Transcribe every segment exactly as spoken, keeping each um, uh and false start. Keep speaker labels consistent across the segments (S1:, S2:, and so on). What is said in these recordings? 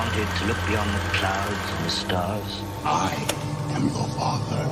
S1: wanted to look beyond the clouds and the stars.
S2: I am your father.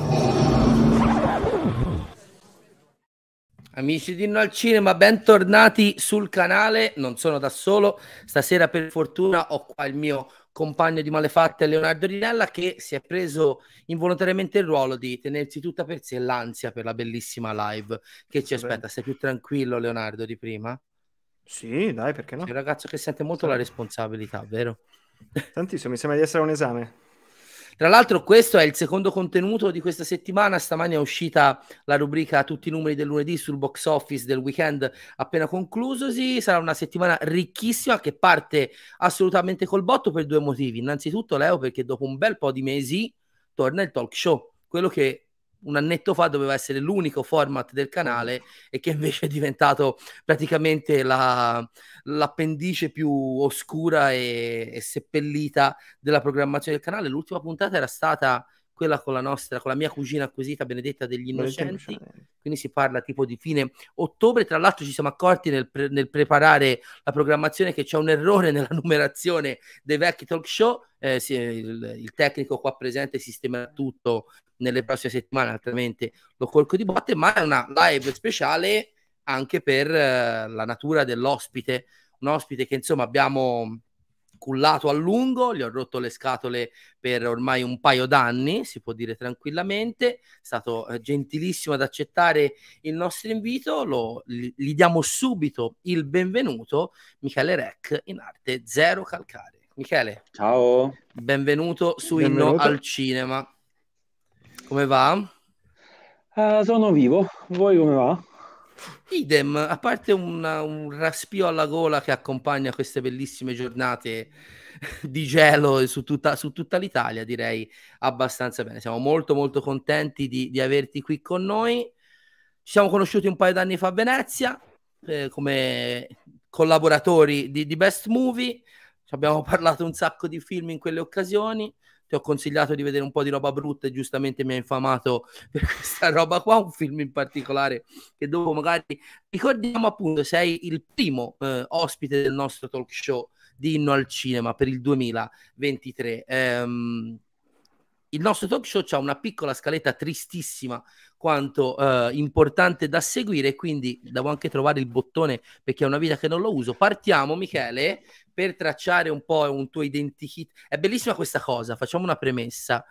S3: Amici di Inno al Cinema, bentornati sul canale. Non sono da solo, stasera per fortuna ho qua il mio compagno di malefatte Leonardo Rinella, che si è preso involontariamente il ruolo di tenersi tutta per sé l'ansia per la bellissima live che ci aspetta. Sei più tranquillo, Leonardo, di prima?
S4: Sì, dai, perché no?
S3: Sei un ragazzo che sente molto
S4: Sì.
S3: la responsabilità, vero?
S4: Tantissimo, mi sembra di essere un esame.
S3: Tra l'altro questo è il secondo contenuto di questa settimana. Stamani è uscita la rubrica Tutti i numeri del lunedì sul box office del weekend appena conclusosi. Sarà una settimana ricchissima che parte assolutamente col botto per due motivi. Innanzitutto, Leo, perché dopo un bel po' di mesi torna il talk show, quello che un annetto fa doveva essere l'unico format del canale e che invece è diventato praticamente la, l'appendice più oscura e, e seppellita della programmazione del canale. L'ultima puntata era stata quella con la nostra, con la mia cugina acquisita Benedetta degli Innocenti, quindi si parla tipo di fine ottobre. Tra l'altro ci siamo accorti nel, pre- nel preparare la programmazione che c'è un errore nella numerazione dei vecchi talk show. Eh, si, il, il tecnico qua presente sistemerà tutto nelle prossime settimane, altrimenti lo colco di botte. Ma è una live speciale anche per uh, la natura dell'ospite, un ospite che insomma abbiamo cullato a lungo, gli ho rotto le scatole per ormai un paio d'anni, si può dire tranquillamente. È stato eh, gentilissimo ad accettare il nostro invito. Lo, gli, gli diamo subito il benvenuto, Michele Rec, in arte Zero Calcare. Michele,
S5: ciao, benvenuto
S3: su Inno al Cinema. Come va?
S5: Uh, sono vivo, voi come va?
S3: Idem, a parte una, un raspio alla gola che accompagna queste bellissime giornate di gelo su tutta, su tutta l'Italia, direi abbastanza bene. Siamo molto molto contenti di, di averti qui con noi. Ci siamo conosciuti un paio d'anni fa a Venezia eh, come collaboratori di, di Best Movie. Ci abbiamo parlato un sacco di film in quelle occasioni. Ti ho consigliato di vedere un po' di roba brutta e giustamente mi hai infamato per questa roba qua, un film in particolare che dopo magari ricordiamo. Appunto, sei il primo eh, ospite del nostro talk show di Inno al Cinema per il duemilaventitré. Ehm, il nostro talk show ha una piccola scaletta tristissima quanto eh, importante da seguire, quindi devo anche trovare il bottone perché è una vita che non lo uso. Partiamo, Michele, per tracciare un po' un tuo identikit. È bellissima questa cosa, facciamo una premessa.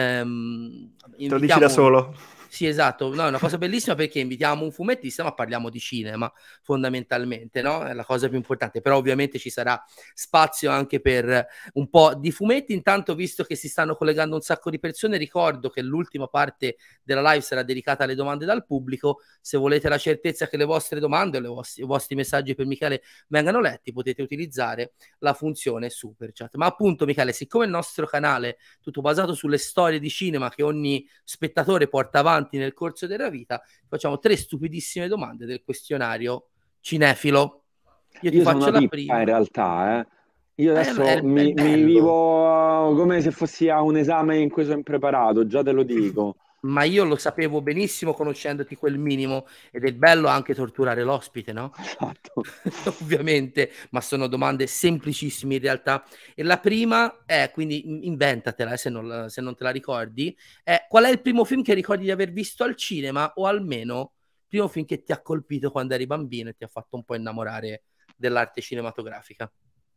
S3: Ehm,
S4: Te lo dici da solo?
S3: Sì, esatto, no, è una cosa bellissima perché invitiamo un fumettista ma parliamo di cinema fondamentalmente, no? È la cosa più importante, però ovviamente ci sarà spazio anche per un po' di fumetti. Intanto, visto che si stanno collegando un sacco di persone, ricordo che l'ultima parte della live sarà dedicata alle domande dal pubblico. Se volete la certezza che le vostre domande o le vostri, i vostri messaggi per Michele vengano letti, potete utilizzare la funzione Super Chat. Ma appunto, Michele, siccome il nostro canale è tutto basato sulle storie di cinema che ogni spettatore porta avanti nel corso della vita, facciamo tre stupidissime domande del questionario cinefilo. Io ti
S5: Io
S3: faccio
S5: sono una
S3: la
S5: pippa
S3: prima.
S5: in realtà, eh. Io adesso
S3: è, è,
S5: mi,
S3: è
S5: mi vivo uh, come se fossi a un esame in cui sono impreparato, già te lo dico.
S3: Ma io lo sapevo benissimo conoscendoti quel minimo, ed è bello anche torturare l'ospite, no?
S5: Esatto.
S3: Ovviamente, ma sono domande semplicissime in realtà. E la prima è, quindi inventatela eh, se, non, se non te la ricordi, è: qual è il primo film che ricordi di aver visto al cinema, o almeno il primo film che ti ha colpito quando eri bambino e ti ha fatto un po' innamorare dell'arte cinematografica?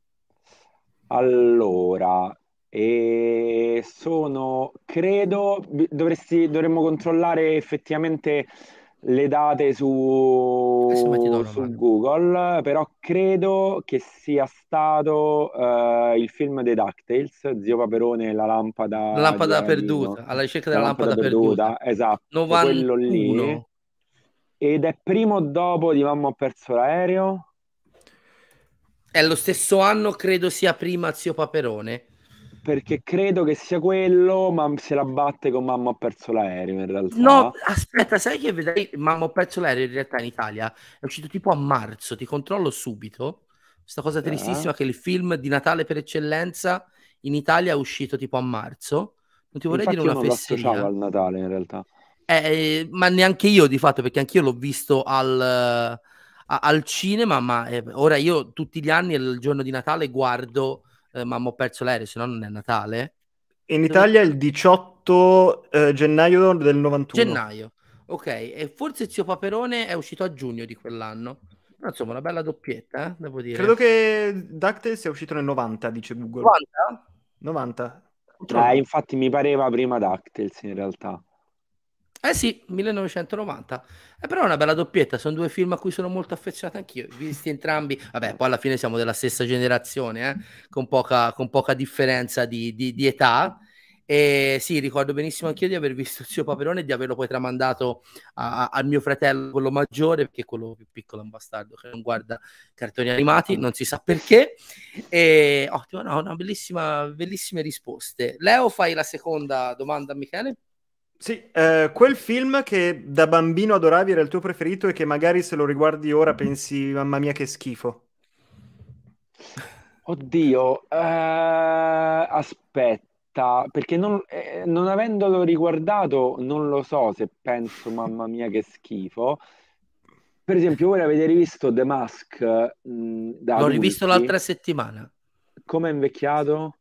S5: Allora, e sono, credo, dovresti, dovremmo controllare effettivamente le date su, su Google, però credo che sia stato uh, il film dei DuckTales, Zio Paperone e la lampada,
S3: la lampada
S5: di
S3: perduta, alla ricerca della
S5: la
S3: lampada,
S5: lampada perduta, perduta. Esatto,
S3: novantuno.
S5: Quello lì. Ed è primo dopo di Mamma ho perso l'aereo.
S3: È lo stesso anno, credo sia prima Zio Paperone.
S5: Perché credo che sia quello, ma se la batte con Mamma ho perso l'aereo in realtà.
S3: No, aspetta, sai che vedrai Mamma ho perso l'aereo in realtà in Italia è uscito tipo a marzo, ti controllo subito. Questa cosa tristissima eh. che il film di Natale per eccellenza in Italia è uscito tipo a marzo. Non ti vorrei
S5: Infatti
S3: dire una
S5: io non
S3: fesseria.
S5: Lo associavo al Natale in realtà.
S3: Eh, ma neanche io di fatto, perché anch'io l'ho visto al, a, al cinema, ma eh, ora io tutti gli anni il giorno di Natale guardo eh, mamma ho perso l'aereo, se no non è Natale.
S4: In Italia il diciotto eh, gennaio del novantuno.
S3: Gennaio, ok, e forse Zio Paperone è uscito a giugno di quell'anno. Però, insomma, una bella doppietta, eh, devo dire.
S4: Credo che DuckTales sia uscito nel novanta, dice Google.
S3: novanta?
S4: novanta.
S5: Eh, infatti mi pareva prima DuckTales in realtà.
S3: Eh sì, millenovecentonovanta. Eh, però è una bella doppietta, sono due film a cui sono molto affezionato anch'io, visti entrambi. Vabbè, poi alla fine siamo della stessa generazione, eh, con poca, con poca differenza di, di, di età. E sì, ricordo benissimo anch'io di aver visto il Zio Paperone e di averlo poi tramandato a, a, al mio fratello, quello maggiore, perché quello più piccolo è un bastardo che non guarda cartoni animati, non si sa perché. E ottimo, no, no, bellissima, bellissime risposte. Leo, fai la seconda domanda a Michele?
S4: Sì, eh, quel film che da bambino adoravi era il tuo preferito e che magari se lo riguardi ora pensi, mamma mia che schifo.
S5: Oddio, eh, aspetta, perché non, eh, non avendolo riguardato non lo so se penso, mamma mia che schifo. Per esempio, voi avete rivisto The Mask mh, da
S3: L'ho rivisto
S5: adulti?
S3: l'altra settimana.
S5: Come è invecchiato?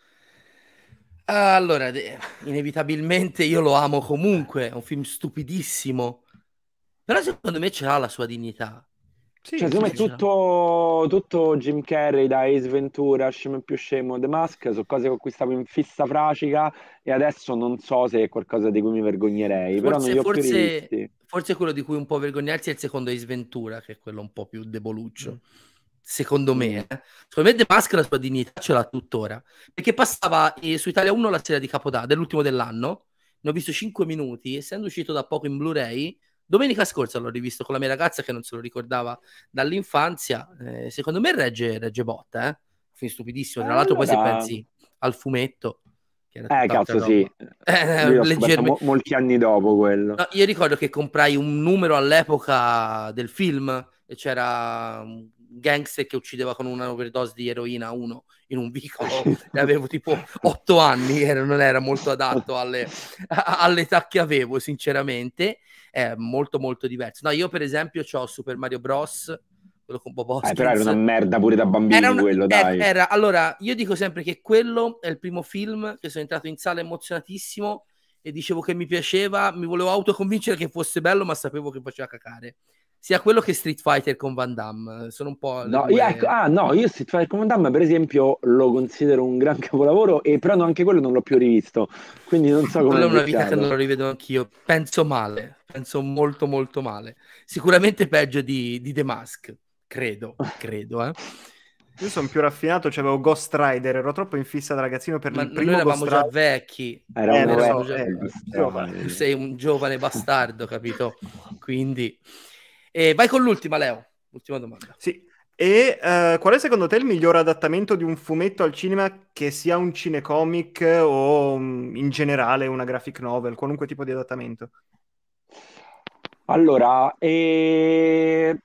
S3: Allora, de- inevitabilmente io lo amo comunque, è un film stupidissimo, però secondo me ce l'ha la sua dignità.
S4: Sì,
S5: Cioè,
S4: sì,
S5: secondo me
S4: sì.
S5: tutto, tutto Jim Carrey da Ace Ventura, Scemo e più scemo, The Mask, sono cose con cui stavo in fissa fracica e adesso non so se è qualcosa di cui mi vergognerei, però non
S3: Forse,
S5: li ho più
S3: forse,
S5: rivisti.
S3: forse quello di cui un po' vergognarsi è il secondo Ace Ventura, che è quello un po' più deboluccio. Secondo me,
S5: Mm.
S3: eh. Secondo me The Mask la sua dignità ce l'ha tuttora, perché passava eh, su Italia uno la sera di Capodanno, dell'ultimo dell'anno, ne ho visto cinque minuti, essendo uscito da poco in Blu-ray, domenica scorsa l'ho rivisto con la mia ragazza che non se lo ricordava dall'infanzia, eh, secondo me regge, regge botta, eh. Film stupidissimo, tra
S5: Eh,
S3: l'altro poi se
S5: allora...
S3: pensi al fumetto, che era
S5: Eh,
S3: tutt'altra
S5: cazzo, sì.
S3: roba. Eh,
S5: Io l'ho scoperto
S3: leggermente...
S5: mo- molti anni dopo quello.
S3: No, io ricordo che comprai un numero all'epoca del film e c'era un gangster che uccideva con una overdose di eroina uno in un vicolo e avevo tipo otto anni e non era molto adatto alle, a- all'età che avevo, sinceramente. È molto molto diverso. No, io per esempio ho Super Mario Bros, quello con Bob
S5: Eh, però era
S3: Hoskins.
S5: una merda pure da bambini
S3: Era una-
S5: quello,
S3: eh,
S5: dai.
S3: era- allora, io dico sempre che quello è il primo film che sono entrato in sala emozionatissimo e dicevo che mi piaceva, mi volevo autoconvincere che fosse bello, ma sapevo che faceva cacare. Sia quello che Street Fighter con Van Damme, sono un po' le
S5: No,
S3: due...
S5: io, ecco, ah, no, io Street Fighter Command Dam, per esempio, lo considero un gran capolavoro, e però no, anche quello non l'ho più rivisto, quindi non so come
S3: Quello
S5: è
S3: è una vita che
S5: invecchiato.
S3: non lo rivedo anch'io. Penso male, penso molto molto male. Sicuramente peggio di, di The Mask, credo, credo, eh.
S4: Io sono più raffinato, c'avevo Ghost Rider, ero troppo in fissa da ragazzino per
S3: Ma
S4: il
S3: noi
S4: primo
S3: eravamo
S4: Ghost
S3: già
S4: Rider.
S3: vecchi.
S5: Era
S4: Eh,
S5: uno
S4: lo
S3: Eravamo
S4: so,
S3: già...
S4: eh,
S5: vecchio.
S3: Tu sei un giovane bastardo, capito? Quindi... E vai con l'ultima, Leo. Ultima domanda.
S4: Sì. E eh, qual è secondo te il miglior adattamento di un fumetto al cinema, che sia un cinecomic o um, in generale una graphic novel, qualunque tipo di adattamento?
S5: Allora, e...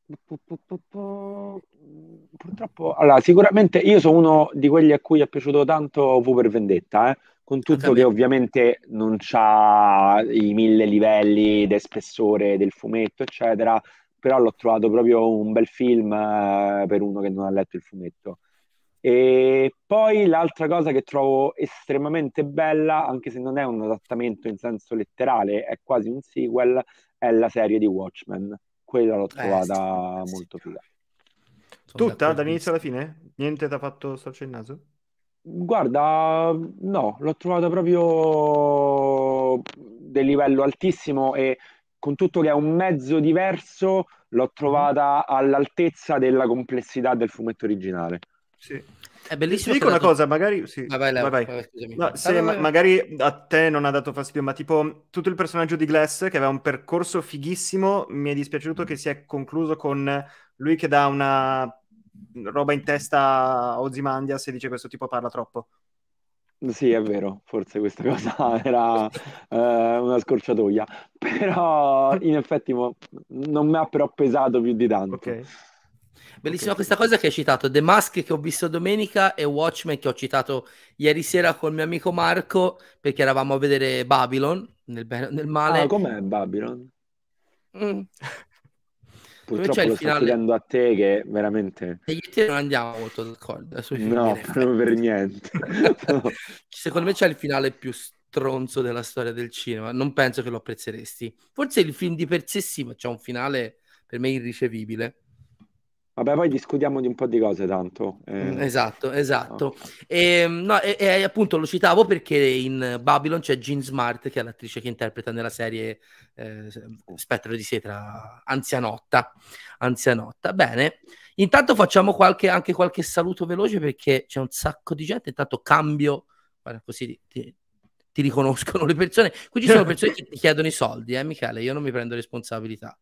S5: purtroppo, allora, sicuramente io sono uno di quelli a cui è piaciuto tanto V per Vendetta, eh? Con tutto che ovviamente non c'ha i mille livelli di spessore del fumetto, eccetera, però l'ho trovato proprio un bel film eh, per uno che non ha letto il fumetto. E poi l'altra cosa che trovo estremamente bella, anche se non è un adattamento in senso letterale, è quasi un sequel, è la serie di Watchmen. Quella l'ho trovata
S3: Eh, sì,
S5: molto figa.
S4: Tutta, dall'inizio alla fine? Niente ti ha fatto storcere il naso?
S5: Guarda, no, l'ho trovata proprio del livello altissimo, e con tutto che è un mezzo diverso, l'ho trovata all'altezza della complessità del fumetto originale.
S4: Sì.
S3: È bellissimo.
S4: Ti dico una cosa, magari... Sì.
S3: Vai, vai, Leo.
S4: Vai, vai.
S3: Vai, scusami.
S4: No, se
S3: Vai, vai,
S4: ma-
S3: vai.
S4: magari a te non ha dato fastidio, ma tipo tutto il personaggio di Glass, che aveva un percorso fighissimo, mi è dispiaciuto che si è concluso con lui che dà una roba in testa a Ozymandias e dice questo tipo parla troppo.
S5: Sì, è vero, forse questa cosa era eh, una scorciatoia, però in effetti mo- non mi ha però pesato più di tanto.
S4: Ok.
S3: Bellissima
S4: Ok.
S3: questa cosa che hai citato, The Mask che ho visto domenica e Watchmen che ho citato ieri sera col mio amico Marco, perché eravamo a vedere Babylon, nel bene o nel male.
S5: Ah, com'è Babylon?
S3: Mm. Dove c'è
S5: Purtroppo
S3: il
S5: lo sto
S3: finale?
S5: chiedendo a te che veramente...
S3: Ti te non andiamo molto d'accordo sui film.
S5: No, proprio per niente.
S3: Secondo me c'è il finale più stronzo della storia del cinema. Non penso che lo apprezzeresti. Forse il film di per sé sì, ma c'è un finale per me irricevibile.
S5: Vabbè, poi discutiamo di un po' di cose tanto. Eh...
S3: Esatto, esatto. No. E, no, e, e appunto lo citavo perché in Babylon c'è Jean Smart, che è l'attrice che interpreta nella serie eh, Spettro di Seta, anzianotta. Anzianotta. Bene, intanto facciamo qualche, anche qualche saluto veloce perché c'è un sacco di gente. Intanto cambio, guarda, così ti, ti riconoscono le persone. Qui ci sono persone che ti chiedono i soldi, eh Michele, io non mi prendo responsabilità.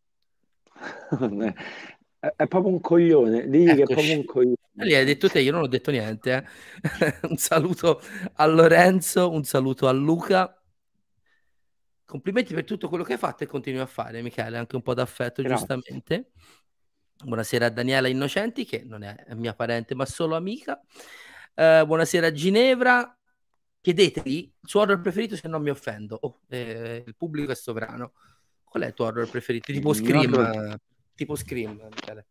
S5: È proprio un coglione, digli che è proprio un coglione.
S3: Lì hai detto te, io non ho detto niente. Eh. Un saluto a Lorenzo, un saluto a Luca. Complimenti per tutto quello che hai fatto e continui a fare, Michele, anche un po' d'affetto, Grazie. Giustamente. Buonasera a Daniela Innocenti, che non è mia parente, ma solo amica. Uh, buonasera a Ginevra. Chiedetevi il suo horror preferito se non mi offendo. Oh, eh, il pubblico è sovrano. Qual è il tuo horror preferito? Tipo Scream, horror... tipo Scream, Michele.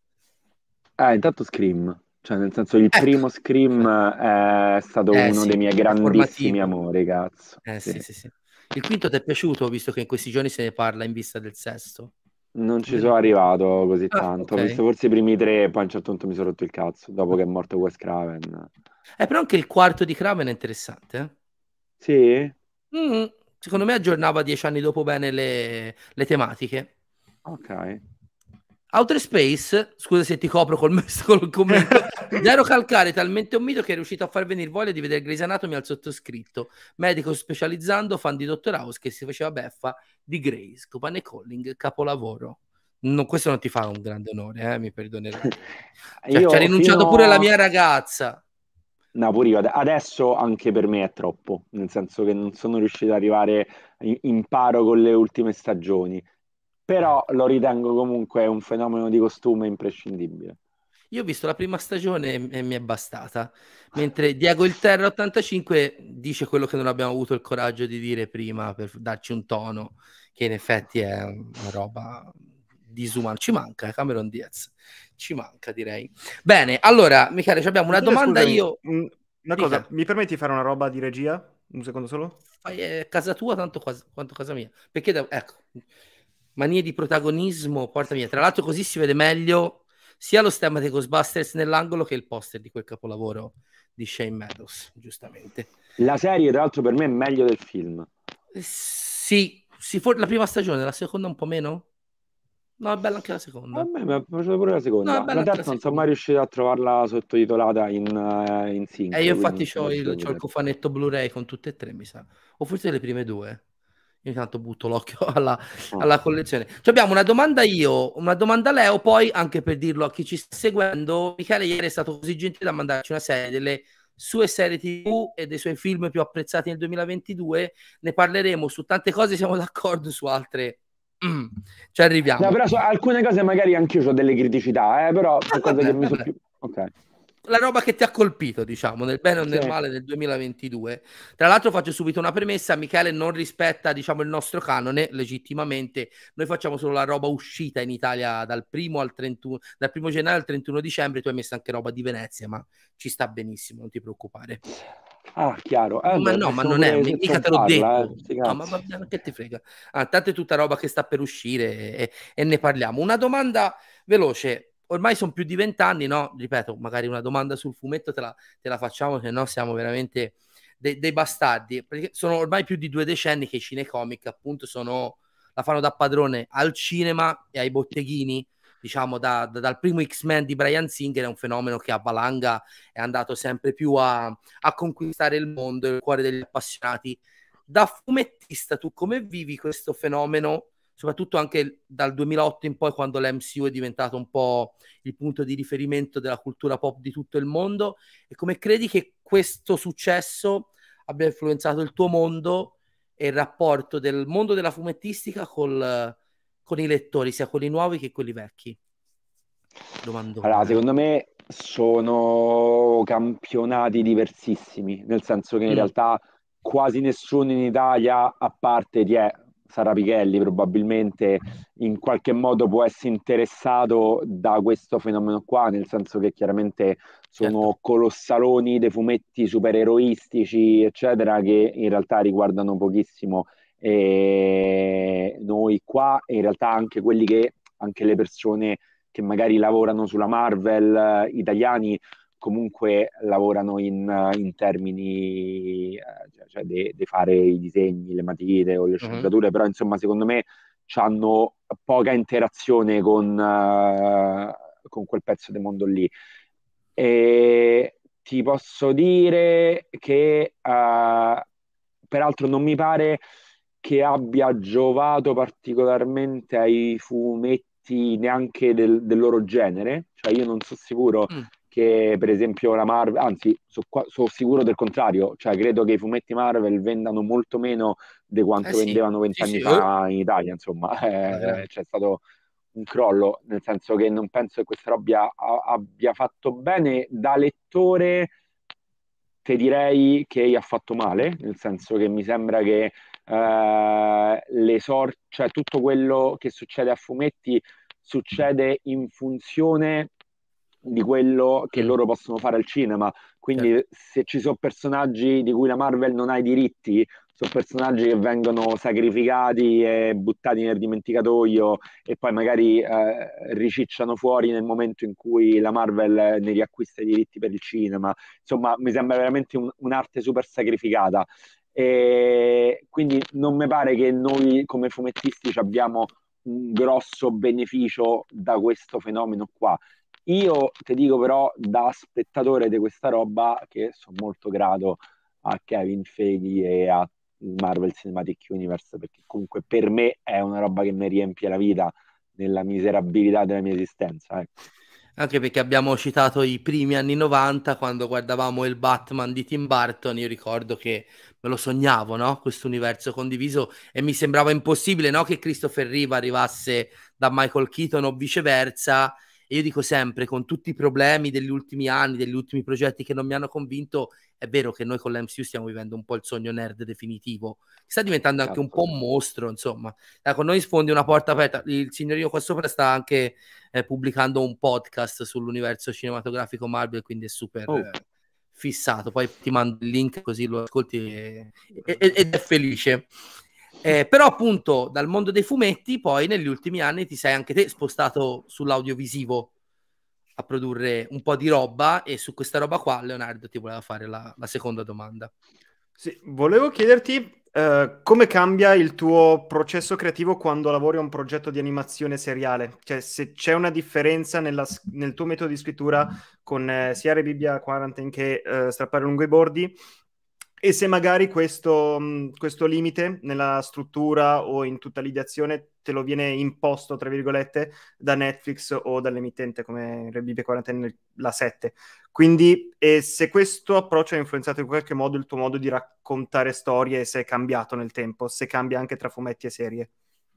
S5: Eh, intanto Scream. Cioè, nel senso, il ecco. primo Scream è stato eh, uno sì, dei miei grandissimi amori, cazzo.
S3: Eh, sì. Sì, sì, sì. Il quinto ti è piaciuto, visto che in questi giorni se ne parla in vista del sesto?
S5: Non ci sono arrivato così ah, tanto. Okay. Ho visto forse i primi tre e poi a un certo punto mi sono rotto il cazzo, dopo che è morto Wes Craven.
S3: Eh, però anche il quarto di Craven è interessante, eh?
S5: Sì?
S3: Mm, secondo me aggiornava dieci anni dopo bene le, le tematiche.
S5: Ok.
S3: Outer Space, scusa se ti copro col, col commento, Zero Calcare, talmente un mito che è riuscito a far venire voglia di vedere Grey's Anatomy al sottoscritto, medico specializzando, fan di Doctor House che si faceva beffa di Grey's, Copan e Colling, capolavoro. No, questo non ti fa un grande onore, eh, mi perdonerai. Cioè, ci ha rinunciato fino... pure la mia ragazza.
S5: No, pure io. Adesso anche per me è troppo, nel senso che non sono riuscito ad arrivare in, in paro con le ultime stagioni. Però lo ritengo comunque un fenomeno di costume imprescindibile.
S3: Io ho visto la prima stagione e, e mi è bastata, mentre Diego il Terra ottantacinque dice quello che non abbiamo avuto il coraggio di dire prima per darci un tono, che in effetti è una roba disumana. Ci manca, eh, Cameron Diaz, ci manca direi. Bene, allora Michele, abbiamo una domanda.
S4: Scusami,
S3: io...
S4: Una cosa, Dica. Mi permetti di fare una roba di regia? Un secondo solo?
S3: Fai eh, casa tua tanto quasi, quanto casa mia. Perché, da... ecco... manie di protagonismo, porta via. Tra l'altro così si vede meglio sia lo stemma dei Ghostbusters nell'angolo che il poster di quel capolavoro di Shane Meadows, giustamente.
S5: La serie, tra l'altro, per me è meglio del film.
S3: Eh, sì, sì, for- la prima stagione, la seconda un po' meno? No, è bella anche la seconda.
S5: A me mi è piaciuta pure la seconda. No, la terza non sono mai riuscito a trovarla sottotitolata in, uh, in sync.
S3: E io infatti ho il, il cofanetto Blu-ray con tutte e tre, mi sa. O forse le prime due. Io intanto butto l'occhio alla, oh. alla collezione. Ci abbiamo una domanda io, una domanda Leo, poi anche per dirlo a chi ci sta seguendo, Michele ieri è stato così gentile da mandarci una serie delle sue serie tivù e dei suoi film più apprezzati nel duemilaventidue. Ne parleremo su tante cose, siamo d'accordo, su altre mm, ci arriviamo.
S5: No, però su alcune cose magari anche io ho delle criticità, eh, però sono ah, cose vabbè, che mi sono più... Ok.
S3: La roba che ti ha colpito, diciamo, nel bene o nel sì. male nel duemilaventidue. Tra l'altro faccio subito una premessa, Michele non rispetta, diciamo, il nostro canone, legittimamente. Noi facciamo solo la roba uscita in Italia dal primo al trentuno, dal primo gennaio al trentuno dicembre, tu hai messo anche roba di Venezia, ma ci sta benissimo, non ti preoccupare.
S5: Ah, chiaro. Eh,
S3: ma
S5: beh,
S3: no, ma non è, mica te l'ho
S5: parla,
S3: detto.
S5: Eh,
S3: no, ma va bene, che ti frega. Ah, tanto è tutta roba che sta per uscire e, e ne parliamo. Una domanda veloce. Ormai sono più di vent'anni, no? Ripeto, magari una domanda sul fumetto te la, te la facciamo, se no siamo veramente de- dei bastardi. Perché sono ormai più di due decenni che i cinecomic, appunto, sono, la fanno da padrone al cinema e ai botteghini. Diciamo, da, da, dal primo X-Men di Bryan Singer, è un fenomeno che a valanga è andato sempre più a, a conquistare il mondo e il cuore degli appassionati. Da fumettista, tu come vivi questo fenomeno? Soprattutto anche dal duemilaotto in poi, quando l'M C U è diventato un po' il punto di riferimento della cultura pop di tutto il mondo, e come credi che questo successo abbia influenzato il tuo mondo e il rapporto del mondo della fumettistica col, con i lettori, sia quelli nuovi che quelli vecchi? Domandone.
S5: Allora, secondo me sono campionati diversissimi, nel senso che in mm. realtà quasi nessuno in Italia, a parte di è Sara Pichelli probabilmente in qualche modo può essere interessato da questo fenomeno qua, nel senso che chiaramente sono
S3: Certo.
S5: colossaloni dei fumetti supereroistici, eccetera, che in realtà riguardano pochissimo eh, noi qua, e in realtà anche quelli che, anche le persone che magari lavorano sulla Marvel, eh, italiani, comunque lavorano in, in termini eh, cioè di fare i disegni, le matite o le
S3: Mhm.
S5: sceneggiature, però insomma secondo me hanno poca interazione con, eh, con quel pezzo di mondo lì. E ti posso dire che eh, peraltro non mi pare che abbia giovato particolarmente ai fumetti neanche del, del loro genere, cioè io non sono sicuro
S3: Mm.
S5: che per esempio la Marvel, anzi sono so sicuro del contrario, cioè credo che i fumetti Marvel vendano molto meno di
S3: Eh
S5: quanto
S3: sì,
S5: vendevano
S3: sì,
S5: vent'anni
S3: sì, eh,
S5: fa in Italia, insomma.
S3: alla
S5: Eh,
S3: grande.
S5: c'è stato un crollo, nel senso che non penso che questa roba abbia, abbia fatto bene. Da lettore ti direi che gli ha fatto male, nel senso che mi sembra che eh, le sor- cioè tutto quello che succede a fumetti succede in funzione di quello che
S3: Mm,
S5: loro possono fare al cinema.
S3: certo.
S5: Quindi se ci sono personaggi di cui la Marvel non ha i diritti, sono personaggi che vengono sacrificati e buttati nel dimenticatoio e poi magari eh, ricicciano fuori nel momento in cui la Marvel ne riacquista i diritti per il cinema. Insomma, mi sembra veramente un- un'arte super sacrificata. E quindi non mi pare che noi come fumettisti ci abbiamo un grosso beneficio da questo fenomeno qua. Io ti dico però, da spettatore di questa roba, che sono molto grato a Kevin Feige e a Marvel Cinematic Universe, perché comunque per me è una roba che mi riempie la vita nella miserabilità della mia esistenza. Ecco.
S3: Anche perché abbiamo citato i primi anni novanta, quando guardavamo il Batman di Tim Burton, io ricordo che me lo sognavo, no? Questo universo condiviso, e mi sembrava impossibile, no? Che Christopher Reeve arrivasse da Michael Keaton o viceversa. E io dico sempre, con tutti i problemi degli ultimi anni, degli ultimi progetti che non mi hanno convinto, è vero che noi con l'M C U stiamo vivendo un po' il sogno nerd definitivo, che sta diventando anche un po'
S5: Esatto.
S3: un mostro, insomma. Eh, con noi sfondi una porta aperta. Il signorino qua sopra sta anche eh, pubblicando un podcast sull'universo cinematografico Marvel, quindi è super
S5: Oh,
S3: eh, fissato. Poi ti mando il link così lo ascolti e, e, ed è felice. Eh, però appunto dal mondo dei fumetti poi negli ultimi anni ti sei anche te spostato sull'audiovisivo a produrre un po' di roba, e su questa roba qua Leonardo ti voleva fare la, la seconda domanda.
S4: Sì, volevo chiederti eh, come cambia il tuo processo creativo quando lavori a un progetto di animazione seriale, cioè se c'è una differenza nella s- nel tuo metodo di scrittura con eh, sia Re Bibbia Quarantine che eh, Strappare lungo i bordi, e se magari questo, mh, questo limite nella struttura o in tutta l'ideazione te lo viene imposto, tra virgolette, da Netflix o dall'emittente come Re Bibbia Quarantine la sette. Quindi, e se questo approccio ha influenzato in qualche modo il tuo modo di raccontare storie, e se è cambiato nel tempo, se cambia anche tra fumetti e serie.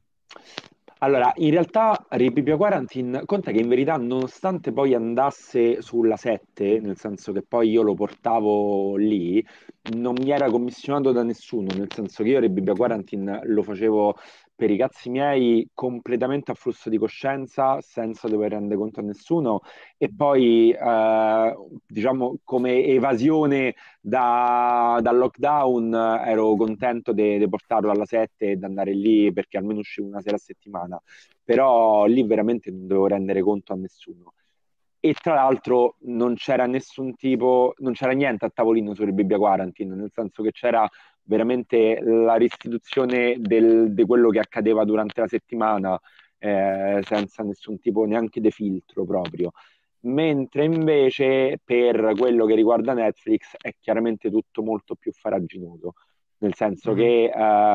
S5: allora, in realtà Repeat Quarantine, conta che in verità nonostante poi andasse sulla sette, nel senso che poi io lo portavo lì, non mi era commissionato da nessuno, nel senso che io Repeat Quarantine lo facevo per i cazzi miei completamente a flusso di coscienza, senza dover rendere conto a nessuno, e poi eh, diciamo come evasione da, dal lockdown eh, ero contento di portarlo alla sette e di andare lì perché almeno uscivo una sera a settimana, però lì veramente non dovevo rendere conto a nessuno. E tra l'altro non c'era nessun tipo, non c'era niente a tavolino sulle Bibbia Quarantine, nel senso che c'era veramente la restituzione del- di quello che accadeva durante la settimana, eh, senza nessun tipo neanche di filtro proprio. Mentre invece per quello che riguarda Netflix è chiaramente tutto molto più faraginoso, nel senso
S4: Mhm.
S5: che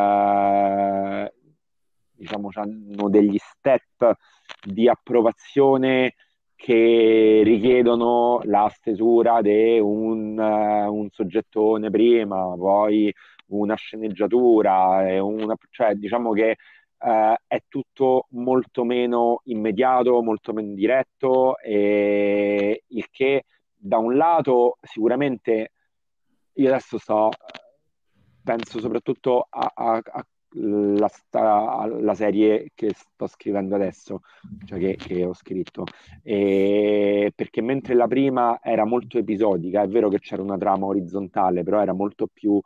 S5: eh, diciamo hanno degli step di approvazione che richiedono la stesura di un, eh, un soggettone prima, poi una sceneggiatura, e una, cioè diciamo che eh, è tutto molto meno immediato, molto meno diretto, e il che da un lato sicuramente io adesso sto, penso soprattutto a, a- a la, sta, la serie che sto scrivendo adesso, cioè che, che ho scritto, e perché mentre la prima era molto episodica, è vero che c'era una trama orizzontale, però era molto più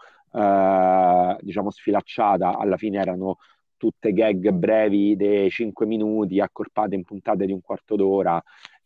S5: eh, diciamo sfilacciata, alla fine erano tutte gag brevi dei cinque minuti, accorpate in puntate di un quarto d'ora,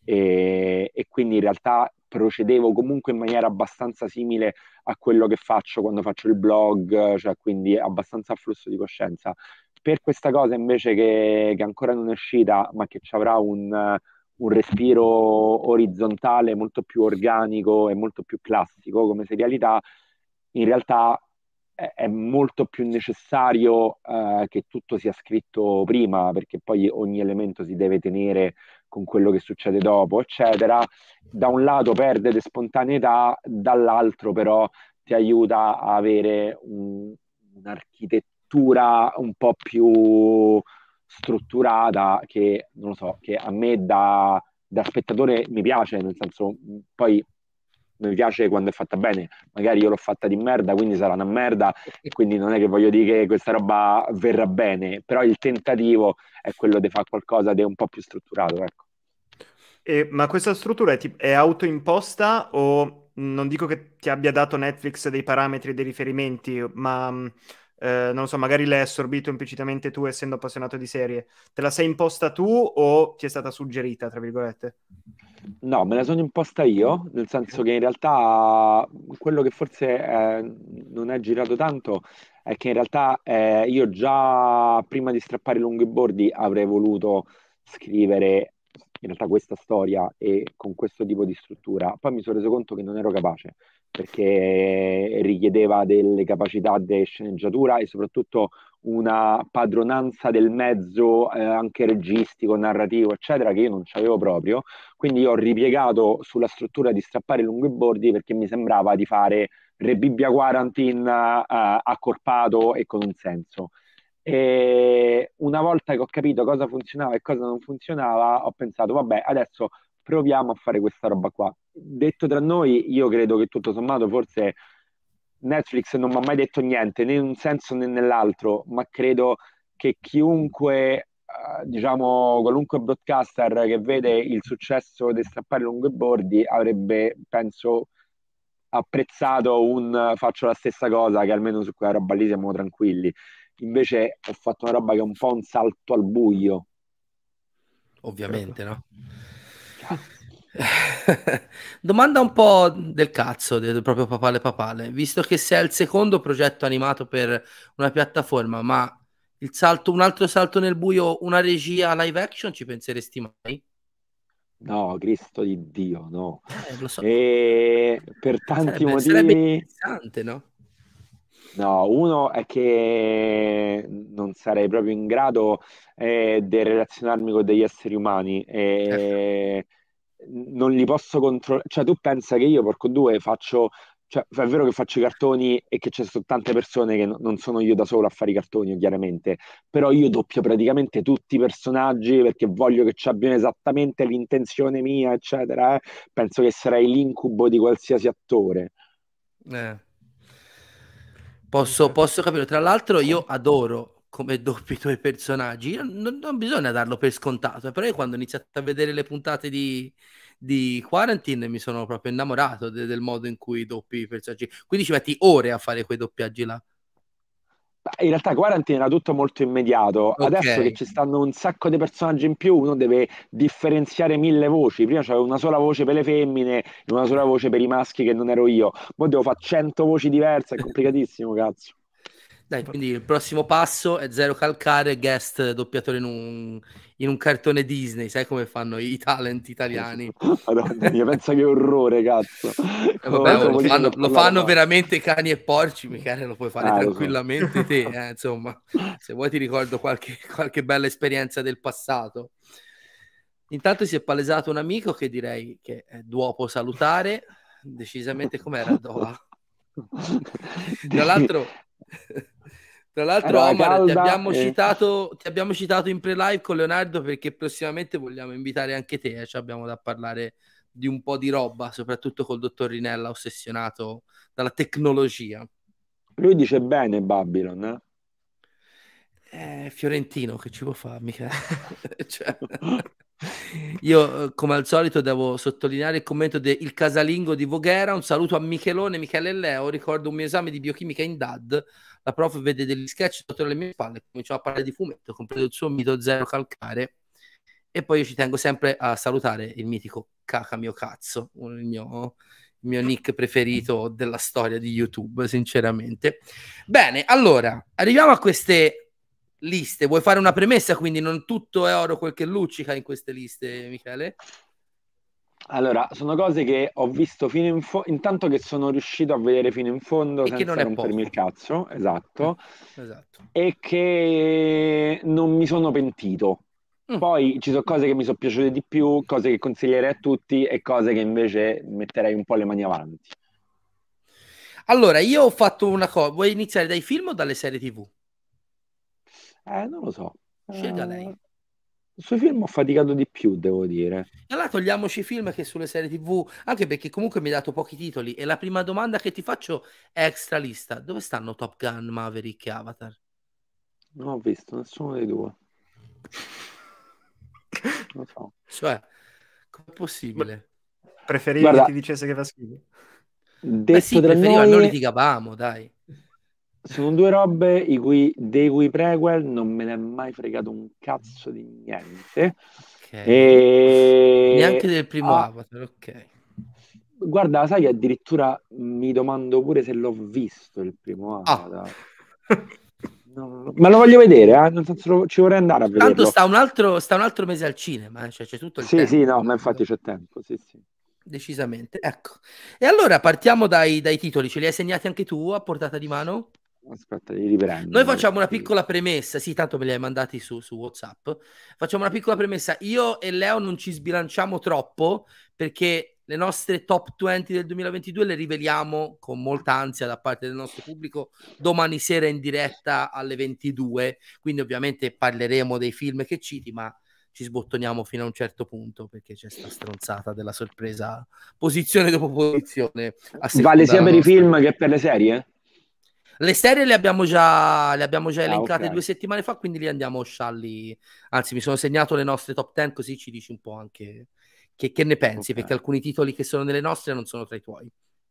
S5: e, e quindi in realtà procedevo comunque in maniera abbastanza simile a quello che faccio quando faccio il blog, cioè quindi abbastanza a flusso di coscienza. Per questa cosa invece che, che ancora non è uscita, ma che ci avrà un, un respiro orizzontale molto più organico e molto più classico come serialità, in realtà è, è molto più necessario eh, che tutto sia scritto prima, perché poi ogni elemento si deve tenere con quello che succede dopo, eccetera. Da un lato perde di spontaneità, dall'altro però ti aiuta a avere un, un'architettura un po' più strutturata che, non lo so, che a me da, da spettatore mi piace, nel senso, poi mi piace quando è fatta bene, magari io l'ho fatta di merda, quindi sarà una merda, e quindi non è che voglio dire che questa roba verrà bene, però il tentativo è quello di fare qualcosa di un po' più strutturato, ecco.
S4: E, ma questa struttura è, tip- è autoimposta o non dico che ti abbia dato Netflix dei parametri e dei riferimenti, ma mh, eh, non lo so, magari l'hai assorbito implicitamente tu essendo appassionato di serie. Te la sei imposta tu o ti è stata suggerita, tra virgolette?
S5: No, me la sono imposta io, nel senso che in realtà quello che forse eh, non è girato tanto è che in realtà eh, io già prima di strappare i longboardi avrei voluto scrivere in realtà questa storia e con questo tipo di struttura. Poi mi sono reso conto che non ero capace perché richiedeva delle capacità di sceneggiatura e soprattutto una padronanza del mezzo eh, anche registico, narrativo, eccetera, che io non c'avevo proprio. Quindi io ho ripiegato sulla struttura di strappare i longboardi perché mi sembrava di fare Re Bibbia Quarantine uh, accorpato e con un senso. E una volta che ho capito cosa funzionava e cosa non funzionava, ho pensato, vabbè, adesso proviamo a fare questa roba qua. Detto tra noi, io credo che tutto sommato forse Netflix non mi ha mai detto niente, né in un senso né nell'altro, ma credo che chiunque diciamo, qualunque broadcaster che vede il successo di strappare longboardi avrebbe, penso, apprezzato un faccio la stessa cosa, che almeno su quella roba lì siamo tranquilli. Invece ho fatto una roba che è un po' un salto al buio.
S3: Ovviamente, no? Domanda un po' del cazzo, del proprio papale papale. Visto che sei il secondo progetto animato per una piattaforma, ma il salto, un altro salto nel buio, una regia live action, ci penseresti mai?
S5: No, Cristo di Dio, no.
S3: Eh, lo so.
S5: E per tanti
S3: sarebbe, sarebbe
S5: motivi...
S3: interessante, no?
S5: No, uno è che non sarei proprio in grado eh, di relazionarmi con degli esseri umani e non li posso controllare. Cioè, tu pensa che io, porco due, faccio. Cioè, è vero che faccio i cartoni e che ci sono tante persone che no- non sono io da solo a fare i cartoni, chiaramente, però io doppio praticamente tutti i personaggi perché voglio che ci abbiano esattamente l'intenzione mia, eccetera. eh. Penso che sarei l'incubo di qualsiasi attore.
S3: Eh. Posso, posso capire. Tra l'altro, io adoro come doppi i tuoi personaggi. Io non, non bisogna darlo per scontato, eh, però io quando ho iniziato a vedere le puntate di, di Quarantine mi sono proprio innamorato de- del modo in cui doppi i personaggi. Quindi ci metti ore a fare quei doppiaggi là.
S5: In realtà Quarantine era tutto molto immediato.
S3: Ok.
S5: Adesso che ci stanno un sacco di personaggi in più, uno deve differenziare mille voci. Prima c'avevo una sola voce per le femmine e una sola voce per i maschi che non ero io. Ora devo fare cento voci diverse, è complicatissimo, cazzo.
S3: Dai, quindi il prossimo passo è zero calcare, guest doppiatore in un, in un cartone Disney, sai come fanno i talent italiani?
S5: Madonna mia, pensa che orrore, cazzo.
S3: Eh, vabbè, oh, lo
S5: Topolino
S3: fanno,
S5: che
S3: lo
S5: parlava
S3: fanno
S5: male.
S3: veramente cani e porci, Michele, lo puoi fare
S5: Ah, lo so.
S3: tranquillamente te, eh, insomma, se vuoi ti ricordo qualche, qualche bella esperienza del passato. Intanto si è palesato un amico che direi che è duopo salutare, decisamente com'era Doha. Tra l'altro, tra l'altro
S5: Era
S3: Omar, ti
S5: calda
S3: abbiamo
S5: e...
S3: citato, ti abbiamo citato in pre-live con Leonardo perché prossimamente vogliamo invitare anche te, eh, cioè abbiamo da parlare di un po' di roba, soprattutto col dottor Rinella ossessionato dalla tecnologia.
S5: Lui dice bene Babylon, eh?
S3: Eh, Fiorentino, che ci può fare, mica? Cioè, io, come al solito, devo sottolineare il commento del casalingo di Voghera. Un saluto a Michelone, Michele e Leo. Ricordo un mio esame di biochimica in D A D. La prof vede degli sketch sotto le mie spalle. Cominciamo a parlare di fumetto, compreso il suo mito zero calcare. E poi io ci tengo sempre a salutare il mitico Caca mio cazzo, il mio, il mio nick preferito della storia di YouTube, sinceramente. Bene, allora, arriviamo a queste liste. Vuoi fare una premessa? Quindi non tutto è oro quel che luccica in queste liste, Michele?
S5: Allora, sono cose che ho visto fino in fondo, intanto che sono riuscito a vedere fino in fondo
S3: E che non
S5: senza
S3: è
S5: rompermi
S3: poco.
S5: il cazzo, esatto,
S3: Eh, esatto.
S5: e che non mi sono pentito.
S3: Mm.
S5: Poi ci sono cose che mi sono piaciute di più, cose che consiglierei a tutti e cose che invece metterei un po' le mani avanti.
S3: Allora, io ho fatto una cosa. Vuoi iniziare dai film o dalle serie tivù?
S5: Eh, non lo so.
S3: Scelga
S5: Eh,
S3: lei.
S5: Sui film ho faticato di più, devo dire.
S3: Allora togliamoci i film che sulle serie tivù, anche perché comunque mi hai dato pochi titoli. E la prima domanda che ti faccio è extra lista. Dove stanno Top Gun, Maverick e Avatar?
S5: Non ho visto nessuno dei due. Non so.
S3: Cioè, com'è possibile?
S4: Preferivi
S5: Guarda,
S4: che ti dicesse che fa schifo?
S5: detto
S3: Beh sì,
S5: tra
S3: preferivo, almeno
S5: noi,
S3: litigavamo, dai.
S5: sono due robe i cui, dei cui prequel non me ne è mai fregato un cazzo di niente.
S3: Ok.
S5: E...
S3: Neanche del primo
S5: ah,
S3: Avatar, ok.
S5: guarda, sai che addirittura mi domando pure se l'ho visto il primo
S3: Ah.
S5: Avatar. No, ma lo voglio vedere, eh? Nel senso lo- ci vorrei andare a vederlo.
S3: Tanto sta un altro, sta un altro mese al cinema, eh, cioè c'è tutto il
S5: Sì,
S3: tempo.
S5: sì, no, ma infatti c'è tempo, sì, sì.
S3: Decisamente, ecco. E allora partiamo dai, dai titoli, ce li hai segnati anche tu a portata di mano?
S5: Aspetta, li riprendo.
S3: Noi facciamo una piccola premessa, sì, tanto me li hai mandati su, su WhatsApp. Facciamo una piccola premessa. Io e Leo non ci sbilanciamo troppo perché le nostre top venti del duemilaventidue le riveliamo con molta ansia da parte del nostro pubblico domani sera in diretta alle ventidue. Quindi ovviamente parleremo dei film che citi, ma ci sbottoniamo fino a un certo punto perché c'è sta stronzata della sorpresa posizione dopo posizione. A
S5: Vale sia
S3: della
S5: per i
S3: nostra.
S5: film che per le serie?
S3: Le serie le abbiamo già, le abbiamo già
S5: Ah,
S3: elencate
S5: ok.
S3: due settimane fa, quindi li andiamo a scialli. Anzi, mi sono segnato le nostre top dieci, così ci dici un po' anche che, che ne pensi,
S5: Ok.
S3: perché alcuni titoli che sono nelle nostre non sono tra i tuoi.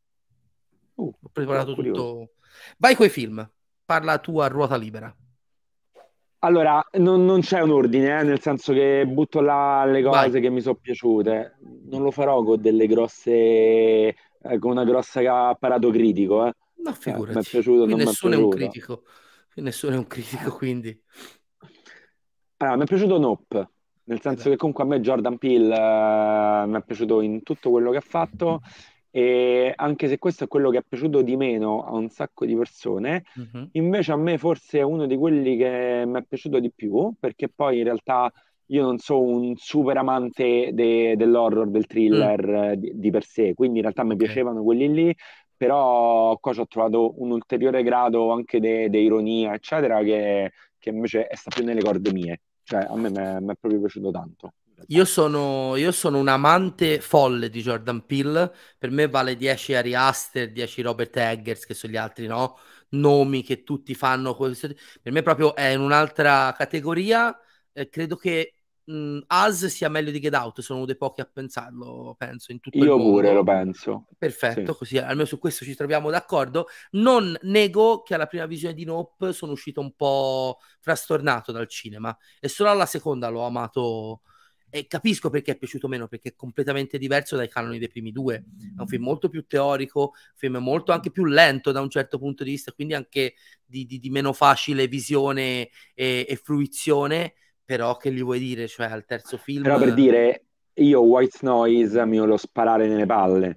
S5: Uh,
S3: Ho preparato
S5: curioso.
S3: tutto. Vai coi film, parla tu a ruota libera.
S5: Allora, non, non c'è un ordine, eh, nel senso che butto là le cose
S3: Vai.
S5: che mi sono piaciute. Non lo farò con delle grosse, eh, con una grossa apparato critico, eh.
S3: No,
S5: Cioè, mi è
S3: figurati.
S5: piaciuto,
S3: Qui
S5: non mi è
S3: nessuno è un
S5: piaciuto.
S3: critico. Qui nessuno è un critico, quindi.
S5: Allora, mi è piaciuto Nope, nel senso
S3: beh.
S5: che comunque a me Jordan Peele eh, mi è piaciuto in tutto quello che ha fatto, e anche se questo è quello che è piaciuto di meno a un sacco di persone,
S3: Mhm.
S5: invece a me forse è uno di quelli che mi è piaciuto di più, perché poi in realtà io non sono un super amante de- dell'horror, del thriller eh, di, di per sé, quindi in realtà mi
S3: Ok.
S5: piacevano quelli lì, però qua ci ho trovato un ulteriore grado anche di ironia, eccetera, che, che invece sta più nelle corde mie. Cioè, a me mi è mi è proprio piaciuto tanto.
S3: Io sono, io sono un amante folle di Jordan Peele. Per me vale dieci Ari Aster, dieci Robert Eggers, che sono gli altri, no? Nomi che tutti fanno. Questo. Per me proprio è in un'altra categoria. Eh, credo che mh, Us sia meglio di Get Out. Sono uno dei pochi a pensarlo, penso, in tutto il
S5: Io pure lo
S3: mondo.
S5: penso.
S3: Perfetto,
S5: Sì.
S3: così almeno su questo ci troviamo d'accordo. Non nego che alla prima visione di Nope sono uscito un po' frastornato dal cinema e solo alla seconda l'ho amato e capisco perché è piaciuto meno, perché è completamente diverso dai canoni dei primi due. È un film molto più teorico, un film molto anche più lento da un certo punto di vista, quindi anche di, di, di meno facile visione e, e fruizione, però che gli vuoi dire? Cioè al terzo film...
S5: Però per dire, io White Noise mi volevo sparare nelle palle.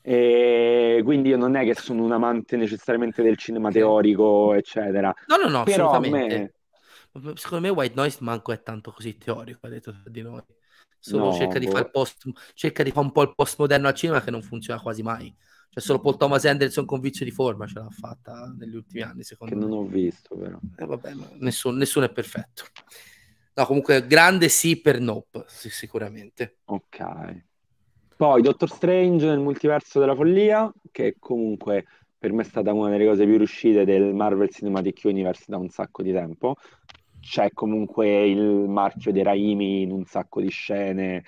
S5: E quindi io non è che sono un amante necessariamente del cinema
S3: Okay.
S5: teorico, eccetera.
S3: No, no, no,
S5: Però a
S3: assolutamente.
S5: me...
S3: Secondo me White Noise manco è tanto così teorico, ha detto tra di noi. Solo
S5: No,
S3: cerca di fare
S5: boh.
S3: il post, cerca di fare un po' il postmoderno al cinema che non funziona quasi mai. Cioè solo Paul Thomas Anderson con Vizio di forma ce l'ha fatta negli ultimi anni, secondo
S5: Che
S3: me.
S5: non ho visto, però.
S3: Eh, vabbè, ma nessuno, nessuno è perfetto. No, comunque grande sì per Nope, sì, sicuramente.
S5: Ok. Poi Doctor Strange nel multiverso della follia, che comunque per me è stata una delle cose più riuscite del Marvel Cinematic Universe da un sacco di tempo. c'è comunque il marchio dei Raimi in un sacco di scene,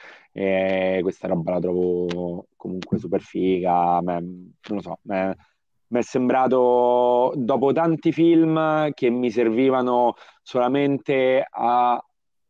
S5: e questa roba la trovo comunque super figa. Me- non lo so, me- mi è sembrato, dopo tanti film che mi servivano solamente a, a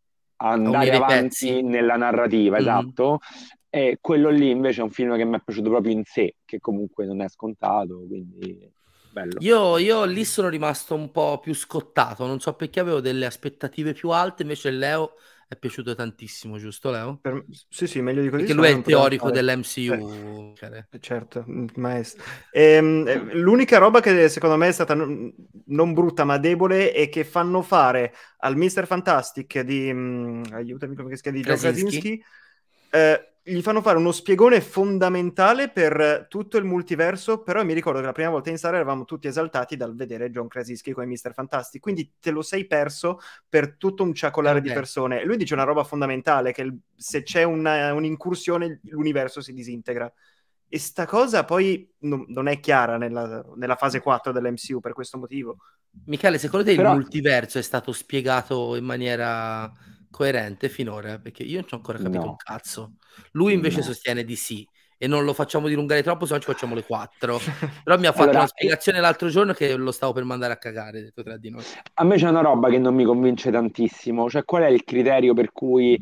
S3: A
S5: andare
S3: unire i
S5: avanti
S3: pezzi.
S5: nella narrativa,
S3: Mm.
S5: esatto, e quello lì invece è un film che mi è piaciuto proprio in sé, che comunque non è scontato, quindi bello.
S3: Io, io lì sono rimasto un po' più scottato, non so perché avevo delle aspettative più alte, invece Leo è piaciuto tantissimo, giusto Leo?
S4: Per- Sì, sì, meglio di così.
S3: Perché
S4: se
S3: lui
S4: no
S3: è
S4: non
S3: il
S4: potevamo
S3: teorico
S4: fare.
S3: dell'M C
S4: Eh,
S3: U. Michele.
S4: certo, mm, maestro. Ehm, eh, l'unica roba che secondo me è stata non, non brutta ma debole è che fanno fare al mister Fantastic di mm, aiutami come si chiama, di John
S3: Krasinski?
S4: Krasinski, eh, gli fanno fare uno spiegone fondamentale per tutto il multiverso, però mi ricordo che la prima volta in sala eravamo tutti esaltati dal vedere John Krasinski come mister Fantastic, quindi te lo sei perso per tutto un ciacolare
S3: Eh,
S4: di
S3: vabbè.
S4: persone. E lui dice una roba fondamentale, che il- se c'è una- un'incursione l'universo si disintegra. E sta cosa poi non, non è chiara nella, nella fase quattro dell'M C U per questo motivo.
S3: Michele, secondo te il
S5: Però-
S3: multiverso è stato spiegato in maniera coerente finora? Perché io non ci ho ancora capito
S5: No.
S3: un cazzo. Lui invece
S5: No.
S3: sostiene di sì. E non lo facciamo dilungare troppo, se no ci facciamo le quattro. Però mi ha fatto
S5: Allora,
S3: una spiegazione l'altro giorno che lo stavo per mandare a cagare, detto tra di noi.
S5: a me c'è una roba che non mi convince tantissimo, cioè qual è il criterio per cui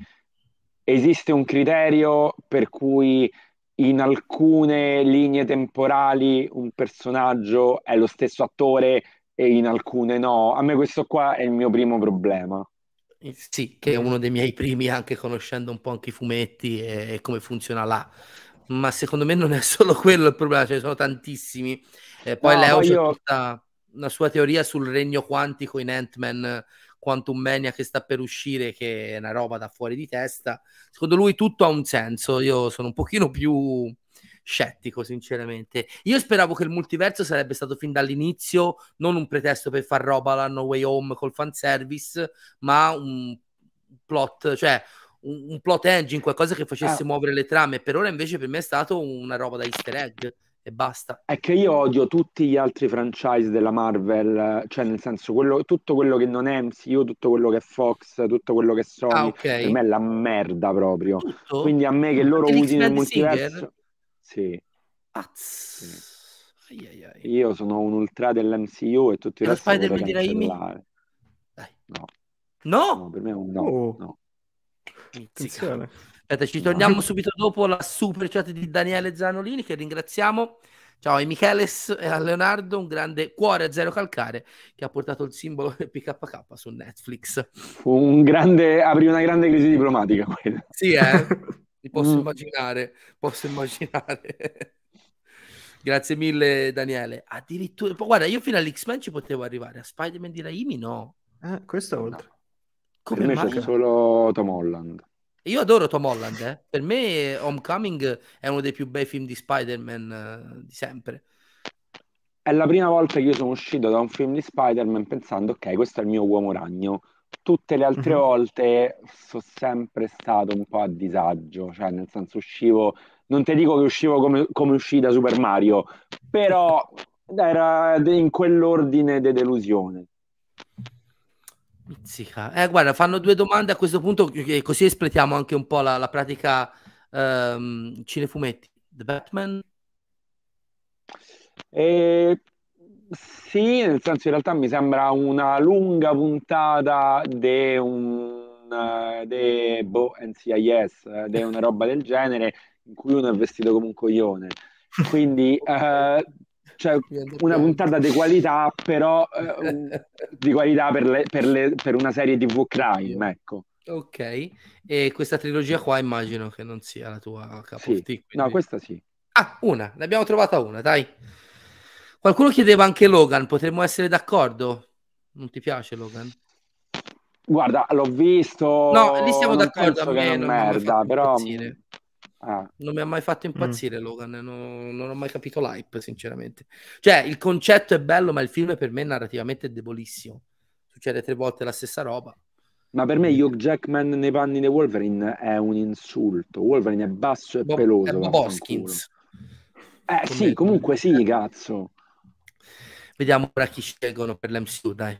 S5: esiste un criterio per cui in alcune linee temporali un personaggio è lo stesso attore e in alcune no? A me questo qua è il mio primo problema.
S3: Eh, Sì, che è uno dei miei primi, anche conoscendo un po' anche i fumetti e, e come funziona là. Ma secondo me non è solo quello il problema, ce ne sono tantissimi. Eh, poi
S5: No,
S3: Leo
S5: poi
S3: c'ha
S5: io...
S3: tutta una sua teoria sul regno quantico in Ant-Man Quantum Mania che sta per uscire, che è una roba da fuori di testa. Secondo lui tutto ha un senso. Io sono un pochino più scettico, sinceramente. Io speravo che il multiverso sarebbe stato fin dall'inizio non un pretesto per far roba alla No Way Home col fanservice, ma un plot, cioè un, un plot engine, qualcosa che facesse
S5: Ah.
S3: muovere le trame. Per ora invece per me è stato una roba da easter egg e basta.
S5: È che io odio tutti gli altri franchise della Marvel, cioè nel senso quello, tutto quello che non è M C U, tutto quello che è Fox, tutto quello che è Sony,
S3: Ah, ok.
S5: per me è la merda proprio.
S3: Tutto?
S5: Quindi a me che loro
S3: Anche
S5: usino il
S3: l'X-Men Singer?
S5: multiverso, sì,
S3: Pazz. Ai, ai, ai.
S5: io sono un ultra dell'M C U e tutto il
S3: E lo
S5: resto lo vorrei
S3: Spider-Man di Raimi?
S5: cancellare.
S3: Dai.
S5: No,
S3: No?
S5: no, per me è un no,
S4: Oh.
S5: no.
S3: Mizzica.
S4: Attenzione.
S3: Aspetta, ci
S5: No.
S3: torniamo subito dopo la super chat di Daniele Zanolini, che ringraziamo. Ciao a Micheles e a Leonardo, un grande cuore a zero calcare che ha portato il simbolo del P K K su Netflix.
S5: Fu un grande, aprì una grande crisi diplomatica quella.
S3: Sì, eh? Mi posso
S5: Mm.
S3: immaginare, posso immaginare. Grazie mille Daniele. Addirittura, poi guarda, io fino all'X-Men ci potevo arrivare, a Spider-Man di Raimi no.
S4: Eh, questo è oltre.
S5: Per
S3: Come
S5: me
S3: mai?
S5: c'è solo Tom Holland.
S3: Io adoro Tom Holland, eh. Per me Homecoming è uno dei più bei film di Spider-Man eh, di sempre.
S5: È la prima volta che io sono uscito da un film di Spider-Man pensando, ok, questo è il mio uomo ragno. Tutte le altre
S4: Mhm.
S5: volte sono sempre stato un po' a disagio, cioè nel senso uscivo, non ti dico che uscivo come, come uscì da Super Mario, però era de- in quell'ordine di delusione.
S3: Mizzica. Eh, guarda, fanno due domande a questo punto, che così espletiamo anche un po' la, la pratica ehm, cinefumetti. The Batman?
S5: E sì, nel senso in realtà mi sembra una lunga puntata di un eh, de, boh, N C I S, eh, di una roba del genere in cui uno è vestito come un coglione. Quindi eh, cioè, una puntata di qualità, però eh, un- di qualità per, le- per le- per una serie T V crime, ecco.
S3: Ok. E questa trilogia qua immagino che non sia la tua cup
S5: Sì.
S3: of tea,
S5: No,
S3: quindi-
S5: questa sì.
S3: Ah, una, ne abbiamo trovata una, dai. Qualcuno chiedeva anche Logan, potremmo essere d'accordo? Non ti piace Logan?
S5: Guarda, l'ho visto,
S3: No, lì siamo
S5: non
S3: d'accordo,
S5: penso
S3: a
S5: che è
S3: me
S5: una
S3: non mi ha mai
S5: merda,
S3: fatto
S5: però...
S3: impazzire.
S5: ah.
S3: Non mi ha mai fatto impazzire Logan, non, non ho mai capito l'hype, sinceramente. Cioè, il concetto è bello, ma il film per me narrativamente è debolissimo. Succede tre volte la stessa roba.
S5: Ma per me Hugh Jackman nei panni di Wolverine è un insulto. Wolverine è basso e
S3: Bob,
S5: peloso,
S3: è Bob
S5: vaffanculo.
S3: Hoskins.
S5: Eh
S3: Come-
S5: sì, comunque sì, cazzo.
S3: Vediamo ora chi scelgono per l'M C U, dai.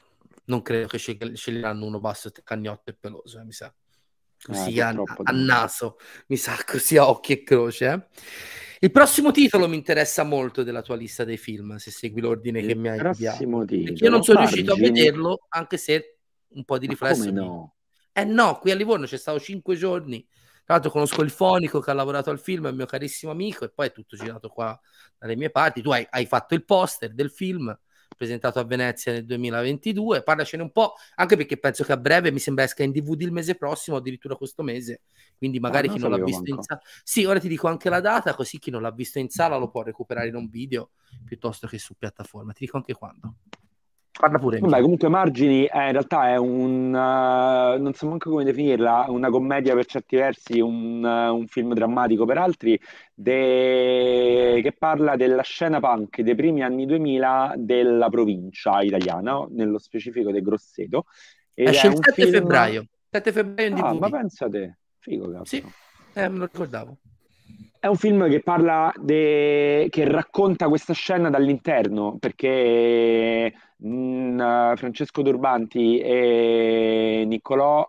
S3: Non credo che scel- sceglieranno uno basso, cagnotto e peloso, eh, mi sa. Così
S5: Eh,
S3: a,
S5: purtroppo
S3: a
S5: sì.
S3: naso, mi sa, così a occhi e croce. Eh. Il prossimo titolo mi interessa molto della tua lista dei film, se segui l'ordine
S5: Il
S3: che mi hai
S5: prossimo
S3: inviato.
S5: titolo,
S3: Perché io non sono
S5: Margini.
S3: riuscito a vederlo, anche se un po' di
S5: Ma
S3: riflesso.
S5: come
S3: Mi...
S5: no?
S3: Eh no, qui a Livorno c'è stato cinque giorni. Tra l'altro conosco il fonico che ha lavorato al film, è un mio carissimo amico, e poi è tutto girato qua dalle mie parti. Tu hai, hai fatto il poster del film, presentato a Venezia nel duemilaventidue, parlacene un po', anche perché penso che a breve mi sembra esca in D V D il mese prossimo, addirittura questo mese, quindi magari
S5: Ah,
S3: chi
S5: non
S3: non l'ha
S5: sapevo
S3: visto
S5: manco.
S3: in sala, sì, ora ti dico anche la data, così chi non l'ha visto in sala lo può recuperare in un video piuttosto che su piattaforma, ti dico anche quando. Parla pure.
S5: Vabbè, comunque Margini eh, in realtà è un, uh, non so manco come definirla, una commedia per certi versi, un, uh, un film drammatico per altri, de... che parla della scena punk dei primi anni duemila della provincia italiana, nello specifico del Grosseto. Ed
S3: Esce
S5: è
S3: il
S5: un
S3: sette
S5: film...
S3: febbraio, sette febbraio in
S5: Ah, ma
S3: D V D.
S5: pensa te, figo cazzo.
S3: Sì, eh, me lo ricordavo.
S5: È un film che parla de... che racconta questa scena dall'interno, perché mh, Francesco Durbanti e Niccolò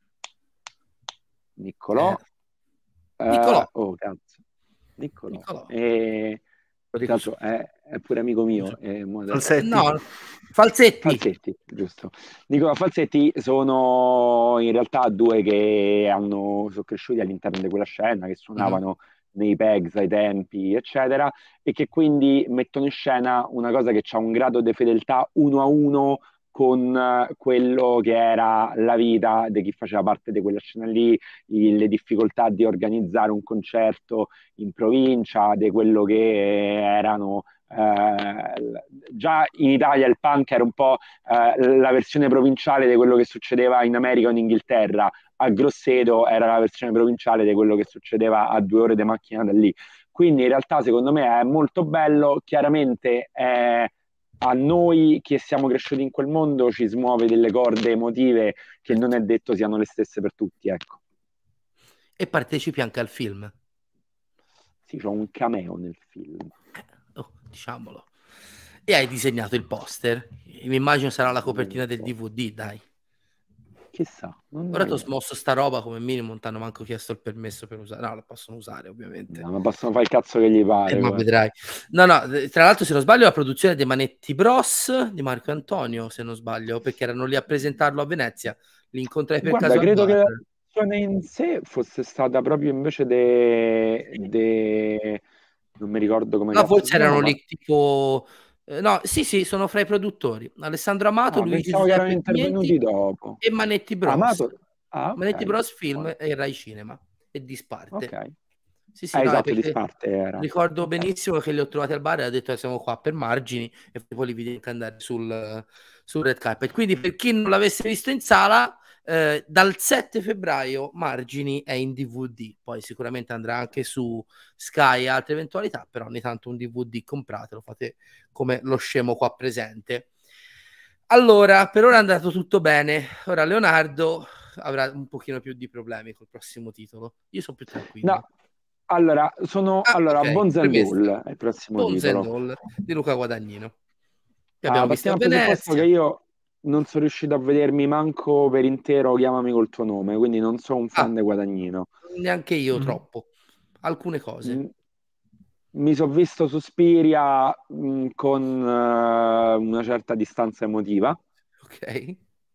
S5: Niccolò
S3: Eh.
S5: eh,
S3: Niccolò.
S5: oh cazzo Niccolò,
S3: Niccolò.
S5: e
S3: Lo
S5: tra l'altro è, è pure amico mio, e mo adesso-
S4: Falsetti.
S3: No, Falsetti.
S5: Falsetti, giusto. Nicola Falsetti sono in realtà due che hanno, sono cresciuti all'interno di quella scena, che suonavano nei Pegs ai tempi, eccetera, e che quindi mettono in scena una cosa che ha un grado di fedeltà uno a uno con eh, quello che era la vita di chi faceva parte di quella scena lì, i- le difficoltà di organizzare un concerto in provincia, di quello che erano eh, già in Italia il punk era un po' eh, la versione provinciale di quello che succedeva in America o in Inghilterra. A Grosseto era la versione provinciale di quello che succedeva a due ore di macchina da lì. Quindi in realtà secondo me è molto bello, chiaramente è a noi che siamo cresciuti in quel mondo ci smuove delle corde emotive che non è detto siano le stesse per tutti, ecco.
S3: E partecipi anche al film.
S5: Sì, c'ho un cameo nel film.
S3: Oh, diciamolo. E hai disegnato il poster. Mi immagino sarà la copertina del D V D, dai.
S5: Chissà. Non
S3: Ora ti ho
S5: idea.
S3: smosso sta roba come minimo, non ti hanno manco chiesto il permesso per usare. No, la possono usare ovviamente.
S5: No, ma possono fare il cazzo che gli pare.
S3: Eh, ma
S5: guarda.
S3: vedrai. No, no, tra l'altro se non sbaglio la produzione dei Manetti Bros di Marco Antonio, se non sbaglio, perché erano lì a presentarlo a Venezia. Li incontrai per
S5: Guarda,
S3: caso al
S5: credo che
S3: bar.
S5: la produzione in sé fosse stata proprio invece de... de... non mi ricordo come
S3: No,
S5: cazzo
S3: forse
S5: si chiama,
S3: erano
S5: ma...
S3: lì tipo... eh, no, sì, sì, sono fra i produttori. Alessandro Amato,
S5: Ah,
S3: Luigi
S5: pensavo che erano
S3: Giuseppe
S5: intervenuti
S3: Pignenti
S5: dopo.
S3: e Manetti
S5: Ah,
S3: Bros.
S5: Amato... Ah,
S3: Manetti
S5: ok.
S3: Bros Film
S5: Buono.
S3: e Rai Cinema e Disparte.
S5: Ok.
S3: Sì, sì,
S5: Ah,
S3: no, è
S5: esatto, di
S3: perché
S5: Sparte era.
S3: ricordo
S5: Ok.
S3: benissimo che li ho trovati al bar e ha detto che siamo qua per Margini e poi li vidi anche andare sul, sul red carpet. Quindi per chi non l'avesse visto in sala, eh, dal sette febbraio Margini è in D V D, poi sicuramente andrà anche su Sky e altre eventualità, però ogni tanto un D V D compratelo, fate come lo scemo qua presente. Allora, per ora è andato tutto bene. Ora Leonardo avrà un pochino più di problemi col prossimo titolo. Io sono più tranquillo.
S5: No, allora, sono...
S3: Ah,
S5: allora,
S3: ok,
S5: Bones and
S3: premessa.
S5: All è il prossimo
S3: Bones and
S5: titolo.
S3: All di Luca Guadagnino. Che
S5: Ah,
S3: abbiamo visto a
S5: partiamo dal presupposto che
S3: Venezia.
S5: io non sono riuscito a vedermi manco per intero Chiamami col tuo nome, quindi non sono un fan
S3: Ah,
S5: di Guadagnino.
S3: neanche io
S4: Mm.
S3: troppo. Alcune cose.
S5: Mm, Mi sono visto Suspiria mh, con eh, una certa distanza emotiva
S3: Ok.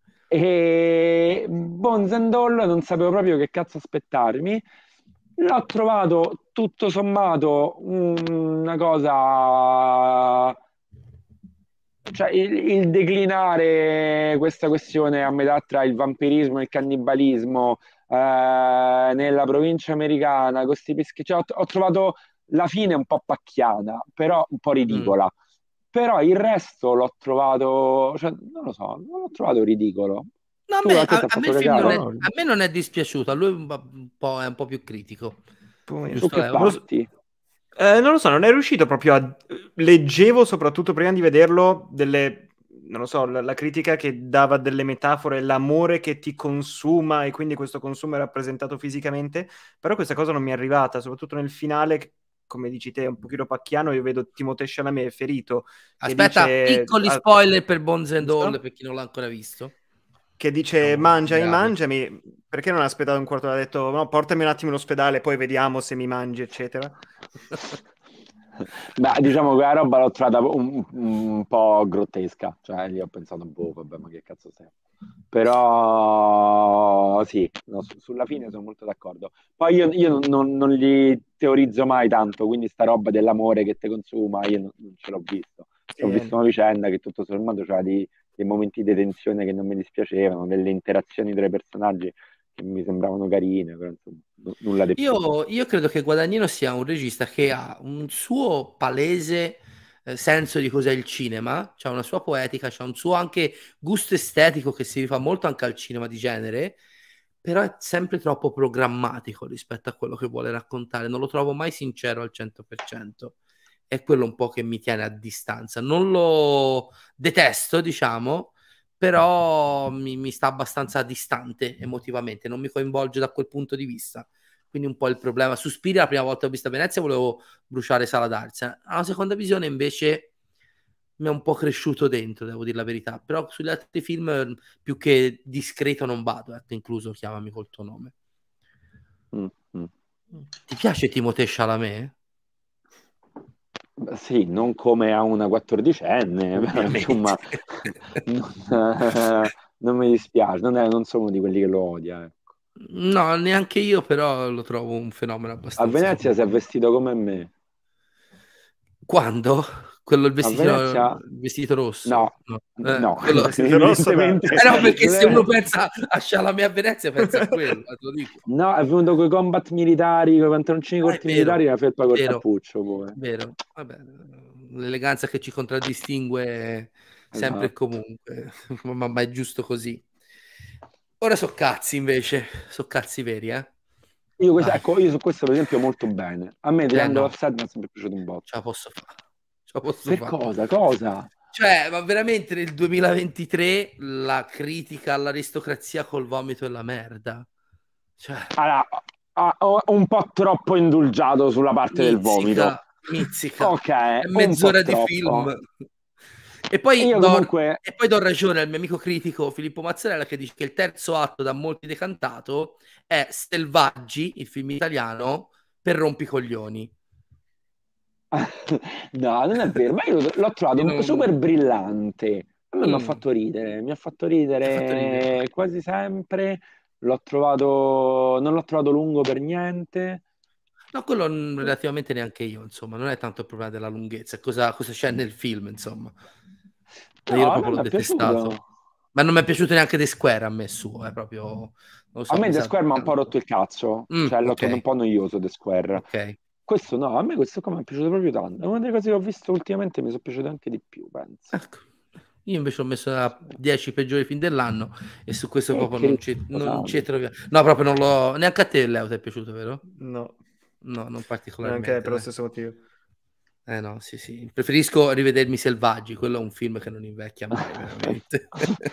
S5: e Bones and All non sapevo proprio che cazzo aspettarmi. L'ho trovato tutto sommato una cosa, cioè il, il declinare questa questione a metà tra il vampirismo e il cannibalismo eh, nella provincia americana, con sti peschi- cioè, ho, ho trovato la fine un po' pacchiana, però un po' ridicola.
S3: Mm.
S5: Però il resto l'ho trovato, cioè, non lo so, non l'ho trovato ridicolo.
S3: No, a
S5: Tu
S3: me,
S5: a te
S3: a,
S5: ti ha
S3: a me
S5: fatto
S3: il film non è,
S5: cagare?
S3: a me non è dispiaciuto, a lui un po', un po'- è un po' più critico.
S4: Poi-
S5: Su
S3: Giusto,
S5: che
S3: Leo?
S5: parti?
S4: Eh, non lo so, non è riuscito proprio a... Leggevo, soprattutto prima di vederlo, delle... Non lo so, la, la critica che dava delle metafore, l'amore che ti consuma e quindi questo consumo è rappresentato fisicamente, però questa cosa non mi è arrivata, soprattutto nel finale, come dici te, un pochino pacchiano. Io vedo Timothée Chalamet ferito.
S3: Aspetta,
S4: dice...
S3: piccoli spoiler per Bones and
S4: Giusto?
S3: All, per chi non l'ha ancora visto.
S4: Che dice,
S3: No,
S4: mangiami,
S3: gravi.
S4: mangiami. Perché non ha aspettato un quarto d'ora? Ha detto, no, portami un attimo in ospedale, poi vediamo se mi mangi, eccetera.
S5: Beh, diciamo che la roba l'ho trovata un, un po' grottesca, cioè lì ho pensato, boh, vabbè, ma che cazzo sei? Però sì, no, su- sulla fine sono molto d'accordo. Poi io, io non, non- non li teorizzo mai tanto, quindi sta roba dell'amore che ti consuma, io non, non ce l'ho visto.
S4: Sì.
S5: Ho visto una vicenda che tutto sommato c'era dei, dei momenti di tensione che non mi dispiacevano, delle interazioni tra i personaggi che mi sembravano carine, però insomma, n- nulla di più.
S3: Io, io credo che Guadagnino sia un regista che ha un suo palese eh, senso di cos'è il cinema, c'ha una sua poetica, c'ha un suo anche gusto estetico che si rifà molto anche al cinema di genere, però è sempre troppo programmatico rispetto a quello che vuole raccontare, non lo trovo mai sincero al cento per cento. È quello un po' che mi tiene a distanza. Non lo detesto, diciamo, però mi, mi sta abbastanza distante emotivamente, non mi coinvolge da quel punto di vista. Quindi un po' il problema. Suspiria, la prima volta che ho visto a Venezia volevo bruciare Sala d'Arsa. Alla seconda visione invece mi è un po' cresciuto dentro, devo dire la verità. Però sugli altri film più che discreto non vado, ecco, incluso Chiamami col tuo nome.
S5: Mm, mm.
S3: Ti piace Timothée Chalamet?
S5: Beh, sì, non come a una quattordicenne, però
S3: Ovviamente.
S5: insomma, non, non mi dispiace, non, è- non sono uno di quelli che lo odia. Ecco.
S3: No, neanche io, però lo trovo un fenomeno
S5: A
S3: abbastanza...
S5: Venezia si è vestito come me.
S3: Quando? Quello il
S5: A
S3: vestito,
S5: Venezia?
S3: il vestito rosso?
S5: No,
S3: No,
S5: n-
S3: Eh,
S5: no,
S3: quello-
S4: vestito rosso,
S5: evidentemente.
S3: Eh no, perché se
S5: non è-
S3: uno pensa a Chalamet a Venezia pensa a quello, eh, te lo dico.
S5: No, è venuto con i combat militari, con i pantaloncini
S3: Ah, è
S5: corti
S3: vero,
S5: militari e la felpa col
S3: vero,
S5: cappuccio. Poi.
S3: vero. Vabbè, l'eleganza che ci contraddistingue sempre e
S5: Esatto.
S3: comunque, ma, ma è giusto così. Ora so cazzi invece, so cazzi veri, eh?
S5: Io, questo-
S3: Vai.
S5: ecco, io su questo per esempio molto bene. A me
S3: Eh
S5: Triangle
S3: no,
S5: of Sadness mi è piaciuto un botto.
S3: ce la posso fare. Ce la posso
S5: Per
S3: fare.
S5: cosa? Cosa?
S3: Cioè, ma veramente nel duemilaventitré la critica all'aristocrazia col vomito e la merda. Cioè,
S5: Allora, ha- ho un po' troppo indulgiato sulla parte del vomito.
S3: mizzica, mizzica.
S5: Ok,
S3: È
S5: un
S3: mezz'ora
S5: po'
S3: di
S5: troppo.
S3: film. E poi,
S5: Io
S3: do,
S5: comunque-
S3: e poi do ragione al mio amico critico Filippo Mazzarella che dice che il terzo atto da molti decantato è Selvaggi, il film italiano, per rompicoglioni.
S5: No, non è vero, ma io l'ho trovato
S3: Non-
S5: super brillante. A me mi ha
S3: Mm.
S5: fatto ridere, mi ha fatto
S3: Ti
S5: ridere,
S3: ha fatto ridere.
S5: quasi sempre. L'ho trovato, non l'ho trovato lungo per niente.
S3: No, quello n- relativamente neanche io, insomma, non è tanto il problema della lunghezza, è cosa, cosa c'è nel film, insomma.
S5: No,
S3: Io
S5: a
S3: proprio
S5: me
S3: l'ho
S5: mi è
S3: detestato.
S5: piaciuto.
S3: Ma non mi è piaciuto neanche The Square a me suo, è proprio... Non lo so,
S5: A me
S3: mi
S5: The
S3: sa-
S5: Square mi ha un po' rotto il cazzo,
S3: Mm,
S5: cioè l'ho
S3: ok.
S5: trovato un po' noioso The Square.
S3: Ok.
S5: Questo no, a me questo qua mi è piaciuto proprio tanto. È una delle cose che ho visto ultimamente, mi sono piaciute anche di più, penso.
S3: Ecco. Io invece ho messo a dieci peggiori film dell'anno e su questo
S5: Eh,
S3: proprio
S5: che
S3: non ci,
S5: riposato.
S3: non ci troviamo. No, proprio non l'ho... Neanche a te, Leo, ti è piaciuto, vero?
S4: No,
S3: No, non particolarmente.
S4: neanche per lo
S3: dai.
S4: stesso motivo.
S3: Eh no, sì, sì. Preferisco rivedermi Selvaggi, quello è un film che non invecchia mai, veramente.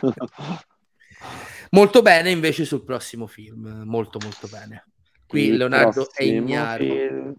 S3: Molto bene invece sul prossimo film, molto molto bene. Qui
S5: Il
S3: Leonardo è
S5: prossimo
S3: ignaro.
S5: film-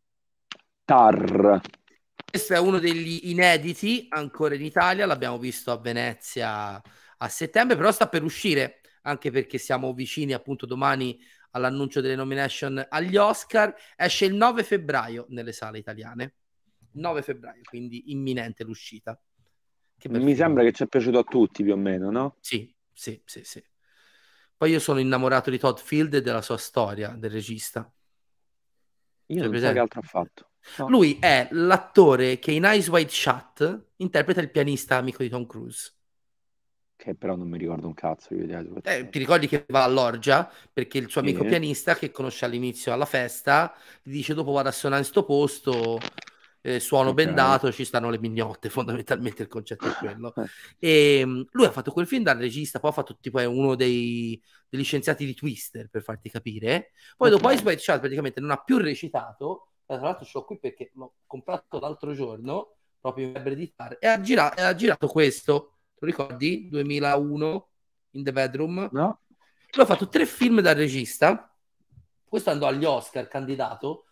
S5: Tar.
S3: Questo è uno degli inediti ancora in Italia, l'abbiamo visto a Venezia a settembre, però sta per uscire, anche perché siamo vicini appunto domani all'annuncio delle nomination agli Oscar. Esce il nove febbraio nelle sale italiane. nove febbraio, quindi imminente l'uscita. Che bel
S5: Mi
S3: film.
S5: sembra che ci è piaciuto a tutti più o meno, no?
S3: Sì, sì, sì, sì. Poi io sono innamorato di Todd Field e della sua storia, del regista.
S5: Io
S3: Cioè,
S5: non so
S3: presente?
S5: che altro ha fatto. No.
S3: Lui è l'attore che in Eyes Wide Shut interpreta il pianista amico di Tom Cruise.
S5: Che però non mi ricordo un cazzo. Io di Eyes Wide
S3: Eh,
S5: Shut.
S3: ti ricordi che va all'orgia perché il suo amico
S5: Sì.
S3: pianista che conosce all'inizio alla festa gli dice dopo vado a suonare in sto posto, eh, suono
S5: Ok.
S3: bendato, ci stanno le mignotte, fondamentalmente il concetto è quello.
S5: Eh.
S3: E mh, lui ha fatto quel film dal regista, poi ha fatto tipo è uno dei, degli scienziati di Twister, per farti capire. Poi
S5: Ok.
S3: dopo Ice White Shot praticamente non ha più recitato. Tra l'altro ce l'ho qui perché l'ho comprato l'altro giorno proprio in web editar e ha, gira- e ha girato questo, lo ricordi? duemilauno In the Bedroom.
S5: No?
S3: Lui ha fatto tre film da regista, questo andò agli Oscar candidato,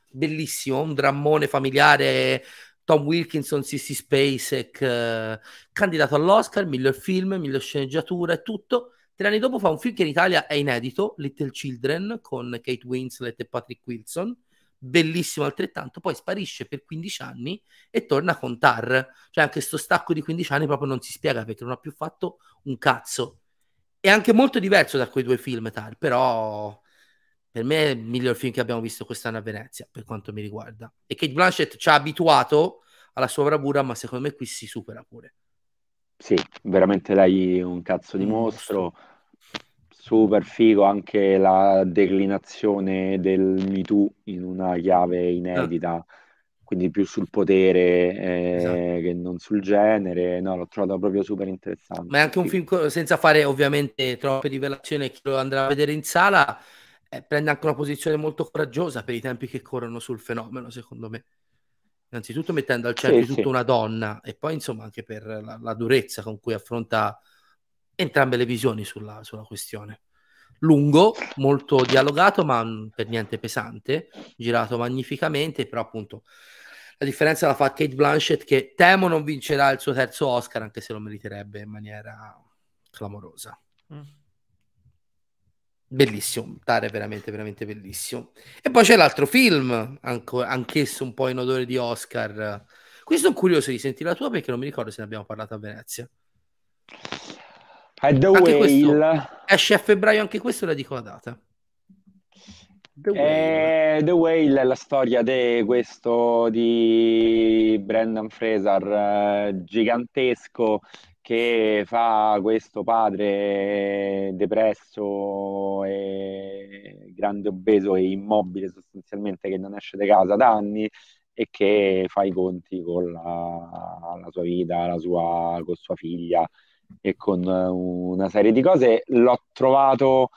S3: bellissimo, un drammone familiare. Tom Wilkinson, Sissy Spacek, eh, candidato all'Oscar, miglior film, miglior sceneggiatura e tutto. Tre anni dopo fa un film che in Italia è inedito, Little Children, con Kate Winslet e Patrick Wilson, bellissimo altrettanto, poi sparisce per quindici anni e torna con Tar. Cioè anche sto stacco di quindici anni proprio non si spiega, perché non ha più fatto un cazzo. È anche molto diverso da quei due film, Tar, però per me è il miglior film che abbiamo visto quest'anno a Venezia, per quanto mi riguarda. E Kate Blanchett ci ha abituato alla sua bravura, ma secondo me qui si supera pure.
S5: Sì, veramente lei un cazzo di
S3: Un
S5: mostro,
S3: mostro.
S5: super figo anche la declinazione del Me Too in una chiave inedita, quindi più sul potere eh,
S3: Esatto.
S5: che non sul genere. No, l'ho trovato proprio super interessante.
S3: Ma è anche un
S5: Figo.
S3: film co- senza fare ovviamente troppe rivelazioni, chi lo andrà a vedere in sala eh, prende anche una posizione molto coraggiosa per i tempi che corrono sul fenomeno, secondo me. Innanzitutto mettendo al centro
S5: Sì,
S3: di tutto
S5: sì.
S3: una donna e poi insomma anche per la, la durezza con cui affronta entrambe le visioni sulla, sulla questione. Lungo, molto dialogato, ma mh, per niente pesante, girato magnificamente, però appunto la differenza la fa Kate Blanchett, che temo non vincerà il suo terzo Oscar, anche se lo meriterebbe in maniera clamorosa.
S4: Mm.
S3: Bellissimo, Tare è veramente, veramente bellissimo. E poi c'è l'altro film, anco, anch'esso un po' in odore di Oscar. Qui sono curioso di sentire la tua, perché non mi ricordo se ne abbiamo parlato a Venezia.
S5: È The
S3: Anche questo
S5: Whale.
S3: esce a febbraio, anche questo la dico la data. The Whale.
S5: Eh, The Whale è la storia di questo di Brendan Fraser, eh, gigantesco, che fa questo padre depresso e grande obeso e immobile sostanzialmente, che non esce di casa da anni e che fa i conti con la, la sua vita, la sua, con sua figlia e con una serie di cose. L'ho trovato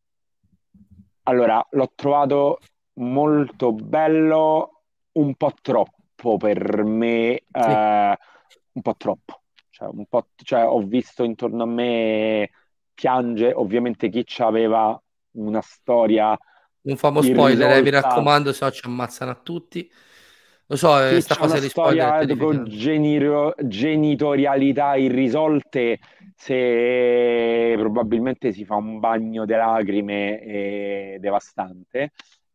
S5: Allora, l'ho trovato molto bello, un po' troppo per me,
S3: Sì.
S5: eh, un po' troppo. Cioè, un po', cioè, ho visto intorno a me piange, ovviamente chi aveva una storia
S3: Un famo spoiler, eh, mi
S5: irrisolta.
S3: raccomando, se no ci ammazzano a tutti. Lo so, eh,
S5: Chi
S3: sta
S5: c'ha una
S3: cosa di spoiler è
S5: storia con
S3: terrificante.
S5: geniro- genitorialità irrisolte, se probabilmente si fa un bagno di lacrime eh, devastante.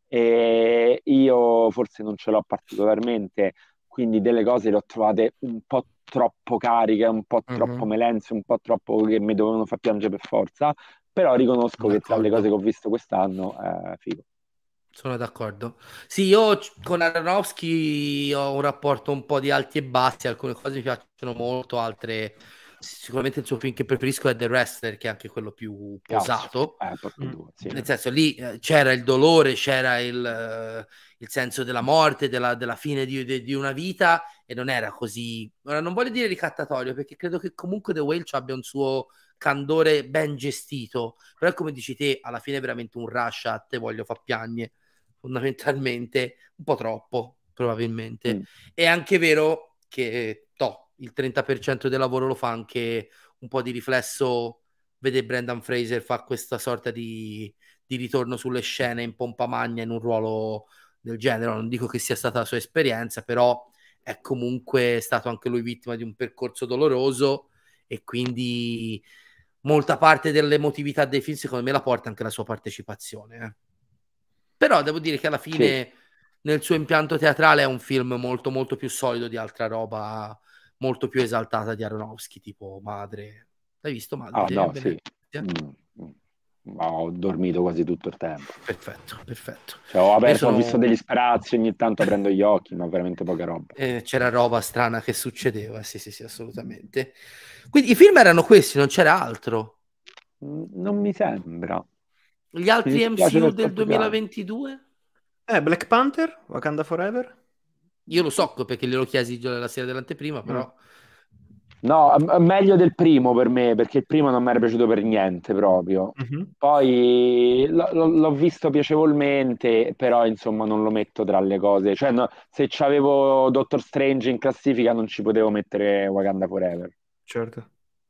S5: E io forse non ce l'ho particolarmente, quindi delle cose le ho trovate un po' troppo cariche, un po' troppo
S3: Mhm.
S5: melenze, un po' troppo che mi dovevano far piangere per forza, però riconosco che tra le cose che
S3: D'accordo.
S5: ho visto quest'anno è figo.
S3: Sono d'accordo. Sì, io c- con Aronofsky ho un rapporto un po' di alti e bassi, alcune cose mi piacciono molto, altre sicuramente il suo film che preferisco è The Wrestler, che è anche quello più
S5: Cazzo,
S3: posato.
S5: eh, porca
S4: Mm.
S5: due, sì.
S3: Nel senso, lì eh, c'era il dolore, c'era il, eh, il senso della morte, della, della fine di, di- di una vita, e non era così. Ora, non voglio dire ricattatorio, perché credo che comunque The Whale abbia un suo candore ben gestito, però è come dici te, alla fine è veramente un rush a te voglio fa piagne, fondamentalmente, un po' troppo, probabilmente.
S5: Mm.
S3: È anche vero che toh, il trenta per cento del lavoro lo fa anche un po' di riflesso, vede Brendan Fraser fa questa sorta di, di ritorno sulle scene in pompa magna in un ruolo del genere. Non dico che sia stata la sua esperienza, però è comunque stato anche lui vittima di un percorso doloroso, e quindi molta parte dell'emotività dei film secondo me la porta anche la sua partecipazione. Eh. Però devo dire che alla
S5: Sì.
S3: fine nel suo impianto teatrale è un film molto molto più solido di altra roba molto più esaltata di Aronofsky, tipo Madre. L'hai visto Madre?
S5: Ah,
S3: Te?
S5: no, sì.
S3: Venezia?
S5: Mm, mm. Ma ho dormito quasi tutto il tempo.
S3: Perfetto, perfetto.
S5: Cioè, ho
S3: Io
S5: aperto, ho
S3: sono...
S5: visto degli sparazzi, ogni tanto aprendo gli occhi, ma veramente poca roba.
S3: eh, c'era roba strana che succedeva, sì, sì, sì, assolutamente. Quindi i film erano questi, non c'era altro.
S5: Mm, Non mi sembra.
S3: Gli
S5: Mi
S3: altri
S5: dispiace
S3: M C U
S5: per
S3: del
S5: troppo caso.
S3: duemilaventidue?
S4: Eh, Black Panther, Wakanda Forever.
S3: Io lo so perché glielo chiesi già la sera dell'anteprima,
S4: Mm.
S3: però...
S5: No, m- meglio del primo per me, perché il primo non mi era piaciuto per niente proprio.
S4: Mhm.
S5: Poi l- l- l'ho visto piacevolmente, però insomma non lo metto tra le cose. Cioè, no, se c'avevo Doctor Strange in classifica non ci potevo mettere Wakanda Forever.
S4: Certo.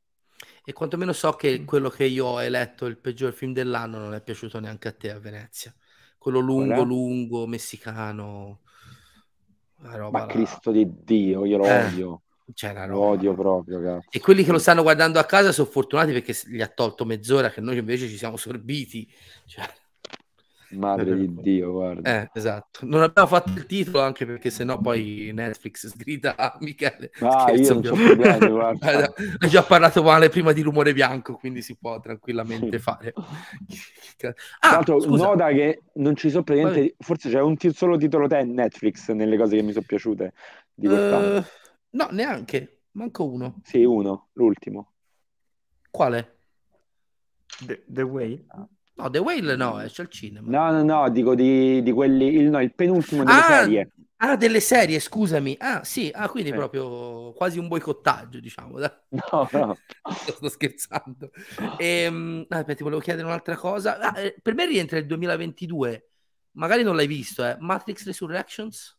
S3: E quantomeno so che quello che io ho eletto il peggior film dell'anno non è piaciuto neanche a te a Venezia. quello lungo,
S5: Qual è?
S3: lungo, messicano. La roba
S5: Ma
S3: là.
S5: Cristo di Dio, io lo
S3: Eh,
S5: odio.
S3: c'è una
S5: Lo
S3: roba.
S5: odio proprio,
S3: E
S5: cazzo.
S3: quelli che lo stanno guardando a casa sono fortunati perché s- gli ha tolto mezz'ora, che noi invece ci siamo sorbiti. Cioè,
S5: Madre di Dio, guarda.
S3: eh, esatto. Non abbiamo fatto il titolo anche perché sennò poi Netflix sgrida a Michele.
S5: Ah, io
S3: Scherzo,
S5: non c'ho
S3: ovviamente.
S5: problemi, guarda.
S3: Hai già parlato male prima di Rumore Bianco, quindi si può tranquillamente
S5: Sì.
S3: fare.
S5: Tra
S3: Ah,
S5: l'altro,
S3: scusa.
S5: nota che non ci sono
S3: Vai.
S5: praticamente, forse c'è un ti- solo titolo te Netflix nelle cose che mi sono piaciute di quest'anno.
S3: Eh, no, neanche. Manco uno.
S5: Sì, uno, l'ultimo.
S3: Quale?
S4: The, The Way?
S3: No, The Whale no, esce al cinema.
S5: No, no, no, dico di, di quelli, il, no, il penultimo delle
S3: Ah,
S5: serie.
S3: ah, delle serie, scusami. Ah, sì, ah, quindi
S5: Sì.
S3: proprio quasi un boicottaggio, diciamo. dai.
S5: No, no.
S3: Sto scherzando. Ehm, ah, aspetta, ti volevo chiedere un'altra cosa. Ah, eh, per me rientra il duemilaventidue. Magari non l'hai visto, eh. Matrix Resurrections?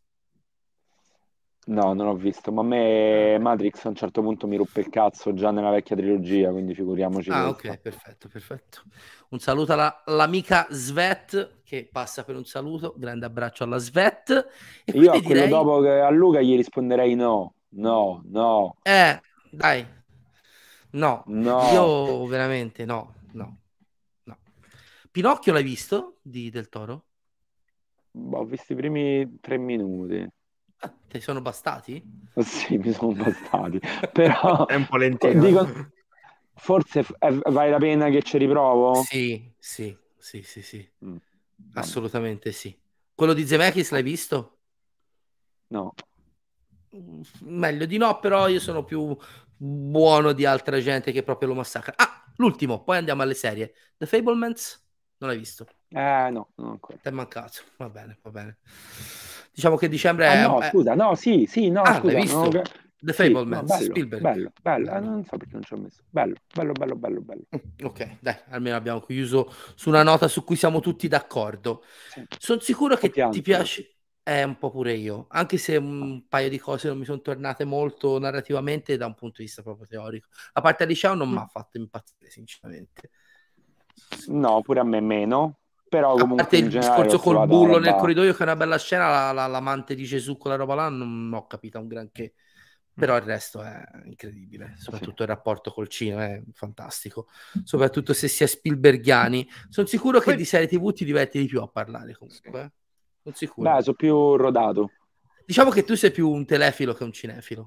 S5: No, non ho visto, ma a me Matrix a un certo punto mi ruppe il cazzo già nella vecchia trilogia, quindi figuriamoci
S3: Ah,
S5: questa.
S3: ok, perfetto, perfetto. Un saluto alla- all'amica Svet che passa per un saluto. Grande abbraccio alla Svet. E
S5: Io
S3: quindi
S5: a quello
S3: direi...
S5: dopo che a Luca gli risponderei no, no, no,
S3: Eh, dai. No,
S5: no.
S3: io veramente no, no, no. Pinocchio l'hai visto di Del Toro?
S5: Boh, ho visto i primi tre minuti.
S3: Ah, ti sono bastati?
S5: Sì, mi sono bastati. Però
S4: È un po' lentino.
S5: dico, forse f- eh, vale la pena che ci riprovo?
S3: Sì, sì, sì, sì, sì.
S5: Mm, vabbè.
S3: Assolutamente sì. Quello di Zemeckis l'hai visto?
S5: No.
S3: Mm, Meglio di no, però io sono più buono di altra gente che proprio lo massacra. Ah, l'ultimo, poi andiamo alle serie. The Fablemans? Non l'hai visto?
S5: Eh, no, non ancora.
S3: Ti è mancato. Va bene, va bene. Diciamo che dicembre
S5: Ah,
S3: è...
S5: no,
S3: è-
S5: scusa, no, sì, sì, no,
S3: Ah, l'hai
S5: scusa.
S3: visto?
S5: non ho-
S3: The
S5: Sì, no,
S3: Fablemans,
S5: bello,
S3: Spielberg.
S5: bello, bello. Eh,
S3: Bello.
S5: non so perché non ci ho messo. Bello, bello, bello, bello, bello, bello.
S3: Ok, dai, almeno abbiamo chiuso su una nota su cui siamo tutti d'accordo.
S5: Sì.
S3: Sono sicuro
S5: Un po'
S3: che ti
S5: pianto.
S3: piace, è un po' pure io, anche se un paio di cose non mi sono tornate molto narrativamente da un punto di vista proprio teorico. La parte al liceo non mi ha fatto impazzire, sinceramente.
S5: No, pure a me meno, però
S3: A parte
S5: comunque in
S3: il
S5: generale
S3: discorso
S5: l'ho
S3: col
S5: trovata una
S3: bullo nel
S5: roba...
S3: corridoio, che è una bella scena, la- la- l'amante di Gesù, quella roba là, non ho capito un granché. Però il resto è incredibile, soprattutto il rapporto col cinema è fantastico, soprattutto se si è Spielbergiani. Sono sicuro che
S4: Poi-
S3: di serie tivù ti diverti di più a parlare comunque, eh? Sono sicuro.
S5: Beh, sono più rodato.
S3: Diciamo che tu sei più un telefilo che un cinefilo.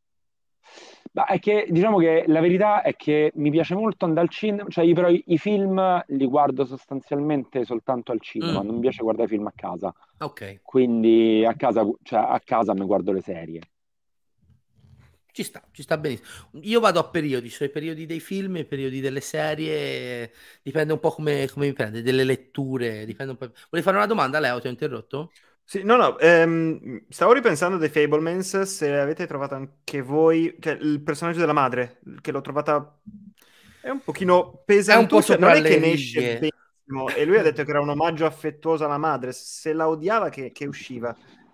S5: Ma è che diciamo che la verità è che mi piace molto andare al cinema, cioè io però i, i film li guardo sostanzialmente soltanto al cinema,
S3: Mm.
S5: non mi piace guardare film a casa,
S3: Ok,
S5: quindi a casa, cioè a casa mi guardo le serie.
S3: ci sta, ci sta benissimo. Io vado a periodi, cioè i periodi dei film, i periodi delle serie, dipende un po' come, come mi prende, delle letture, dipende un po'. Volevi fare una domanda, Leo? Ti ho interrotto?
S4: Sì, no, no, ehm, stavo ripensando a The Fablemans, se avete trovato anche voi, cioè il personaggio della madre, che l'ho trovata, è un pochino
S3: È un po'
S4: pesantuccia,
S3: sopra
S4: non è
S3: le
S4: che ne esce
S3: righe.
S4: benissimo, e lui ha detto che era un omaggio affettuoso alla madre, se la odiava che, che usciva.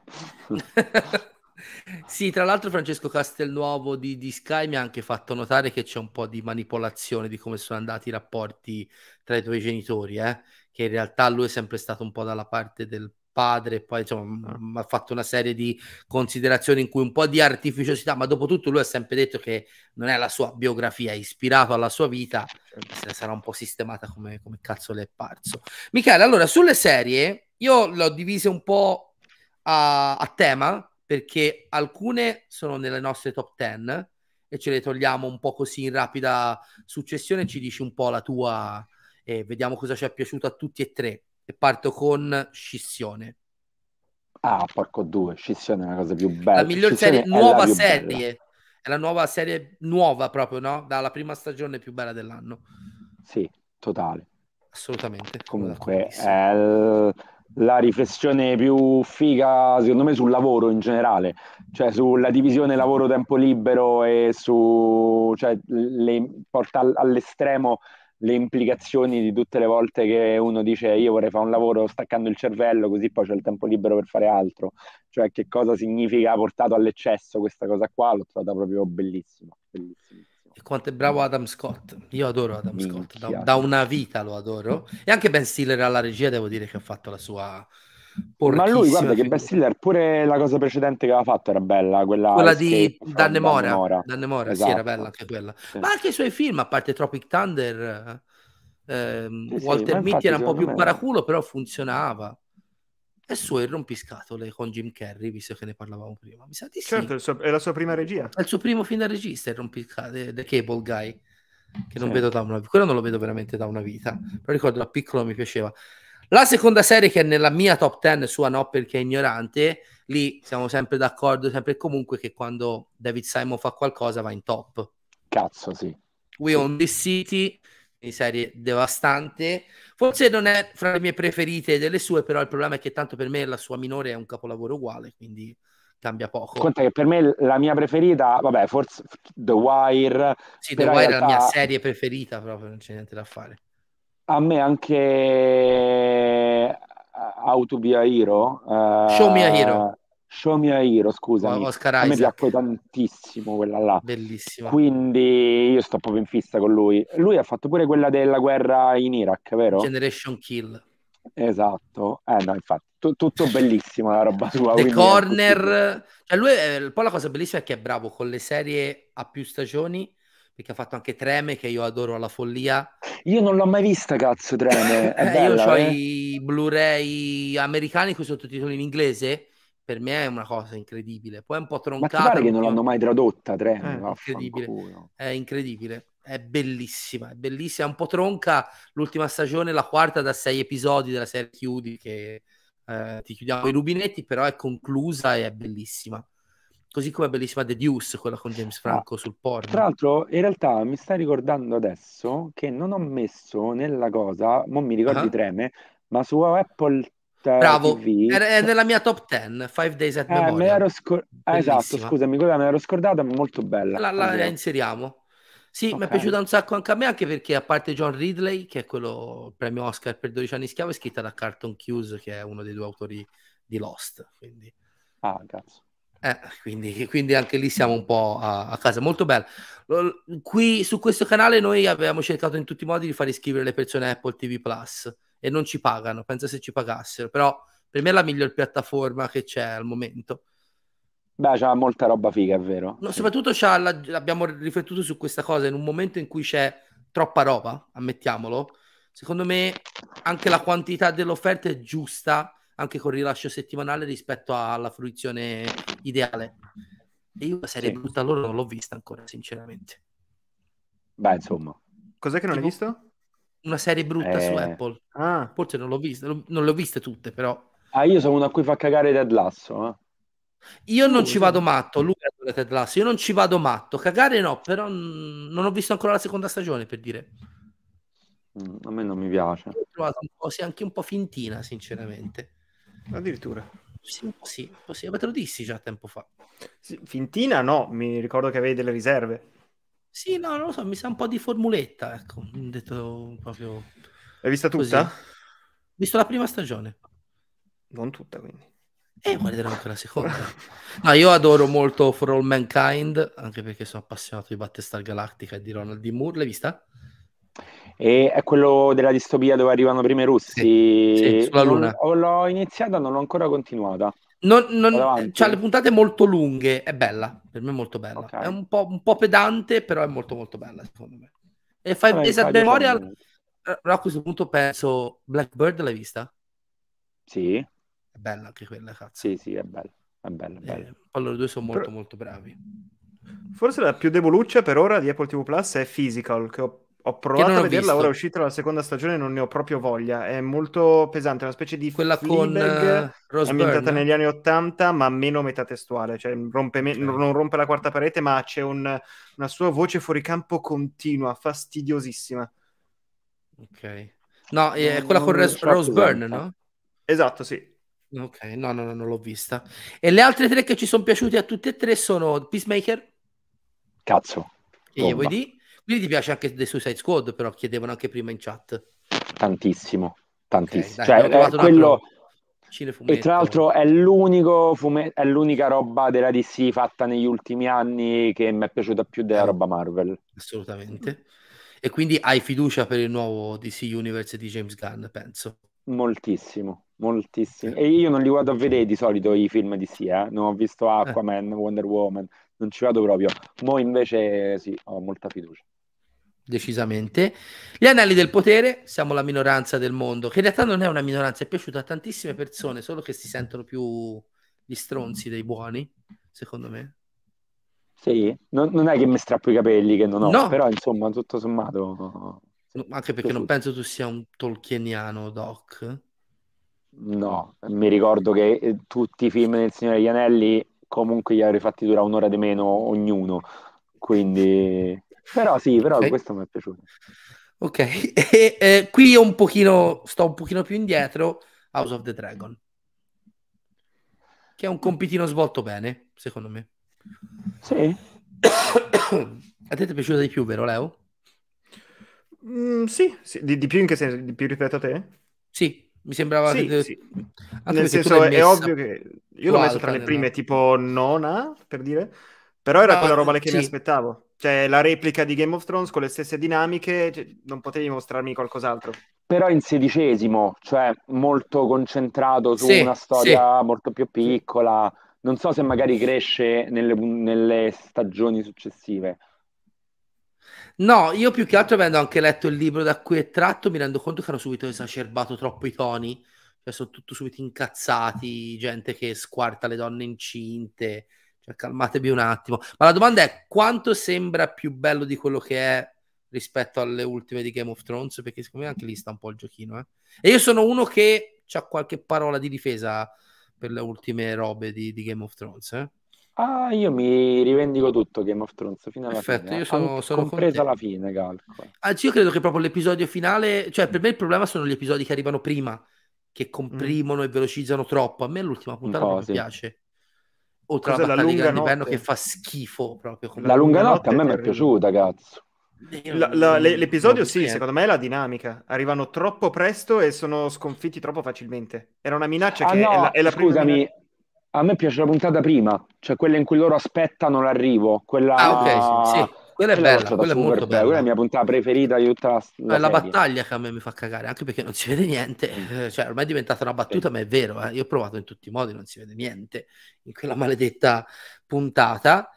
S3: Sì, tra l'altro Francesco Castelnuovo di, di Sky mi ha anche fatto notare che c'è un po' di manipolazione di come sono andati i rapporti tra i tuoi genitori, eh? Che in realtà lui è sempre stato un po' dalla parte del padre, e poi insomma mi ha fatto una serie di considerazioni in cui un po' di artificiosità, ma dopo tutto lui ha sempre detto che non è la sua biografia, è ispirato alla sua vita, se la sarà un po' sistemata come, come cazzo le è parso. Michele, allora sulle serie io le ho divise un po' a, a tema, perché alcune sono nelle nostre top dieci e ce le togliamo un po' così in rapida successione, ci dici un po' la tua e vediamo cosa ci è piaciuto a tutti e tre. E parto con Scissione.
S5: Ah, porco due, Scissione è una cosa più bella.
S3: La miglior
S5: Scissione
S3: serie,
S5: è la
S3: nuova
S5: più
S3: serie,
S5: bella.
S3: è la nuova serie, nuova proprio, no? Dalla prima stagione più bella dell'anno.
S5: Sì, totale.
S3: Assolutamente.
S5: Comunque è l- la riflessione più figa, secondo me, sul lavoro in generale, cioè sulla divisione lavoro-tempo libero e su, cioè, le, porta all- all'estremo le implicazioni di tutte le volte che uno dice io vorrei fare un lavoro staccando il cervello così poi c'è il tempo libero per fare altro, cioè che cosa significa portato all'eccesso questa cosa qua, l'ho trovata proprio bellissima, bellissima.
S3: E quanto è bravo Adam Scott. Io adoro Adam Minchia. Scott, da, da una vita lo adoro. E anche Ben Stiller alla regia, devo dire che ha fatto la sua
S5: Ma lui, guarda che
S3: figura.
S5: Ben Stiller, pure la cosa precedente che aveva fatto era bella, quella,
S3: quella di Dannemora. Dannemora,
S5: esatto.
S3: Sì, era bella anche quella. Sì. Ma anche i suoi film, a parte Tropic Thunder, ehm,
S5: sì,
S3: Walter
S5: sì,
S3: Mitty era un po' più
S5: me...
S3: paraculo, però funzionava. È suo il rompiscatole con Jim Carrey, visto che ne parlavamo prima. Mi sa di sì.
S4: Certo, il suo, è la sua prima regia.
S3: È il suo primo film da regista, il rompiscatole, The Cable Guy, che non sì. vedo da una vita. Quello non lo vedo veramente da una vita. Però ricordo da piccolo mi piaceva. La seconda serie che è nella mia top ten, sua no perché è ignorante, lì siamo sempre d'accordo, sempre e comunque, che quando David Simon fa qualcosa va in top.
S5: Cazzo, sì.
S3: We
S5: sì.
S3: Own This City, una serie devastante. Forse non è fra le mie preferite delle sue, però il problema è che tanto per me la sua minore è un capolavoro uguale, quindi cambia poco.
S5: Conta che per me la mia preferita, vabbè, forse The Wire.
S3: Sì, The Wire realtà... è la mia serie preferita, proprio non c'è niente da fare.
S5: A me anche How to Be a Hero. Uh,
S3: Show Me a Hero.
S5: Show Me a Hero, scusami.
S3: Oscar
S5: a
S3: Isaac.
S5: me piacque tantissimo quella là.
S3: Bellissima.
S5: Quindi io sto proprio in fissa con lui. Lui ha fatto pure quella della guerra in Iraq, vero?
S3: Generation Kill.
S5: Esatto. Eh no, infatti, t- tutto bellissimo la roba sua.
S3: The Corner. Cioè lui è, un po' la cosa bellissima è che è bravo con le serie a più stagioni, perché ha fatto anche Treme, che io adoro alla follia.
S5: Io non l'ho mai vista, cazzo, Treme. È
S3: eh,
S5: bella,
S3: io ho
S5: eh?
S3: i Blu-ray americani con i sottotitoli in inglese. Per me è una cosa incredibile. Poi è un po' troncata.
S5: Ma ti pare che non l'hanno mai tradotta, Treme?
S3: Eh, incredibile. È incredibile. È bellissima. È bellissima. È un po' tronca l'ultima stagione, la quarta da sei episodi della serie Chiudi, che eh, ti chiudiamo i rubinetti, però è conclusa e è bellissima. Così come è bellissima The Deuce, quella con James Franco ah, sul porno.
S5: Tra l'altro, in realtà mi stai ricordando adesso che non ho messo nella cosa, non mi ricordi uh-huh. Treme, ma su Apple
S3: Bravo,
S5: T V,
S3: è, è nella mia top ten, Five Days at
S5: eh,
S3: Memorial.
S5: Me l'ero scor- ah, esatto, scusami, quella me l'ero scordata, ma molto bella.
S3: La, la, la inseriamo. Sì, okay. Mi è piaciuta un sacco anche a me, anche perché a parte John Ridley, che è quello, il premio Oscar per dodici anni schiavo, è scritta da Carlton Cuse, che è uno dei due autori di Lost. Quindi...
S5: Ah, cazzo.
S3: Eh, quindi, quindi anche lì siamo un po' a, a casa, molto bello. Qui su questo canale noi abbiamo cercato in tutti i modi di far iscrivere le persone a Apple T V Plus e non ci pagano, pensa se ci pagassero, però per me è la miglior piattaforma che c'è al momento.
S5: Beh, c'ha molta roba figa, è vero.
S3: No, soprattutto c'ha la, abbiamo riflettuto su questa cosa in un momento in cui c'è troppa roba, ammettiamolo. Secondo me anche la quantità dell'offerta è giusta, anche con il rilascio settimanale rispetto alla fruizione ideale. E io la serie sì. brutta loro non l'ho vista ancora, sinceramente.
S5: Beh, insomma.
S4: Cos'è che non tipo, hai visto?
S3: Una serie brutta
S5: eh...
S3: su Apple.
S4: Ah.
S3: Forse non l'ho vista, non le ho viste tutte, però.
S5: Ah, io sono uno a cui fa cagare Ted Lasso, eh.
S3: Io non uh, ci vado matto, lui è Ted Lasso, io non ci vado matto, cagare no, però n- non ho visto ancora la seconda stagione, per dire.
S5: Mm, a me non mi piace.
S3: L'ho trovata un po', sì, anche un po' fintina, sinceramente.
S4: Addirittura.
S3: Sì, sì, un po' sì, ma te lo dissi già tempo fa.
S4: Sì, fintina no, mi ricordo che avevi delle riserve.
S3: Sì, no, non lo so, mi sa un po' di formuletta, ecco, detto proprio.
S4: L'hai vista tutta?
S3: Ho visto la prima stagione.
S4: Non tutta, quindi.
S3: E guarderò anche la seconda. No, io adoro molto For All Mankind, anche perché sono appassionato di Battlestar Galactica e di Ronald D. Moore. L'hai vista?
S5: E è quello della distopia dove arrivano prima i russi?
S3: Sì, sì, sulla Luna.
S5: Non, l'ho iniziata, non l'ho ancora continuata.
S3: Non, non, c'ha le puntate molto lunghe, è bella, per me è molto bella. Okay. È un po', un po' pedante, però è molto molto bella, secondo me. E Five Days at Memorial, però a questo punto penso, Blackbird l'hai vista?
S5: Sì.
S3: È bella anche quella, cazzo.
S5: Sì, sì, è bella, è bella, è bella.
S3: Eh, poi loro due sono molto
S4: però...
S3: molto bravi.
S4: Forse la più deboluccia per ora di Apple T V Plus è Physical, che ho Ho provato a vederla, visto. Ora è uscita la seconda stagione e non ne ho proprio voglia. È molto pesante, è una specie di
S3: quella
S4: Fleabag,
S3: con uh,
S4: ambientata negli anni ottanta, ma meno metatestuale. Cioè rompe me- okay. non rompe la quarta parete, ma c'è un, una sua voce fuori campo continua, fastidiosissima.
S3: Ok. No, è quella con Res- Rose Byrne, no?
S4: Esatto, sì.
S3: Ok, no, no, no, non l'ho vista. E le altre tre che ci sono piaciute a tutte e tre sono Peacemaker.
S5: Cazzo.
S3: Che gli vuoi dire? Quindi ti piace anche The Suicide Squad, però chiedevano anche prima in chat.
S5: Tantissimo, tantissimo.
S3: Okay, dai,
S5: cioè, eh, quello,
S3: cinefumetto.
S5: E tra l'altro è l'unico fume- è l'unica roba della D C fatta negli ultimi anni che mi è piaciuta più della
S3: Eh,
S5: roba Marvel.
S3: Assolutamente. E quindi hai fiducia per il nuovo D C Universe di James Gunn, penso.
S5: Moltissimo, moltissimo.
S3: Eh.
S5: E io non li vado a vedere di solito i film D C, eh. Non ho visto
S3: Eh.
S5: Aquaman, Wonder Woman, non ci vado proprio. Mo invece sì, ho molta fiducia.
S3: Decisamente. Gli Anelli del Potere, siamo la minoranza del mondo, che in realtà non è una minoranza, è piaciuta a tantissime persone, solo che si sentono più gli stronzi dei buoni, secondo me.
S5: Sì, non, non è che mi strappo i capelli, che non ho,
S3: No.
S5: però insomma, tutto sommato...
S3: No, anche perché non penso tu sia un tolkieniano, Doc.
S5: No, mi ricordo che eh, tutti i film del Signore degli Anelli comunque gli avrei fatti durare un'ora di meno ognuno, quindi... Però sì, però
S3: Ok.
S5: questo mi è piaciuto.
S3: Ok, e eh, qui io un pochino, sto un pochino più indietro, House of the Dragon, che è un compitino svolto bene, secondo me.
S5: Sì?
S3: A te ti è piaciuto di più, vero Leo?
S4: Mm, sì, sì. Di, di più in che senso? Di più rispetto a te?
S3: Sì, mi sembrava
S4: Sì,
S3: che...
S4: sì.
S3: Anche
S4: Nel
S3: perché tu
S4: senso
S3: l'hai
S4: è
S3: messa
S4: ovvio che io
S3: più
S4: l'ho messo tra
S3: alta
S4: le
S3: nella-
S4: prime, tipo nona, per dire, però era
S3: No,
S4: quella roba lì che mi
S3: sì.
S4: aspettavo. Cioè la replica di Game of Thrones con le stesse dinamiche, cioè, non potevi mostrarmi qualcos'altro.
S5: Però in sedicesimo, cioè molto concentrato su
S3: Sì,
S5: una
S3: sì.
S5: storia molto più
S4: Sì.
S5: piccola. Non so se magari cresce nelle, nelle stagioni successive.
S3: No, io più che altro avendo anche letto il libro da cui è tratto, mi rendo conto che hanno subito esacerbato troppo i toni, cioè sono tutto subito incazzati, gente che squarta le donne incinte, cioè calmatevi un attimo. Ma la domanda è quanto sembra più bello di quello che è rispetto alle ultime di Game of Thrones, perché secondo me anche lì sta un po' il giochino, eh. E io sono uno che ha qualche parola di difesa per le ultime robe di, di Game of Thrones, eh.
S5: Ah, io mi rivendico tutto Game of Thrones fino alla
S3: Perfetto,
S5: fine,
S3: io
S5: eh.
S3: sono,
S5: Anche-
S3: sono con
S5: compresa
S3: te.
S5: la fine, calcola.
S3: Anzi, io credo che proprio l'episodio finale, cioè per me il problema sono gli episodi che arrivano prima, che comprimono e velocizzano troppo. A me l'ultima
S5: Un
S3: puntata
S5: po',
S3: proprio
S5: sì.
S3: piace. Oltre alla
S4: Cos'è la
S3: battaglia di
S4: lunga
S3: Grande Inverno che
S4: notte?
S3: fa schifo proprio
S4: La
S5: La
S3: come...
S5: lunga
S4: lunga
S5: notte a
S4: notte
S5: me
S4: è
S5: mi è
S4: terribile.
S5: piaciuta, cazzo.
S3: Io
S4: La-
S3: non,
S4: la-
S3: non-
S4: le-
S3: non ho
S4: l'episodio
S3: visto
S4: sì,
S3: niente.
S4: secondo me è la dinamica. Arrivano troppo presto e sono sconfitti troppo facilmente. Era una minaccia
S5: Ah
S4: che è la,
S5: no,
S4: è la prima
S5: scusami,
S4: minaccia.
S5: a me piace la puntata prima, cioè quella in cui loro aspettano l'arrivo,
S3: Ah, ok,
S5: quella,
S3: sì, quella è
S5: quella l'ho
S3: bella,
S5: trovata
S3: quella è
S5: super
S3: molto
S5: bella, quella è la
S3: bella.
S5: mia puntata preferita di tutta la,
S3: È
S5: la
S3: la
S5: serie.
S3: battaglia che a me mi fa cagare, anche perché non si vede niente. Eh, Cioè, ormai è diventata una battuta,
S5: Sì.
S3: ma è vero, eh. Io ho provato in tutti i modi, non si vede niente in quella maledetta puntata.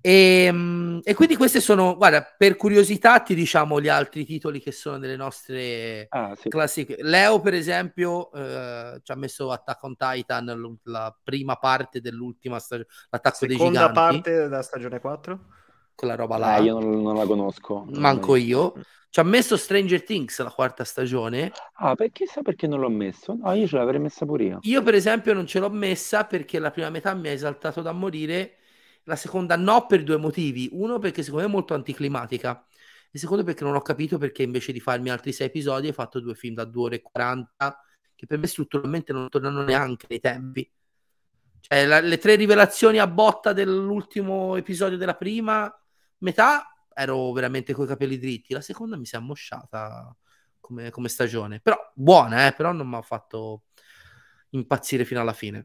S3: E, mm, e quindi queste sono, guarda, per curiosità ti diciamo gli altri titoli che sono nelle nostre
S5: Ah, sì.
S3: classiche. Leo, per esempio, eh, ci ha messo Attack on Titan, l- la prima parte dell'ultima stagione, l'attacco dei
S4: Seconda
S3: giganti,
S4: parte della stagione quattro.
S3: quella roba
S5: Eh,
S3: là.
S5: io non, non la conosco, non l'ho mai
S3: Manco
S5: vista.
S3: io. Ci ha messo Stranger Things, la quarta stagione.
S5: Ah, perché sa perché non l'ho messo? No, io ce l'avrei messa pure io.
S3: Io, per esempio, non ce l'ho messa perché la prima metà mi ha esaltato da morire, la seconda no per due motivi. Uno, perché secondo me è molto anticlimatica, e secondo perché non ho capito perché invece di farmi altri sei episodi hai fatto due film da due ore e quaranta, che per me strutturalmente non tornano neanche nei tempi. Cioè, la- le tre rivelazioni a botta dell'ultimo episodio della prima metà ero veramente coi capelli dritti, la seconda mi si è ammosciata come, come stagione, però buona, eh, però non mi ha fatto impazzire fino alla fine.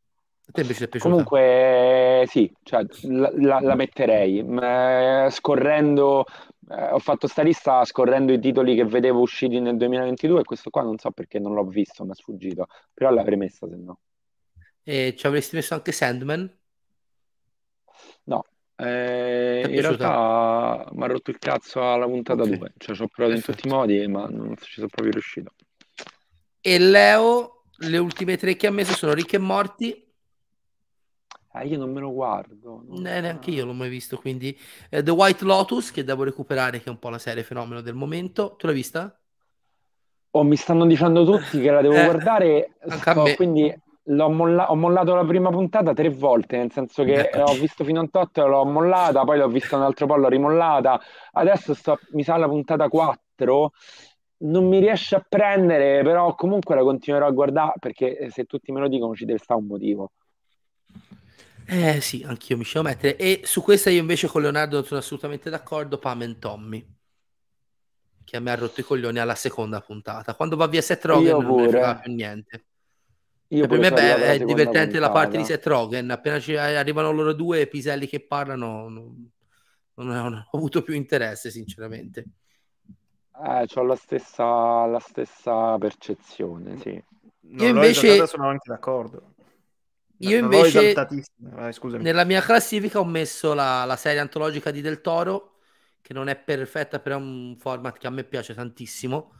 S3: A te invece ti è piaciuta?
S5: Comunque, sì, cioè, la, la- la metterei. Eh, scorrendo, eh, ho fatto sta lista scorrendo i titoli che vedevo usciti nel duemilaventidue e questo qua non so perché non l'ho visto, mi è sfuggito, però l'avrei messa se no.
S3: E ci avresti messo anche Sandman?
S5: No, eh,
S3: Ti è
S5: in
S3: piaciuta?
S5: realtà mi ha rotto il cazzo alla puntata
S3: Ok,
S5: due, cioè ci ho provato in tutti i
S3: perfetto.
S5: modi, ma non ci sono proprio riuscito.
S3: E Leo, le ultime tre che ha messo sono Rick e Morty.
S5: Eh, io non me lo guardo. non-
S3: Ne- neanche io l'ho mai visto, quindi eh, The White Lotus, che devo recuperare, che è un po' la serie fenomeno del momento. Tu l'hai vista?
S5: Oh, mi stanno dicendo tutti che la devo
S3: Eh,
S5: guardare,
S3: anche a
S5: sto-
S3: me.
S5: quindi l'ho molla- ho mollato la prima puntata tre volte, nel senso che ho
S3: Eccoci.
S5: visto fino a un tot, l'ho mollata, poi l'ho vista un altro po', l'ho rimollata, adesso sto, mi sa la puntata quattro, non mi riesce a prendere, però comunque la continuerò a guardare perché se tutti me lo dicono ci deve stare un motivo.
S3: Eh sì, anch'io mi ci devo mettere. E su questa io invece con Leonardo non sono assolutamente d'accordo, Pam and Tommy, che a me ha rotto i coglioni alla seconda puntata. Quando va via Seth Rogen
S5: Io
S3: non me ne
S5: pure.
S3: fregava più niente.
S5: Io
S3: E per
S5: pure
S3: me
S5: sono arrivato
S3: beh,
S5: alla
S3: è
S5: seconda
S3: divertente la parte di
S5: puntata.
S3: Seth Rogen. Appena ci arrivano loro due piselli che parlano, non, non ho, non ho avuto più interesse, sinceramente.
S5: Eh, c'ho la stessa, la stessa percezione, sì.
S3: Io
S4: Non l'ho esaltata,
S3: invece,
S4: sono anche d'accordo. No,
S3: io
S4: non l'ho
S3: invece
S4: esaltatissima. Vai, scusami.
S3: nella mia classifica ho messo la, la serie antologica di Del Toro, che non è perfetta, però è un format che a me piace tantissimo.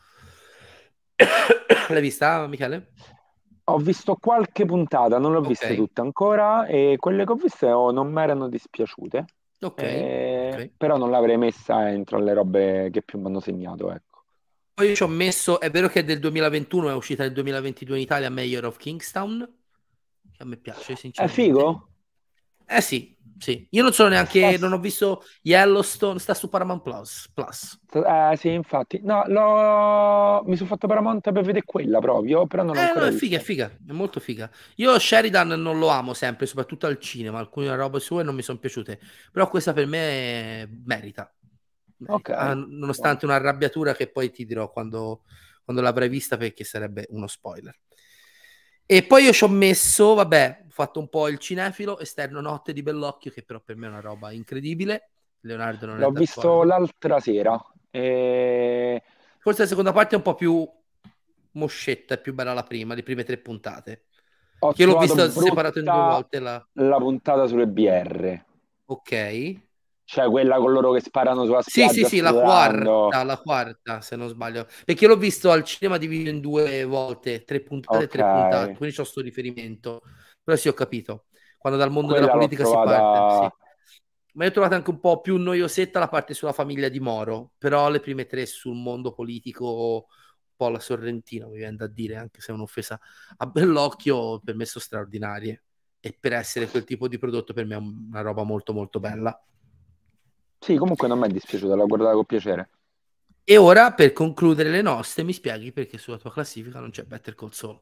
S3: L'hai vista, Michele?
S5: Ho visto qualche puntata, non le ho
S3: Ok,
S5: viste tutte ancora e quelle che ho viste oh, non mi erano dispiaciute,
S3: ok,
S5: eh,
S3: ok.
S5: però non l'avrei messa entro le robe che più mi hanno segnato, ecco.
S3: Poi io ci ho messo, è vero che è del duemilaventuno, è uscita nel duemilaventidue in Italia, Mayor of Kingstown, che a me piace
S5: È
S3: sinceramente.
S5: figo?
S3: Eh sì, sì. Io non sono
S5: Sta,
S3: neanche, non ho visto Yellowstone, sta su Paramount Plus. Plus.
S5: sta- eh sì, infatti. No, l'ho- mi sono fatto Paramount per vedere quella proprio, però non l'ho
S3: Eh no,
S5: ancora
S3: è figa, è
S5: vista.
S3: figa, è molto figa. Io Sheridan non lo amo sempre, soprattutto al cinema, alcune robe sue non mi sono piaciute, però questa per me merita,
S5: Ok,
S3: merita. Ah,
S5: buono.
S3: nonostante un'arrabbiatura che poi ti dirò quando, quando l'avrai vista perché sarebbe uno spoiler. E poi io ci ho messo, vabbè, ho fatto un po' il cinefilo, Esterno Notte di Bellocchio, che però per me è una roba incredibile. Leonardo non è
S5: L'ho visto
S3: d'accordo.
S5: l'altra sera e
S3: Forse la seconda parte è un po' più moscetta, è più bella la prima, le prime tre puntate.
S5: ho
S3: Che io l'ho
S5: trovato
S3: vista separato in due
S5: brutta
S3: volte la...
S5: la puntata sulle B R.
S3: Ok.
S5: Cioè quella con loro che sparano sulla
S3: Sì, sì,
S5: spiaggia
S3: sì, la
S5: sudando.
S3: quarta, la quarta, se non sbaglio. Perché io l'ho visto al cinema diviso in due volte, tre puntate e
S5: Ok,
S3: tre puntate, quindi c'ho sto riferimento. Però sì, ho capito. Quando dal mondo della
S5: quella l'ho
S3: politica si parte,
S5: trovata.
S3: sì. Ma io ho trovato anche un po' più noiosetta la parte sulla famiglia di Moro, però le prime tre sul mondo politico, un po' la Sorrentino, mi viene da dire, anche se è un'offesa a bell'occhio, per me sono straordinarie. E per essere quel tipo di prodotto per me è una roba molto molto bella.
S5: Sì, comunque non mi è dispiaciuta, l'ho guardata con piacere.
S3: E ora, per concludere le nostre, mi spieghi perché sulla tua classifica non c'è Better Call Saul.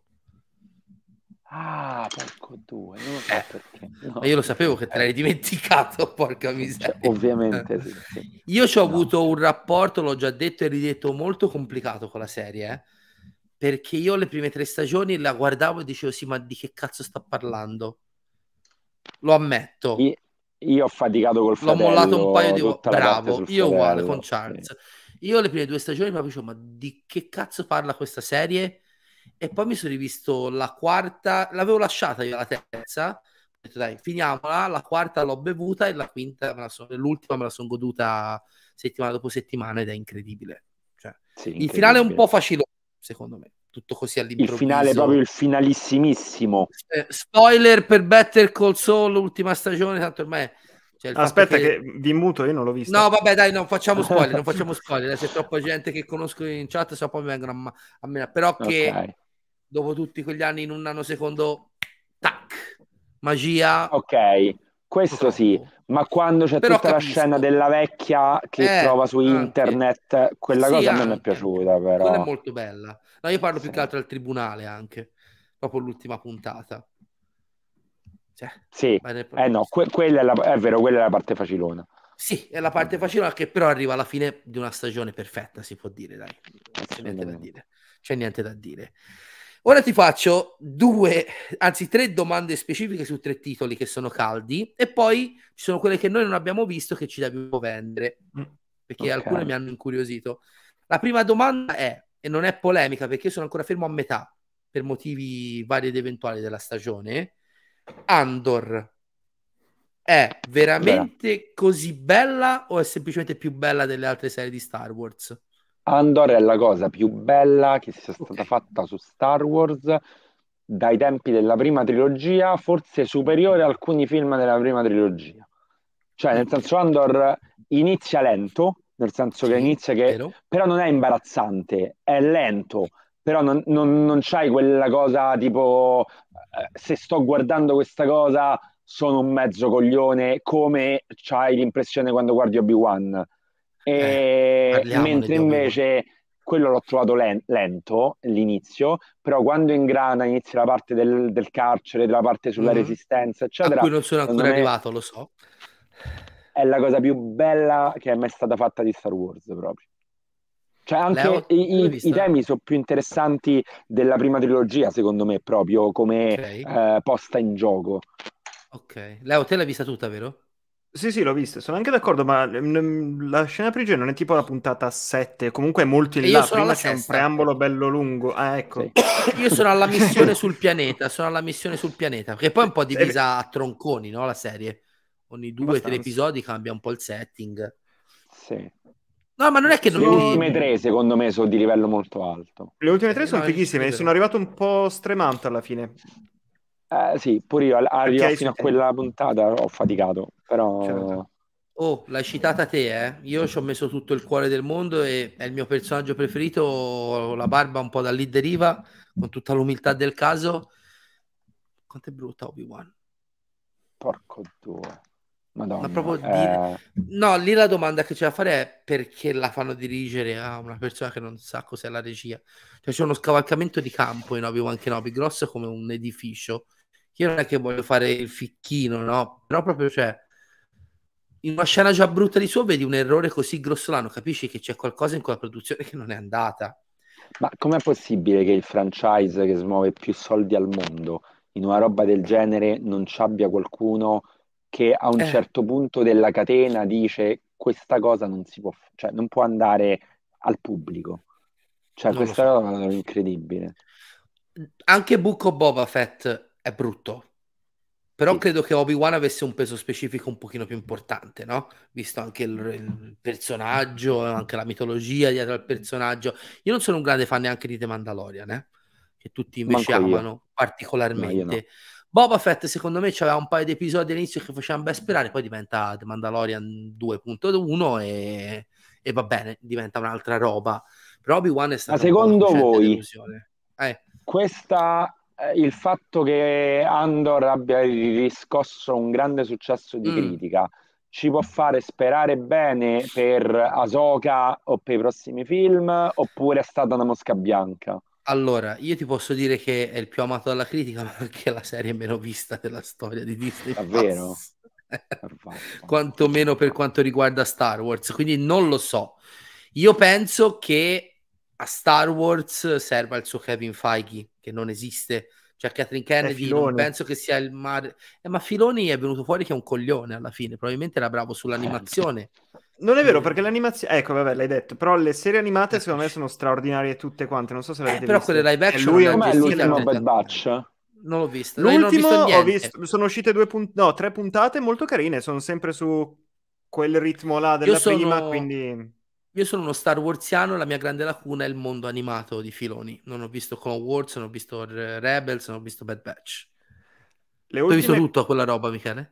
S5: Ah, porco due, non lo so
S3: Eh,
S5: perché.
S3: ma
S5: No,
S3: io lo sapevo che te
S5: eh,
S3: l'hai dimenticato, porca
S5: cioè,
S3: miseria.
S5: ovviamente sì, sì.
S3: Io ci ho
S5: No.
S3: avuto un rapporto, l'ho già detto e ridetto, molto complicato con la serie, eh, perché io le prime tre stagioni la guardavo e dicevo sì, ma di che cazzo sta parlando? Lo ammetto.
S5: Io, io ho faticato col
S3: L'ho mollato un paio
S5: fratello,
S3: di volte.
S5: tutta la parte
S3: Bravo,
S5: sul
S3: io uguale con
S5: fratello. Sì.
S3: Charles. Io le prime due stagioni proprio dicevo, ma di che cazzo parla questa serie? E poi mi sono rivisto la quarta, l'avevo lasciata io la terza, ho detto dai, finiamola, la quarta l'ho bevuta e la quinta, me la so- l'ultima me la sono goduta settimana dopo settimana ed è incredibile. Cioè,
S5: Sì,
S3: il finale è un po'
S5: incredibile.
S3: facile, secondo me, tutto così
S5: Il finale, proprio
S3: all'improvviso.
S5: il finalissimissimo.
S3: Eh, spoiler per Better Call Saul, ultima stagione, tanto ormai cioè il fatto
S4: Aspetta, che
S3: che
S4: vi muto, io non l'ho vista.
S3: no, vabbè, dai, non facciamo spoiler, non facciamo spoiler. C'è troppa gente che conosco in chat, so poi mi vengono a, ma- a me. Però
S5: Ok,
S3: che dopo tutti quegli anni in un nanosecondo, tac, magia,
S5: ok, questo sì,
S3: troppo.
S5: ma quando c'è
S3: Però
S5: tutta la scena
S3: capisco.
S5: della vecchia che trova
S3: Eh,
S5: su
S3: anche.
S5: internet, quella
S3: Sì,
S5: cosa a me mi è
S3: anche, anche.
S5: piaciuta,
S3: Quella è
S5: però.
S3: molto bella. No, io parlo più
S5: Sì,
S3: che altro al tribunale anche, proprio l'ultima puntata. Cioè,
S5: sì.
S3: vai nel-
S5: Eh no, que- quella è, la- è vero, quella è la parte facilona.
S3: sì, è la
S5: È
S3: parte
S5: vero,
S3: facile che però arriva alla fine di una stagione perfetta, si può dire, dai. C'è niente da
S5: assolutamente.
S3: dire. C'è niente da dire. Ora ti faccio due, anzi tre domande specifiche su tre titoli che sono caldi e poi ci sono quelle che noi non abbiamo visto che ci devi un po' vendere,
S4: Mm.
S3: perché
S5: Ok.
S3: alcune mi hanno incuriosito. La prima domanda è, e non è polemica perché io sono ancora fermo a metà per motivi vari ed eventuali della stagione, Andor è
S5: Vera.
S3: veramente così bella o è semplicemente più bella delle altre serie di Star Wars?
S5: Andor è la cosa più bella che sia
S3: Ok.
S5: stata fatta su Star Wars dai tempi della prima trilogia, forse superiore a alcuni film della prima trilogia. Cioè, nel
S3: Mm.
S5: senso, Andor inizia lento, nel senso che
S3: Sì,
S5: inizia che...
S3: vero?
S5: però non è imbarazzante, è lento, però non, non, non c'hai quella cosa tipo, eh, se sto guardando questa cosa sono un mezzo coglione, come c'hai l'impressione quando guardi Obi-Wan.
S3: Eh,
S5: E
S3: parliamone
S5: mentre
S3: di Obi-Wan.
S5: invece quello l'ho trovato len- lento, l'inizio, però quando ingrana, inizia la parte del, del carcere, la parte sulla
S3: Mhm.
S5: resistenza,
S3: A
S5: eccetera,
S3: cui non sono
S5: secondo
S3: ancora
S5: me
S3: arrivato, lo so.
S5: è la cosa più bella che è mai stata fatta di Star Wars proprio. Cioè anche
S3: Leo,
S5: i, i-
S3: vista?
S5: i temi sono più interessanti della prima trilogia, secondo me, proprio come
S3: okay.
S5: eh, posta in gioco.
S3: Ok. Leo, te l'hai vista tutta, vero?
S4: Sì, sì, l'ho vista, sono anche d'accordo, ma mm, la scena prigione non è tipo la puntata sette, comunque è molto in
S3: E io
S4: là,
S3: sono
S4: prima
S3: alla
S4: c'è un
S3: sesta.
S4: preambolo bello lungo. Ah, ecco.
S5: Sì.
S3: Io sono alla missione sul pianeta, sono alla missione sul pianeta, che poi è un po'
S4: Sì,
S3: divisa a tronconi, no? La serie. Ogni due o tre
S4: abbastanza.
S3: episodi cambia un po' il setting.
S5: Sì.
S3: No, ma non è che non
S5: Le
S3: mi...
S5: ultime tre, secondo me, sono di livello molto alto.
S4: Le ultime
S3: Ok,
S4: tre sono
S3: no,
S4: fighissime, sono arrivato un po' stremato alla fine.
S5: Eh, sì, pure io
S4: Perché
S5: arrivo
S4: hai
S5: fino
S4: sui
S5: a quella
S4: tempi.
S5: puntata, ho faticato, però
S4: Certo.
S3: Oh, l'hai citata te, eh? Io ci ho messo tutto il cuore del mondo e è il mio personaggio preferito, la barba un po' da lì deriva, con tutta l'umiltà del caso. Quanto è brutta Obi-Wan?
S5: porco due.
S3: Ma
S5: Madonna.
S3: proprio dire...
S5: eh,
S3: No, lì la domanda che c'è da fare è perché la fanno dirigere a una persona che non sa cos'è la regia. Cioè c'è uno scavalcamento di campo in Obi-Wan Kenobi, grosso come un edificio. Io non è che voglio fare il ficchino, no? Però proprio c'è... In una scena già brutta di suo vedi un errore così grossolano, capisci che c'è qualcosa in quella produzione che non è andata.
S5: Ma com'è possibile che il franchise che smuove più soldi al mondo in una roba del genere non ci abbia qualcuno che a un
S3: Eh,
S5: certo punto della catena dice questa cosa non si può, f- cioè non può andare al pubblico? Cioè
S3: non lo
S5: questa
S3: so.
S5: cosa è incredibile.
S3: Anche Book of Boba Fett è brutto. Però
S5: Sì,
S3: credo che Obi-Wan avesse un peso specifico un pochino più importante, no? Visto anche il, il personaggio, anche la mitologia dietro al personaggio. Io non sono un grande fan neanche di The Mandalorian, eh? Che tutti invece
S5: manco io.
S3: amano
S5: No, io no.
S3: particolarmente. Boba Fett, secondo me, c'aveva un paio di episodi all'inizio che facevano ben sperare, poi diventa The Mandalorian due punto uno e, e va bene, diventa un'altra roba. Però Obi-Wan è
S5: Ma
S3: stata un po' una
S5: secondo
S3: crescente
S5: voi
S3: delusione. Eh.
S5: questa, eh, il fatto che Andor abbia riscosso un grande successo di
S3: Mm.
S5: critica ci può fare sperare bene per Ahsoka o per i prossimi film, oppure è stata una mosca bianca?
S3: Allora, io ti posso dire che è il più amato dalla critica, ma anche la serie meno vista della storia di Disney
S5: Davvero?
S3: Plus.
S5: Eh, vaffanculo.
S3: Quantomeno per quanto riguarda Star Wars, quindi non lo so. Io penso che a Star Wars serva il suo Kevin Feige, che non esiste. Cioè, Kathleen
S4: È
S3: Kennedy non
S4: filone.
S3: penso che sia il mare. Eh, ma Filoni è venuto fuori che è un coglione alla fine. Probabilmente era bravo sull'animazione.
S4: Non è vero,
S3: Eh,
S4: perché l'animazione... Ecco, vabbè, l'hai detto. Però le serie animate, secondo me,
S3: eccoci.
S4: sono straordinarie tutte quante. Non so se le
S3: Eh,
S4: avete
S3: però quelle
S4: viste.
S3: live
S4: E
S3: action
S4: lui
S3: non
S4: è
S3: le ha
S4: un
S5: Com'è
S3: gestite
S4: genio.
S5: l'ultimo Bad
S3: altrettanto
S5: Batch?
S3: bene. Non l'ho visto. Io non ho
S4: L'ultimo,
S3: visto
S4: ho
S3: niente.
S4: visto... sono uscite due punt... no, tre puntate molto carine. Sono sempre su quel ritmo là
S3: Io
S4: della prima,
S3: sono...
S4: quindi...
S3: Io sono uno Star Warsiano e la mia grande lacuna è il mondo animato di Filoni. Non ho visto Clone Wars, non ho visto Re- Rebels, non ho visto Bad Batch.
S4: Le
S3: Tu hai visto
S4: ultime...
S3: tutto quella roba, Michele?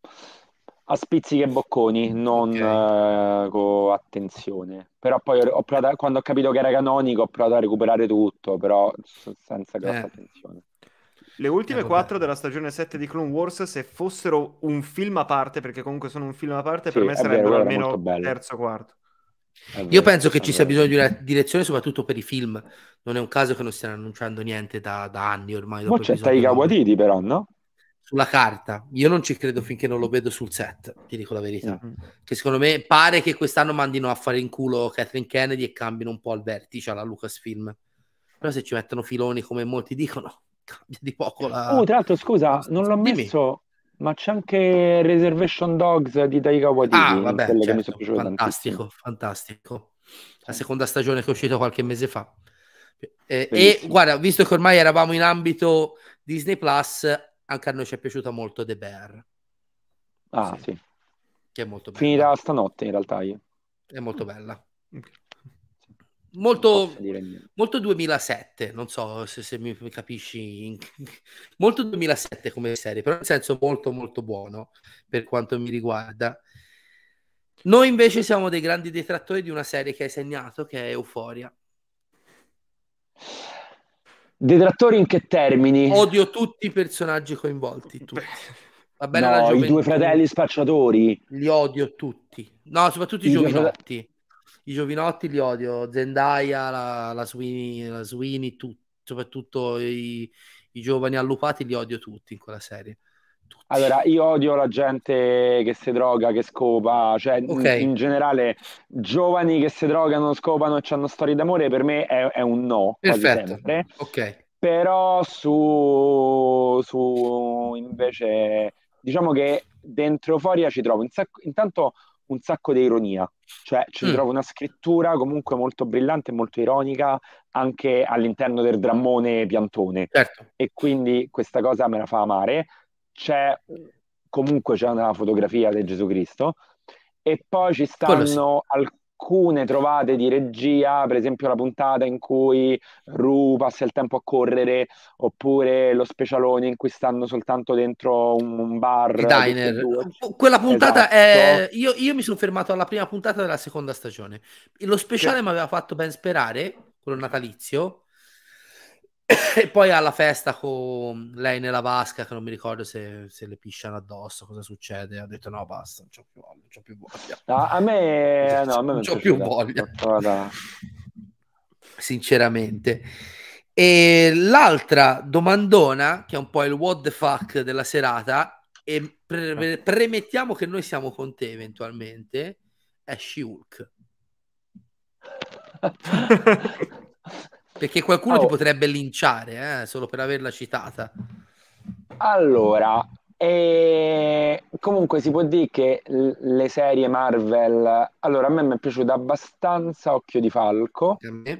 S5: A spizzichi e bocconi, non
S3: Ok.
S5: eh, con attenzione. Però poi ho provato, quando ho capito che era canonico, ho provato a recuperare tutto, però s- senza
S3: Eh,
S5: grossa attenzione.
S4: Le
S3: eh,
S4: ultime
S3: vabbè.
S4: quattro della stagione sette di Clone Wars, se fossero un film a parte, perché comunque sono un film a parte, per
S5: Sì,
S4: me
S5: è vero,
S4: sarebbero
S5: quello era molto
S4: almeno
S5: bello.
S4: terzo o quarto.
S5: È
S3: Io
S5: vero,
S3: penso che
S5: è
S3: ci sia
S5: vero.
S3: bisogno di una direzione soprattutto per i film. Non è un caso che non stiano annunciando niente da, da anni ormai
S5: Mo
S3: dopo
S5: c'è
S3: episodio
S5: Taika
S3: nove.
S5: Waititi però, no?
S3: Sulla carta, io non ci credo finché non lo vedo sul set, ti dico la verità.
S4: Mm.
S3: Che secondo me pare che quest'anno mandino a fare in culo Kathleen Kennedy e cambino un po' il vertice alla Lucasfilm. Però se ci mettono filoni come molti dicono, cambia di poco
S5: Oh,
S3: la...
S5: tra l'altro, scusa, non l'ho
S3: Dimmi.
S5: messo, ma c'è anche Reservation Dogs di Taika
S3: Ah,
S5: Waititi,
S3: vabbè,
S5: quelle che mi sono
S3: certo,
S5: piaciute tantissimo.
S3: fantastico, fantastico. La
S5: Sì,
S3: seconda stagione che è uscita qualche mese fa. Eh, e
S5: bellissimo.
S3: guarda, visto che ormai eravamo in ambito Disney Plus, anche a noi ci è piaciuta molto The Bear,
S5: Ah,
S4: Sì.
S5: sì.
S3: che è molto
S5: Finita
S3: bella.
S5: stanotte in realtà io.
S3: È molto bella.
S4: Ok.
S5: Non posso
S3: Molto,
S5: dire niente.
S3: molto duemilasette, non so se, se mi capisci. Molto duemilasette come serie, però in senso molto molto buono per quanto mi riguarda. Noi invece siamo dei grandi detrattori di una serie che hai segnato, che è Euphoria.
S5: Detrattori in che termini?
S3: Odio tutti i personaggi coinvolti, tutti. Va bene la
S5: No, i due
S3: gioventù,
S5: fratelli spacciatori.
S3: li odio tutti. No, soprattutto i
S5: I due fratelli...
S3: giovinotti. I giovinotti li odio. Zendaya, la, la Sweeney, la Sweeney, tu- soprattutto i, i giovani allupati li odio tutti in quella serie.
S5: Allora, io odio la gente che si droga, che scopa, cioè
S3: Ok,
S5: in, in generale giovani che si drogano, scopano e hanno storie d'amore, per me è, è un no, quasi
S3: perfetto.
S5: sempre.
S3: Ok,
S5: Però su, su invece, diciamo che dentro Euphoria ci trovo un sacco- intanto un sacco di ironia, cioè ci
S3: Mm,
S5: trovo una scrittura comunque molto brillante e molto ironica anche all'interno del drammone piantone
S3: certo,
S5: e quindi questa cosa me la fa amare. C'è comunque c'è una fotografia di Gesù Cristo e poi ci
S3: quello sì.
S5: stanno alcune trovate di regia, per esempio la puntata in cui Ru passa il tempo a correre, oppure lo specialone in cui stanno soltanto dentro un, un
S3: Il
S5: bar, tutti e
S3: diner.
S5: due.
S3: Quella puntata
S5: Esatto.
S3: è... Io, io mi sono fermato alla prima puntata della seconda stagione. Lo speciale
S4: Che-
S3: mi aveva fatto ben sperare, quello natalizio. E poi alla festa con lei nella vasca, che non mi ricordo se, se le pisciano addosso, cosa succede. Ha detto no, basta, non c'ho più voglia, non c'ho più voglia.
S5: No, a me, no, a me
S3: Non
S5: mi è
S3: c'ho più
S5: piaciuta.
S3: voglia.
S5: L'ho trovata-
S3: Sinceramente. E l'altra domandona, che è un po' il what the fuck della serata, e pre- premettiamo che noi siamo con te eventualmente, è She-Hulk. Perché qualcuno ti
S5: Oh,
S3: potrebbe linciare, eh, solo per averla citata.
S5: allora, e comunque si può dire che l- le serie Marvel, allora a me mi è piaciuta abbastanza Occhio di Falco,
S3: A me.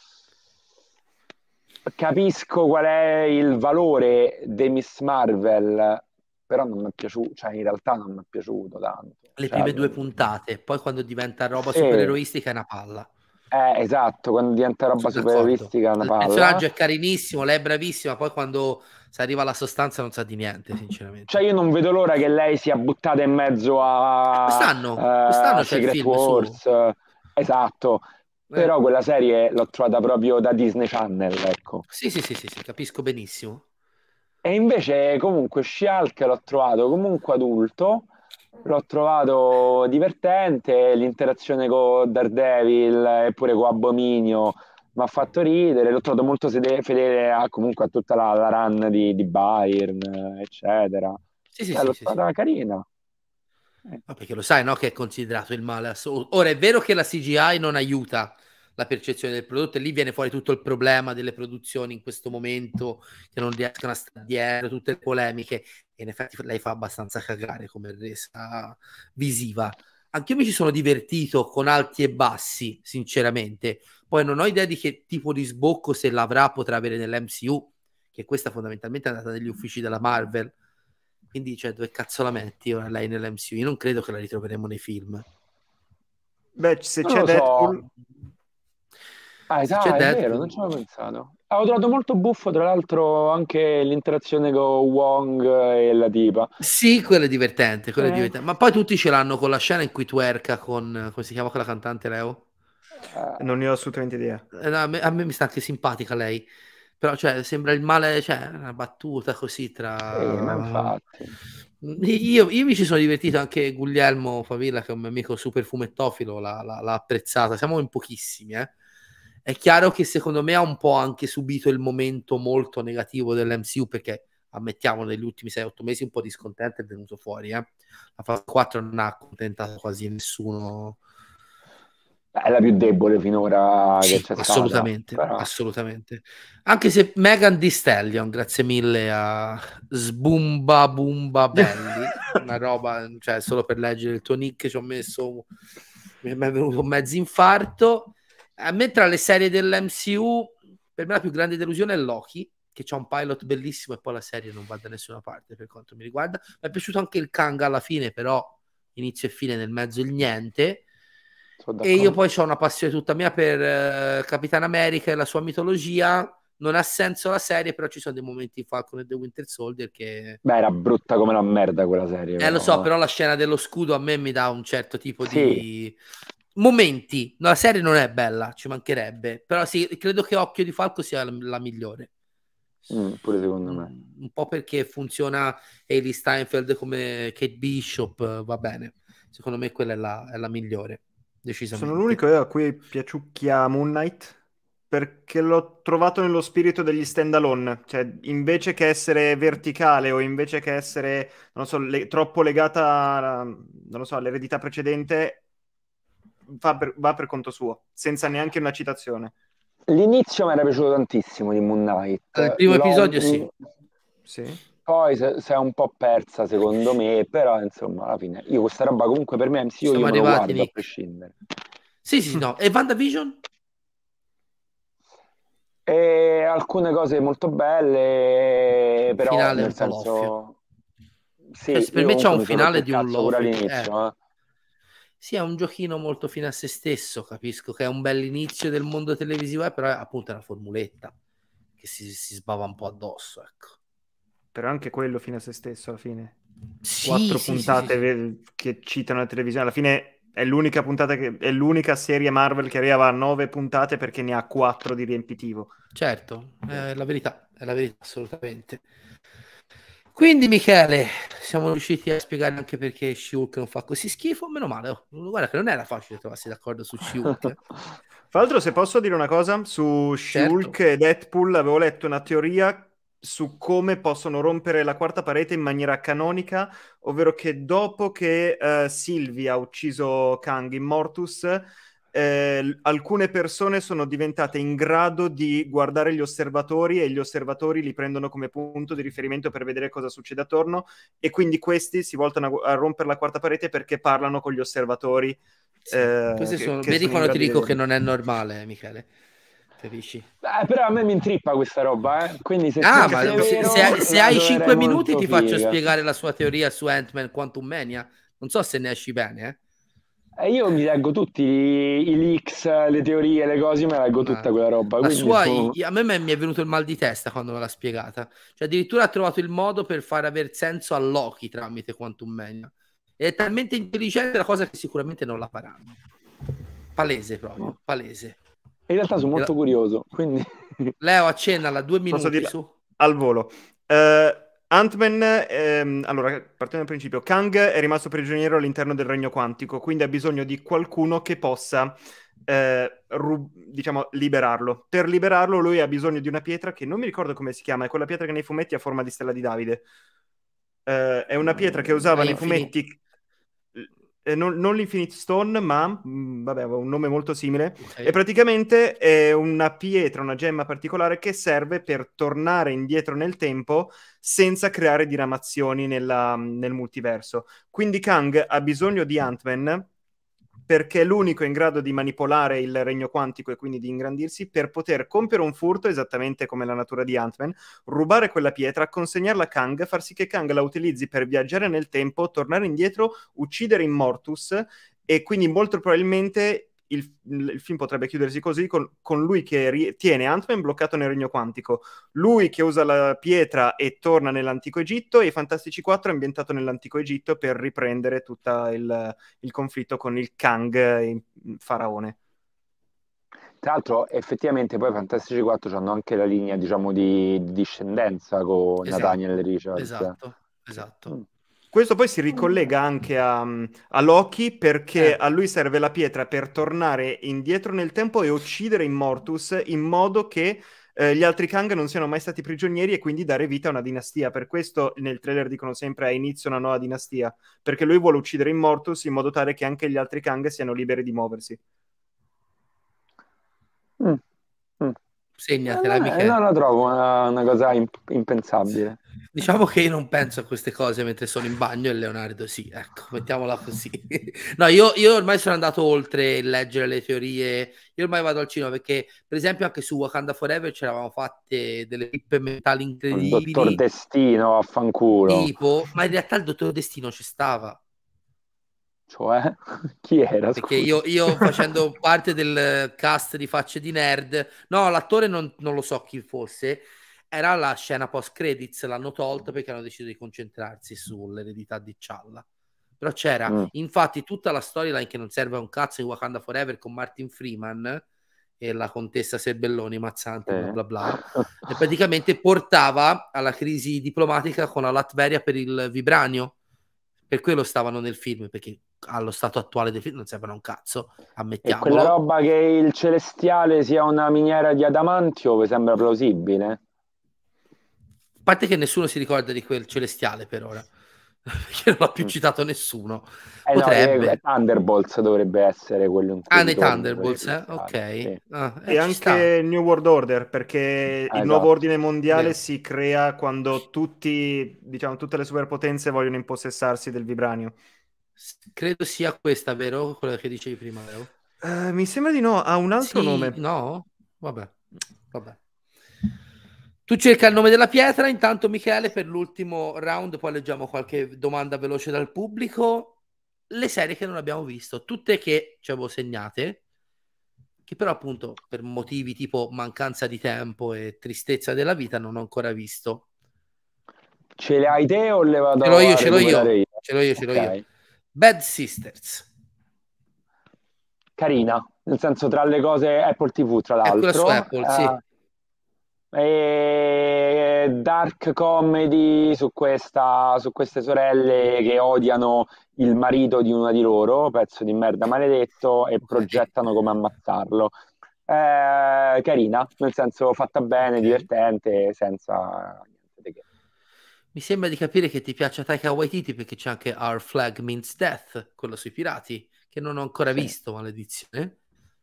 S5: capisco qual è il valore di Miss Marvel, però non mi è piaciuto, cioè in realtà non mi è piaciuto tanto.
S3: Le
S5: Cioè,
S3: prime due puntate, poi quando diventa roba
S5: sì,
S3: supereroistica è una palla.
S5: eh, esatto, quando diventa roba
S3: Sono d'accordo.
S5: supereroistica è una
S3: Il
S5: palla.
S3: personaggio è carinissimo, lei è bravissima, poi quando si arriva alla sostanza non sa di niente,
S5: Cioè
S3: sinceramente.
S5: io non vedo l'ora che lei sia buttata in mezzo
S3: Eh,
S5: a,
S3: Quest'anno,
S5: eh,
S3: quest'anno
S5: a
S3: c'è il
S5: Secret
S3: film su.
S5: Wars, eh, esatto,
S3: Eh,
S5: però quella serie l'ho trovata proprio da Disney Channel, ecco.
S3: Sì, sì, sì, sì, sì, capisco benissimo.
S5: E invece comunque She-Hulk l'ho trovato comunque adulto, l'ho trovato divertente, l'interazione con Daredevil e pure con Abominio mi ha fatto ridere, l'ho trovato molto sede- fedele a, comunque a tutta la, la run di, di Byrne, eccetera.
S3: Sì, sì,
S5: Cioè,
S3: sì,
S5: l'ho
S3: sì, sì.
S5: trovata carina. Eh,
S3: Ma perché lo sai, no? Che è considerato il male assoluto. Ora è vero che la C G I non aiuta la percezione del prodotto e lì viene fuori tutto il problema delle produzioni in questo momento che non riescono a stare dietro, tutte le polemiche. E in effetti lei fa abbastanza cagare come resa visiva. Anch'io mi ci sono divertito con alti e bassi, sinceramente. Poi non ho idea di che tipo di sbocco, se l'avrà, potrà avere nell'M C U, che questa fondamentalmente è andata negli uffici della Marvel. Quindi, cioè, dove cazzo la metti ora lei nell'M C U? Io non credo che la ritroveremo nei film.
S4: Beh, se
S5: Non
S4: c'è
S5: lo so.
S4: Deadpool,
S5: Ah,
S3: Se c'è
S5: esatto, è vero, non ci avevo
S3: Deadpool,
S5: pensato. Ah, ho trovato molto buffo, tra l'altro, anche l'interazione con Wong e la tipa.
S3: sì, quello è divertente, quello è
S5: Eh,
S3: divertente. Ma poi tutti ce l'hanno con la scena in cui twerka con, come si chiama quella cantante, Leo?
S5: eh,
S4: non ne ho assolutamente idea.
S3: Eh, no, a me, a me mi sta anche simpatica lei. Però, cioè, sembra il male, cioè, una battuta così
S5: sì, ma
S3: tra...
S5: infatti.
S3: Io, io mi ci sono divertito, anche Guglielmo Favilla, che è un mio amico super fumettofilo, l'ha, l'ha- l'ha apprezzata. Siamo in pochissimi, eh. È chiaro che secondo me ha un po' anche subito il momento molto negativo dell'M C U, perché ammettiamo negli ultimi sei otto mesi un po' di scontento è venuto fuori, eh. La fase quattro non ha accontentato quasi nessuno.
S5: È la più debole finora che
S3: Sì,
S5: c'è stata,
S3: assolutamente,
S5: però.
S3: assolutamente. Anche se Megan Thee Stallion, grazie mille a Sbumba Bumba Belli, una roba, cioè solo per leggere il tuo nick ci ho messo, mi è venuto un mezzo infarto. A me tra le serie dell'M C U, per me la più grande delusione è Loki, che c'ha un pilot bellissimo e poi la serie non va da nessuna parte per quanto mi riguarda. Mi è piaciuto anche il Kang alla fine, però inizio e fine nel mezzo il niente.
S5: Sono
S3: E io
S5: d'accordo.
S3: poi ho una passione tutta mia per eh, Capitan America e la sua mitologia. Non ha senso la serie, però ci sono dei momenti in Falcon e The Winter Soldier che...
S5: Beh, era brutta come la merda quella serie,
S3: Eh, lo so,
S5: però. Eh.
S3: però la scena dello scudo a me mi dà un certo tipo
S5: Sì,
S3: di... momenti. No, la serie non è bella, ci mancherebbe. Però sì, credo che Occhio di Falco sia la, la migliore.
S5: mm, pure secondo me.
S3: Mm, un po' perché funziona Hailey Steinfeld come Kate Bishop, eh, va bene. Secondo me quella è la, è la migliore,
S4: Sono
S3: decisamente.
S4: l'unico io a cui piaciucchia Moon Knight. perché l'ho trovato nello spirito degli stand-alone, cioè invece che essere verticale o invece che essere, non so, le- troppo legata, non lo so, all'eredità precedente, va per, va per conto suo, senza neanche una citazione.
S5: L'inizio mi era piaciuto tantissimo di Moon Knight.
S3: Il primo
S5: L'ho-
S3: episodio sì.
S4: Sì.
S5: Poi si è un po' persa secondo me, però insomma alla fine io questa roba comunque per me M C U
S3: Siamo
S5: io me lo
S3: arrivati,
S5: guardo a
S3: Nick.
S5: prescindere.
S3: Sì, sì, no. E WandaVision?
S5: E alcune cose molto belle,
S3: Il
S5: però
S3: finale è
S5: nel
S3: un po'
S5: senso sì,
S3: Cioè, per
S5: io
S3: me c'è
S5: comunque
S3: un
S5: mi sono rotto
S3: finale
S5: il
S3: di un
S5: cazzo pure
S3: lofi.
S5: all'inizio, eh.
S3: Sì, è un giochino molto fine a se stesso, capisco che è un bell'inizio del mondo televisivo, eh, però è appunto una formuletta che si, si sbava un po' addosso, ecco.
S4: Però anche quello fine a se stesso alla fine.
S3: Sì,
S4: Quattro
S3: sì,
S4: puntate
S3: sì, sì.
S4: ve- che citano la televisione, alla fine è l'unica puntata che è l'unica serie Marvel che arriva a nove puntate perché ne ha quattro di riempitivo.
S3: Certo, è la verità, è la verità, assolutamente. Quindi, Michele, siamo riusciti a spiegare anche perché She-Hulk non fa così schifo. Meno male, oh. Guarda che non era facile trovarsi d'accordo su She-Hulk. eh.
S4: Fra l'altro, se posso dire una cosa, su She-Hulk
S3: Certo.
S4: e Deadpool avevo letto una teoria su come possono rompere la quarta parete in maniera canonica, ovvero che dopo che eh, Sylvie ha ucciso Kang in Mortus, eh, l- alcune persone sono diventate in grado di guardare gli osservatori e gli osservatori li prendono come punto di riferimento per vedere cosa succede attorno, e quindi questi si voltano a, a rompere la quarta parete perché parlano con gli osservatori.
S3: Sì.
S4: eh,
S3: Queste
S4: che,
S3: sono...
S4: che
S3: Vedi
S4: sono in
S3: quando ti
S4: grado di
S3: dico che
S4: vedere.
S3: non è normale, Michele. Capisci?
S5: Eh, però a me mi intrippa questa roba, eh. Quindi se
S3: Ah,
S5: fosse
S3: ma se,
S5: vero,
S3: se hai, se
S5: la
S3: hai
S5: troverei
S3: cinque minuti
S5: molto
S3: ti faccio
S5: figa.
S3: spiegare la sua teoria su Ant-Man Quantum Mania. Non so se ne esci bene, eh.
S5: E io mi leggo tutti i, i leaks, le teorie, le cose, io me la leggo tutta
S3: Ma
S5: quella roba.
S3: la
S5: Quindi
S3: sua,
S5: no.
S3: i- a me mi è venuto il mal di testa quando me l'ha spiegata. Cioè, addirittura ha trovato il modo per far aver senso a Loki tramite Quantum Mania. Ed è talmente intelligente la cosa che sicuramente non la faranno. Palese proprio, palese.
S5: In realtà sono molto
S3: Io-
S5: curioso, quindi
S3: Leo, accennala, due
S4: Posso
S3: minuti
S4: dirla
S3: su.
S4: al volo. Eh, Ant-Man, ehm, allora, partiamo dal principio. Kang è rimasto prigioniero all'interno del regno quantico, quindi ha bisogno di qualcuno che possa, eh, ru- diciamo, liberarlo. Per liberarlo lui ha bisogno di una pietra che non mi ricordo come si chiama, è quella pietra che nei fumetti ha forma di stella di Davide. Eh, è una pietra che usava
S3: È
S4: nei
S3: infinito.
S4: fumetti, eh, non, non l'Infinite Stone, ma mh, vabbè, aveva un nome molto simile.
S3: Ok.
S4: E praticamente è una pietra, una gemma particolare che serve per tornare indietro nel tempo senza creare diramazioni nella- nel multiverso. Quindi Kang ha bisogno di Ant-Man perché è l'unico in grado di manipolare il regno quantico e quindi di ingrandirsi per poter compiere un furto, esattamente come la natura di Ant-Man, rubare quella pietra, consegnarla a Kang, far sì che Kang la utilizzi per viaggiare nel tempo, tornare indietro, uccidere Immortus, e quindi molto probabilmente il, il film potrebbe chiudersi così, con, con lui che ri- tiene Ant-Man bloccato nel regno quantico, lui che usa la pietra e torna nell'antico Egitto, e i Fantastici quattro ambientato nell'antico Egitto per riprendere tutto il, il conflitto con il Kang in- faraone.
S5: tra l'altro effettivamente poi Fantastici quattro hanno anche la linea, diciamo, di, di discendenza con
S3: Esatto,
S5: Nathaniel Richards.
S3: esatto, esatto.
S5: Mm.
S4: Questo poi si ricollega anche a, a Loki, perché
S3: Eh.
S4: a lui serve la pietra per tornare indietro nel tempo e uccidere Immortus in modo che eh, gli altri Kang non siano mai stati prigionieri e quindi dare vita a una dinastia. Per questo nel trailer dicono sempre a inizio una nuova dinastia, perché lui vuole uccidere Immortus in modo tale che anche gli altri Kang siano liberi di muoversi.
S5: Mm. Mm.
S3: Segnatela,
S5: Eh,
S3: Michele.
S5: non la trovo una, una cosa imp- impensabile.
S3: Diciamo che io non penso a queste cose mentre sono in bagno, e Leonardo sì, ecco, mettiamola così. No, io, io ormai sono andato oltre il leggere le teorie, io ormai vado al cinema perché, per esempio, anche su Wakanda Forever ci eravamo fatte delle pippe mentali
S5: Il
S3: incredibili,
S5: dottor Destino, affanculo.
S3: tipo, ma in realtà il Dottor Destino ci stava.
S5: Cioè, chi era?
S3: Perché
S5: Scusa.
S3: io, io facendo parte del cast di Facce di Nerd, no, l'attore non, non lo so chi fosse, era la scena post credits, l'hanno tolta perché hanno deciso di concentrarsi sull'eredità di T'Challa. Però c'era,
S5: Mm.
S3: infatti, tutta la storyline che non serve a un cazzo di Wakanda Forever con Martin Freeman e la contessa Serbelloni Mazzanti,
S5: Sì.
S3: bla bla bla, e praticamente portava alla crisi diplomatica con la Latveria per il vibranio. Per quello stavano nel film, perché allo stato attuale dei film non servono a un cazzo,
S5: E quella
S3: ammettiamolo.
S5: roba che il celestiale sia una miniera di adamantio vi sembra plausibile?
S3: A parte che nessuno si ricorda di quel celestiale per ora, perché non l'ha più
S5: Mm.
S3: citato nessuno.
S5: Eh no, eh,
S3: Potrebbe.
S5: Thunderbolts dovrebbe essere quello in cui
S3: Ah, nei
S5: ritorna
S3: Thunderbolts,
S5: quello
S3: eh?
S5: celestiale,
S3: Ok.
S5: sì.
S3: Ah, eh,
S4: E
S3: ci sta.
S4: anche New World Order, perché
S5: Ah,
S4: il nuovo
S5: esatto.
S4: ordine mondiale
S3: Vero.
S4: si crea quando tutti, diciamo, tutte le superpotenze vogliono impossessarsi del vibranio.
S3: S- Credo sia questa, vero? Quella che dicevi prima, vero?
S4: Eh, mi sembra di no, ha un altro
S3: Sì,
S4: nome.
S3: no? Vabbè, vabbè. Tu cerca il nome della pietra, intanto Michele, per l'ultimo round, poi leggiamo qualche domanda veloce dal pubblico. Le serie che non abbiamo visto, tutte che ci avevo segnate, che però appunto per motivi tipo mancanza di tempo e tristezza della vita non ho ancora visto.
S5: Ce le hai te o le
S3: Ce
S5: vado
S3: l'ho io,
S5: a
S3: ce l'ho
S5: recuperare
S3: io,
S5: io?
S3: ce l'ho io, ce l'ho io.
S5: Ok.
S3: Bad Sisters.
S5: Carina, nel senso tra le cose Apple T V, tra
S3: È quella su
S5: l'altro.
S3: Apple, sì.
S5: Eh, e dark comedy su questa, su queste sorelle che odiano il marito di una di loro, pezzo di merda maledetto, e
S3: Ok.
S5: progettano come ammazzarlo. Eh, carina, nel senso fatta bene,
S3: Ok.
S5: divertente, senza niente di che.
S3: Mi sembra di capire che ti piace Taika Waititi perché c'è anche Our Flag Means Death, quello sui pirati, che non ho ancora
S5: Sì.
S3: visto, maledizione.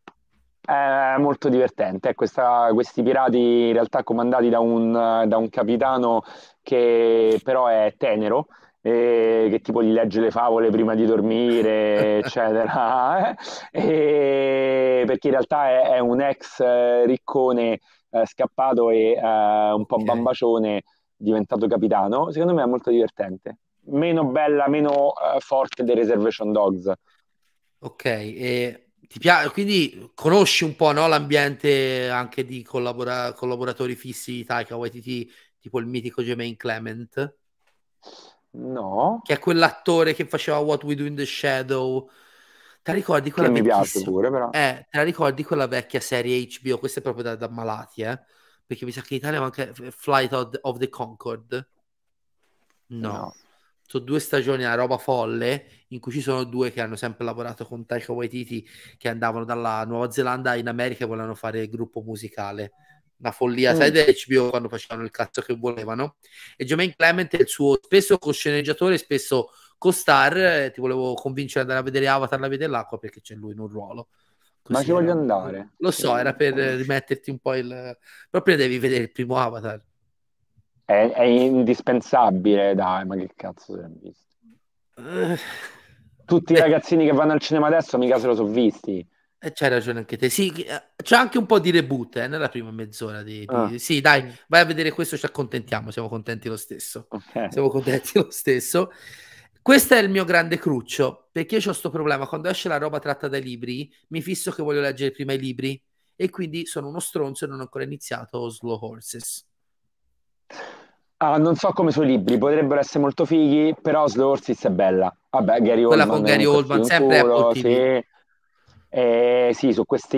S5: È molto divertente. Questa- questi pirati in realtà comandati da un, da un capitano che però è tenero, e che tipo gli legge le favole prima di dormire, eccetera. E perché in realtà è, è un ex eh, riccone eh, scappato e eh, un po'
S3: Ok.
S5: bambacione diventato capitano. Secondo me è molto divertente. Meno bella, meno eh, forte dei Reservation Dogs.
S3: Ok, e ti piace, quindi conosci un po', no, l'ambiente anche di collabora- collaboratori fissi di Taika Waititi, tipo il mitico Jermaine Clement,
S5: No,
S3: che è quell'attore che faceva What We Do in the Shadow. Te la ricordi
S5: che
S3: quella
S5: mi piace
S3: vecchissima?
S5: pure, però.
S3: Eh, te la ricordi quella vecchia serie H B O? Questa è proprio da, da malati, eh? Perché mi sa che in Italia manca Flight of the, of the Concord. No.
S5: No.
S3: Sono due stagioni a roba folle in cui ci sono due che hanno sempre lavorato con Taika Waititi, che andavano dalla Nuova Zelanda in America e volevano fare il gruppo musicale. Una follia, sai,
S5: Mm.
S3: da H B O quando facevano il cazzo che volevano. E Jermaine Clement è il suo spesso co-sceneggiatore, spesso co-star. eh, Ti volevo convincere ad andare a vedere Avatar, la vede l'acqua perché c'è lui in un ruolo.
S5: Ma
S3: Così
S5: ci voglio
S3: era-
S5: andare.
S3: Lo
S5: Sì,
S3: so, era per
S5: conosco.
S3: rimetterti un po' il... Proprio devi vedere il primo Avatar.
S5: È, è indispensabile, dai, ma che cazzo se l'hai visto?
S3: Eh,
S5: Tutti i
S3: beh,
S5: ragazzini che vanno al cinema adesso mica se lo sono visti.
S3: Eh, c'hai ragione anche te. Sì, eh, c'è anche un po' di reboot eh, nella prima mezz'ora di,
S5: Ah,
S3: di- Sì, dai, vai a vedere questo, ci accontentiamo, siamo contenti lo stesso.
S5: ok.
S3: Siamo contenti lo stesso. Questo è il mio grande cruccio, perché io ho questo problema, quando esce la roba tratta dai libri, mi fisso che voglio leggere prima i libri, e quindi sono uno stronzo e non ho ancora iniziato Slow Horses.
S5: Ah, non so come sui libri, potrebbero essere molto fighi, però Slow Horses è bella. Vabbè, Gary
S3: Quella con
S5: Oldman
S3: Gary
S5: comunque è figo
S3: Oldman,
S5: in
S3: sempre Apple
S5: culo,
S3: T V.
S5: sì. Eh, sì, su questi,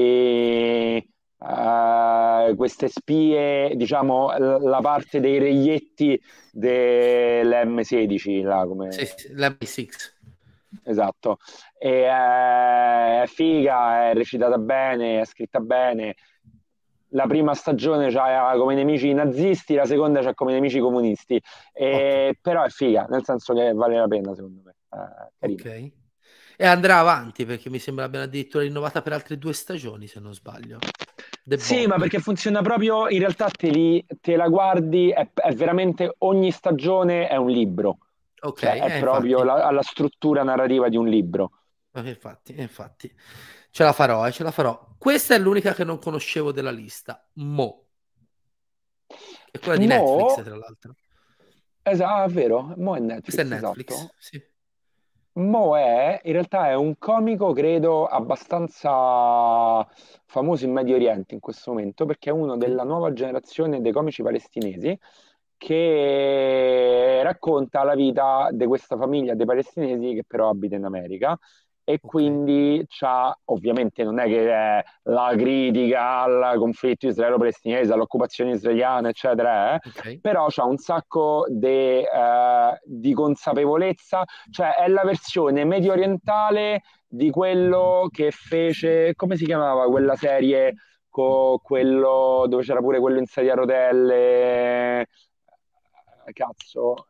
S5: eh, queste spie, diciamo, l- la parte dei reietti dell'emme sedici, là, come...
S3: Sì, sì, l'M sei.
S5: Esatto. E, eh, è figa, è recitata bene, è scritta bene. La prima stagione c'ha come nemici i nazisti, la seconda c'ha come nemici i comunisti.
S3: Ottimo.
S5: E, però è figa, nel senso che vale la pena, secondo me. Eh, carina.
S3: Ok. E andrà avanti perché mi sembra abbiano addirittura rinnovata per altre due stagioni, se non sbaglio. The
S5: Sì, ma
S3: Bock.
S5: perché funziona proprio, in realtà te, li- te la guardi, è, è veramente ogni stagione è un libro,
S3: Ok,
S5: cioè è
S3: eh,
S5: proprio
S3: infatti.
S5: la, la struttura narrativa di un libro.
S3: Eh, infatti, eh, infatti. Ce la farò, eh, ce la farò. Questa è l'unica che non conoscevo della lista. Mo. È quella di Netflix,
S5: Mo,
S3: tra l'altro.
S5: esatto, vero, Mo è
S3: Questa è
S5: Netflix,
S3: Netflix,
S5: esatto.
S3: sì.
S5: Mo è, in realtà è un comico, credo, abbastanza famoso in Medio Oriente in questo momento, perché è uno
S3: Ok.
S5: della nuova generazione dei comici palestinesi che racconta la vita di questa famiglia dei palestinesi che però abita in America e
S3: Ok.
S5: quindi c'ha, ovviamente non è che è la critica al conflitto israelo-palestinese, all'occupazione israeliana, eccetera, eh,
S3: Ok.
S5: però c'ha un sacco de, eh, di consapevolezza, cioè è la versione medio orientale di quello che fece, come si chiamava quella serie, con quello dove c'era pure quello in sedia a rotelle, eh, cazzo,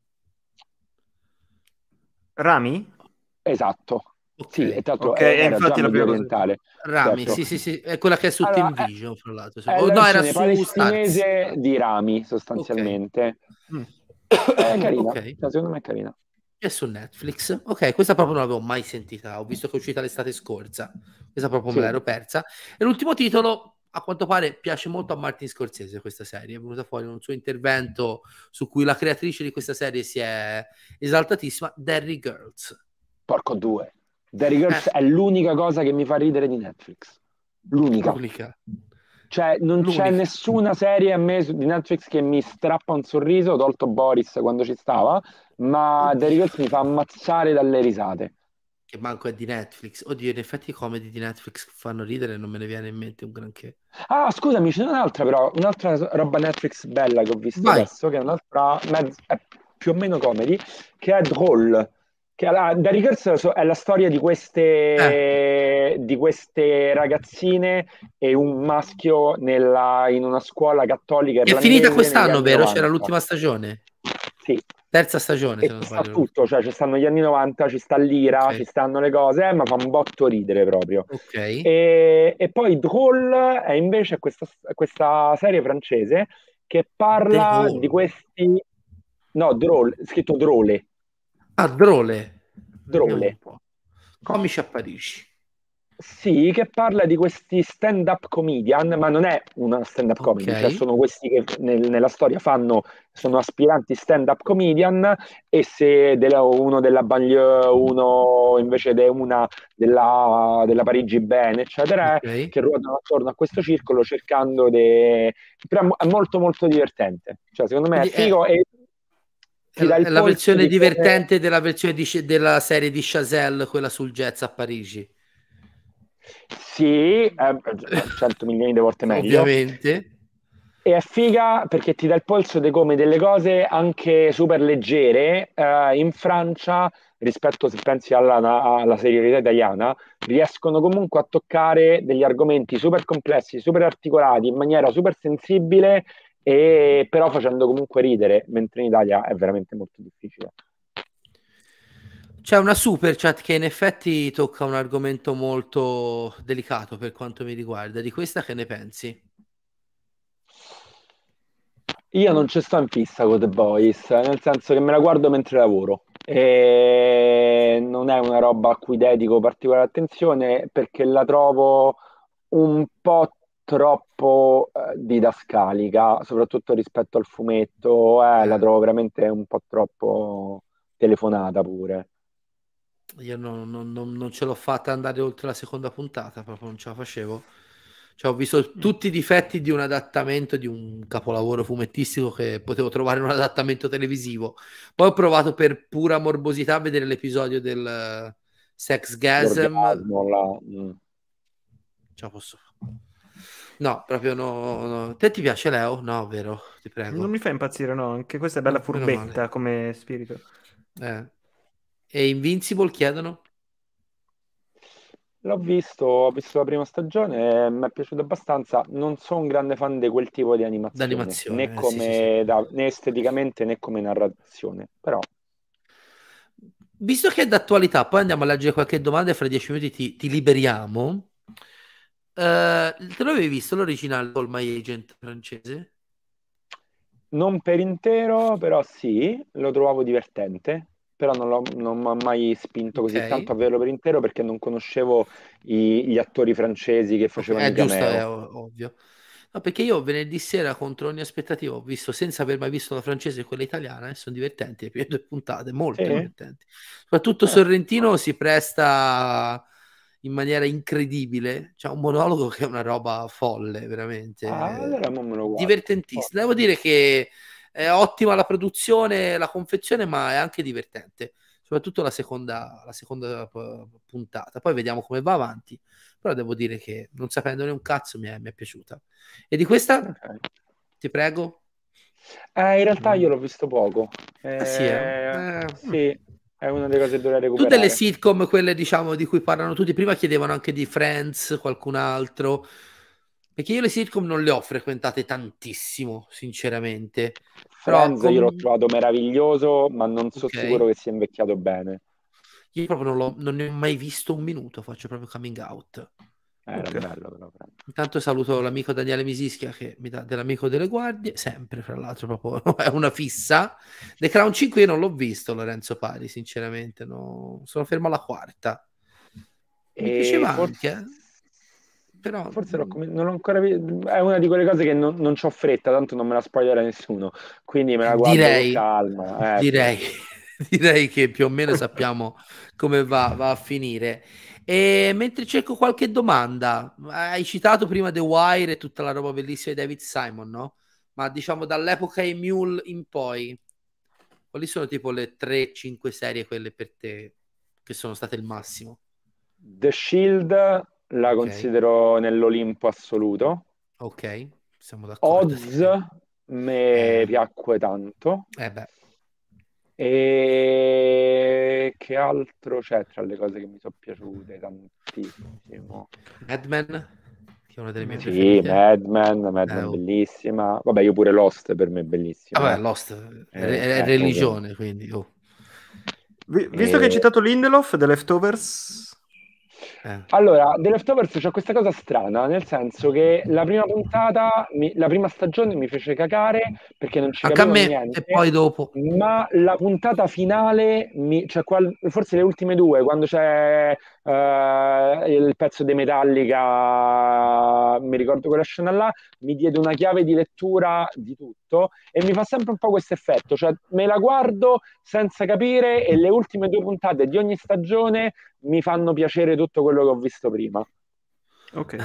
S4: Rami?
S5: esatto, sì, e
S3: Ok.
S5: tra l'altro
S4: Ok,
S5: eh,
S4: e
S5: era già
S4: infatti è la
S5: medio
S4: prima cosa che penso.
S5: orientale,
S3: Rami,
S5: certo.
S3: sì, sì, sì, è quella che è su
S5: Allora,
S3: Team
S5: è,
S3: Vision, fra l'altro.
S5: è
S3: Oh,
S5: la
S3: no, era
S5: versione
S3: su Starz.
S5: palestinese di Rami,
S3: Ok.
S5: sostanzialmente.
S4: Mm.
S5: È carina,
S3: Ok.
S5: cioè, secondo me è carina.
S3: È su Netflix. Ok, questa proprio non l'avevo mai sentita. Ho visto che è uscita l'estate scorsa. Questa proprio me
S5: Sì,
S3: l'ero persa. E l'ultimo titolo, a quanto pare, piace molto a Martin Scorsese questa serie. È venuta fuori un suo intervento su cui la creatrice di questa serie si è esaltatissima, Derry Girls.
S5: porco due. Derry Girls
S3: Eh,
S5: è l'unica cosa che mi fa ridere di Netflix. L'unica.
S3: l'unica.
S5: Cioè, non c'è
S3: L'unica.
S5: nessuna serie a me su- di Netflix che mi strappa un sorriso, tolto Boris quando ci stava, ma Derry
S3: Oddio.
S5: Girls mi fa ammazzare dalle risate.
S3: Che manco è di Netflix. Oddio, in effetti i comedy di Netflix fanno ridere, non me ne viene in mente un granché.
S5: Ah, scusami, c'è un'altra però, un'altra roba Netflix bella che ho visto
S3: Vai.
S5: adesso, che è un'altra mezz- è più o meno comedy, che è Droll. Che è la, Derry Girls so- è la storia di
S3: Eh,
S5: queste, di queste ragazzine e un maschio nella- in una scuola cattolica
S3: è finita
S5: irlandese negli
S3: quest'anno,
S5: anni
S3: vero? C'era
S5: novanta.
S3: l'ultima stagione.
S5: Sì,
S3: Terza stagione,
S5: e
S3: se non
S5: ci sta
S3: sbaglio.
S5: tutto, cioè ci stanno gli anni novanta, ci sta l'ira, ci
S3: Ok.
S5: stanno le cose, ma fa un botto ridere proprio.
S3: Ok.
S5: E, e poi Droll è invece questa, questa serie francese che
S3: The
S5: parla di
S3: Hall.
S5: questi... No, Droll, scritto Drole,
S3: Ah, Drole. Vediamo
S5: Drole.
S3: un po'. Comici a Parigi.
S5: Sì, che parla di questi stand-up comedian, ma non è una stand-up
S3: Ok.
S5: comedy, cioè sono questi che nel- nella storia fanno, sono aspiranti stand-up comedian e se della- uno della banlieue, uno invece de una della, della Parigi bene, eccetera,
S3: Ok.
S5: che ruotano attorno a questo circolo cercando di... Però è mo- è molto molto divertente, cioè secondo me è
S3: Quindi è,
S5: figo e
S3: è
S5: ti dà
S3: la,
S5: il
S3: è la
S5: polso
S3: versione
S5: di come...
S3: divertente della versione di, della serie di Chazelle, quella sul jazz a Parigi.
S5: Sì, è cento milioni di volte meglio.
S3: Ovviamente.
S5: E è figa perché ti dà il polso di come delle cose anche super leggere eh, in Francia, rispetto se pensi alla, alla serialità italiana, riescono comunque a toccare degli argomenti super complessi, super articolati, in maniera super sensibile, e però facendo comunque ridere, mentre in Italia è veramente molto difficile.
S3: C'è una super chat che in effetti tocca un argomento molto delicato per quanto mi riguarda. Di questa che ne pensi?
S5: Io non ci sto in fissa con The Boys, nel senso che me la guardo mentre lavoro e non è una roba a cui dedico particolare attenzione perché la trovo un po' troppo eh, didascalica, soprattutto rispetto al fumetto, eh, la
S3: Eh,
S5: trovo veramente un po' troppo telefonata pure.
S3: io non, non- non- non ce l'ho fatta andare oltre la seconda puntata, proprio non ce la facevo. Cioè, ho visto
S4: Mm.
S3: tutti i difetti di un adattamento di un capolavoro fumettistico che potevo trovare in un adattamento televisivo. Poi ho provato per pura morbosità a vedere l'episodio del eh, Sex Gasm.
S5: L'orgasmo, la... mm.
S3: Ce la posso fare. No, proprio no, no. Te ti piace Leo? No, vero, ti
S4: Non
S3: prego.
S4: mi fa impazzire, no, anche questa è bella
S3: No, meno
S4: furbetta
S3: male.
S4: come spirito.
S3: Eh. E Invincible chiedono?
S5: L'ho visto, ho visto la prima stagione e mi è piaciuto abbastanza. Non sono un grande fan di quel tipo di animazione, né
S3: D'animazione, eh, sì, sì, sì.
S5: come da- né esteticamente né come narrazione. Però
S3: Visto che è d'attualità, poi andiamo a leggere qualche domanda e fra dieci minuti ti, ti liberiamo. Eh, te l'avevi visto l'originale Call My Agent francese?
S5: non per intero, però sì, lo trovavo divertente. Però non, l'ho- non mi ha mai spinto
S3: Ok,
S5: così tanto a vederlo per intero perché non conoscevo i- gli attori francesi che
S3: ok,
S5: facevano
S3: è
S5: i
S3: giusto, è
S5: cameo.
S3: ov- ovvio. No, perché io venerdì sera contro ogni aspettativa ho visto, senza aver mai visto la francese e quella italiana, e sono divertenti le prime due puntate, molto
S5: Sì?
S3: divertenti. Soprattutto
S5: Ah,
S3: Sorrentino si presta in maniera incredibile, c'è un monologo che è una roba folle,
S5: ah,
S3: veramente
S5: allora mo me lo guardo. Oh,
S3: divertentissimo. Devo dire che è ottima la produzione, la confezione, ma è anche divertente. soprattutto la seconda, la seconda puntata. Poi vediamo come va avanti, però devo dire che non sapendone un cazzo mi è, mi è piaciuta. E di questa, okay. Ti prego?
S5: Eh, in realtà io l'ho visto poco. Eh,
S3: ah, sì, eh? Eh,
S5: sì, è una delle cose che dovrei recuperare.
S3: Tu delle sitcom, quelle diciamo di cui parlano tutti, prima chiedevano anche di Friends, qualcun altro, perché io le sitcom non le ho frequentate tantissimo, sinceramente.
S5: Friends
S3: Però, com...
S5: io l'ho trovato meraviglioso, ma non sono
S3: okay.
S5: sicuro che sia invecchiato bene.
S3: Io proprio non, l'ho, non ne ho mai visto un minuto, faccio proprio coming out.
S5: Era okay. bello però.
S3: Intanto saluto l'amico Daniele Misischia che mi dà dell'amico delle guardie, sempre fra l'altro proprio è una fissa. The Crown cinque io non l'ho visto, Lorenzo Pari, sinceramente, no, sono fermo alla quarta. Mi e piaceva forse... anche, eh? Però
S5: forse l'ho, non l'ho ancora visto. È una di quelle cose che non, non c'ho fretta, tanto non me la spoilerà nessuno, quindi me la guardo
S3: direi,
S5: con calma. Eh,
S3: direi, direi che più o meno sappiamo come va, va a finire. E mentre cerco qualche domanda, hai citato prima The Wire e tutta la roba bellissima di David Simon, no? Ma diciamo dall'epoca Emule in poi, quali sono tipo le tre cinque serie quelle per te che sono state il massimo?
S5: The Shield la okay. considero nell'Olimpo assoluto.
S3: Ok, siamo d'accordo.
S5: Oz mi eh. piacque tanto.
S3: Eh beh.
S5: E che altro c'è tra le cose che mi sono piaciute tantissimo?
S3: Mad Men, che è una delle mie
S5: sì,
S3: preferite.
S5: Mad Men, Mad Men eh, bellissima. Vabbè, io pure Lost per me è bellissima.
S3: Vabbè, Lost è, eh, è ecco, religione, quindi. Oh.
S4: V- visto e... che hai citato Lindelof, The Leftovers...
S5: Eh. Allora, The Leftovers c'è questa cosa strana, nel senso che la prima puntata, mi, la prima stagione mi fece cacare perché non ci
S3: Anche
S5: capivo
S3: a me,
S5: niente,
S3: e poi dopo.
S5: Ma la puntata finale, mi, cioè qual, forse le ultime due, quando c'è uh, il pezzo di Metallica, mi ricordo quella scena là, mi diede una chiave di lettura di tutto e mi fa sempre un po' questo effetto, cioè me la guardo senza capire e le ultime due puntate di ogni stagione mi fanno piacere tutto quello che ho visto prima.
S4: Ok.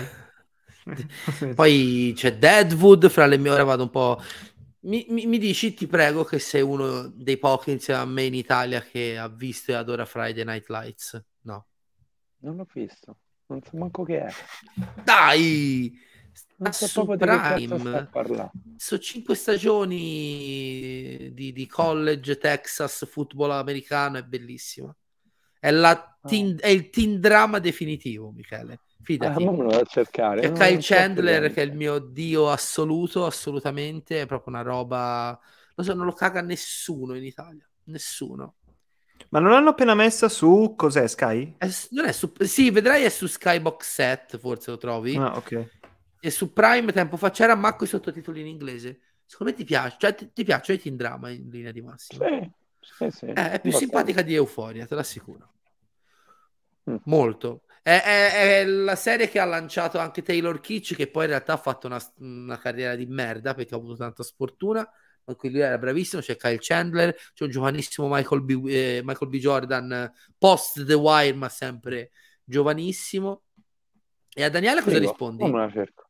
S3: Poi c'è Deadwood, fra le mie ore vado un po'... Mi, mi, mi dici, ti prego, che sei uno dei pochi insieme a me in Italia che ha visto e adora Friday Night Lights? No.
S5: Non l'ho visto. Non so manco che è.
S3: Dai!
S5: Non so
S3: su
S5: proprio
S3: Prime.
S5: di che sta parlando.
S3: Sono cinque stagioni di, di college, Texas, football americano, è bellissima. È, la teen, oh. è il teen drama definitivo, Michele. Fidati.
S5: Ah, me lo vado a cercare.
S3: C'è Kyle Chandler, che è il mio dio assoluto, assolutamente. È proprio una roba... Non so, non lo caga nessuno in Italia. Nessuno.
S4: Ma non l'hanno appena messa su... Cos'è, Sky?
S3: È, non è su... Sì, vedrai è su Skybox set, forse lo trovi.
S4: Ah, ok.
S3: E su Prime tempo fa c'era manco i sottotitoli in inglese. Secondo me ti piace, cioè ti, ti piace il teen drama in linea di massima?
S5: Sì, sì, sì.
S3: Eh, è più
S5: Va
S3: simpatica bene. Di Euphoria, te l'assicuro.
S5: Mm.
S3: Molto. È, è, è la serie che ha lanciato anche Taylor Kitsch, che poi in realtà ha fatto una, una carriera di merda perché ha avuto tanta sfortuna, ma qui lui era bravissimo. C'è Kyle Chandler, c'è un giovanissimo Michael B, eh, Michael B. Jordan post The Wire, ma sempre giovanissimo. E a Daniele cosa
S5: Figo.
S3: rispondi?
S5: Non me la cerco.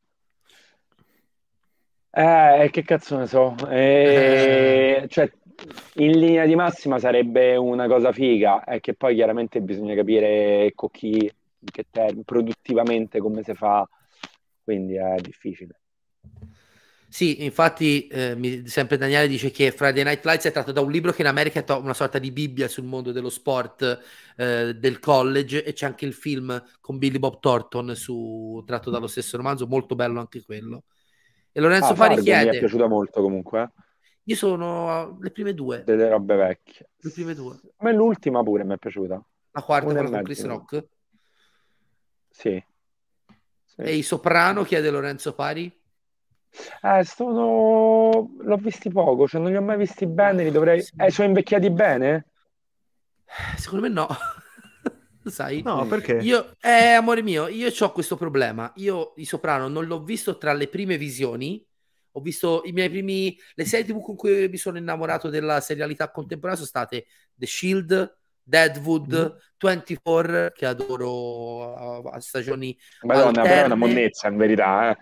S5: Eh, che cazzo ne so. Eh, cioè, in linea di massima sarebbe una cosa figa, è che poi chiaramente bisogna capire con chi, in che termini, produttivamente come si fa, quindi è difficile.
S3: Sì, infatti eh, mi, sempre Daniele dice che Friday Night Lights è tratto da un libro che in America è una sorta di Bibbia sul mondo dello sport eh, del college, e c'è anche il film con Billy Bob Thornton su, tratto dallo stesso romanzo, molto bello anche quello. E Lorenzo
S5: ah,
S3: Pari
S5: Fargo
S3: chiede...
S5: mi è piaciuta molto comunque. Eh?
S3: Io sono le prime due.
S5: Delle robe vecchie.
S3: Le prime due.
S5: A me l'ultima pure mi è piaciuta.
S3: La quarta,
S5: Una
S3: quella con Chris Rock?
S5: Sì. sì.
S3: E i Soprano, chiede Lorenzo Pari?
S5: Eh, sono... L'ho visti poco, cioè non li ho mai visti bene, li dovrei... Sì. Eh, sono invecchiati bene?
S3: Secondo me no. Sai?
S4: No, perché?
S3: Io, eh, amore mio, io ho questo problema. Io i Soprano non l'ho visto tra le prime visioni. Ho visto i miei primi... Le serie tivù con cui mi sono innamorato della serialità contemporanea sono state The Shield, Deadwood, mm. ventiquattro, che adoro a, a stagioni
S5: Madonna,
S3: alterne.
S5: però è una monnezza in verità, eh.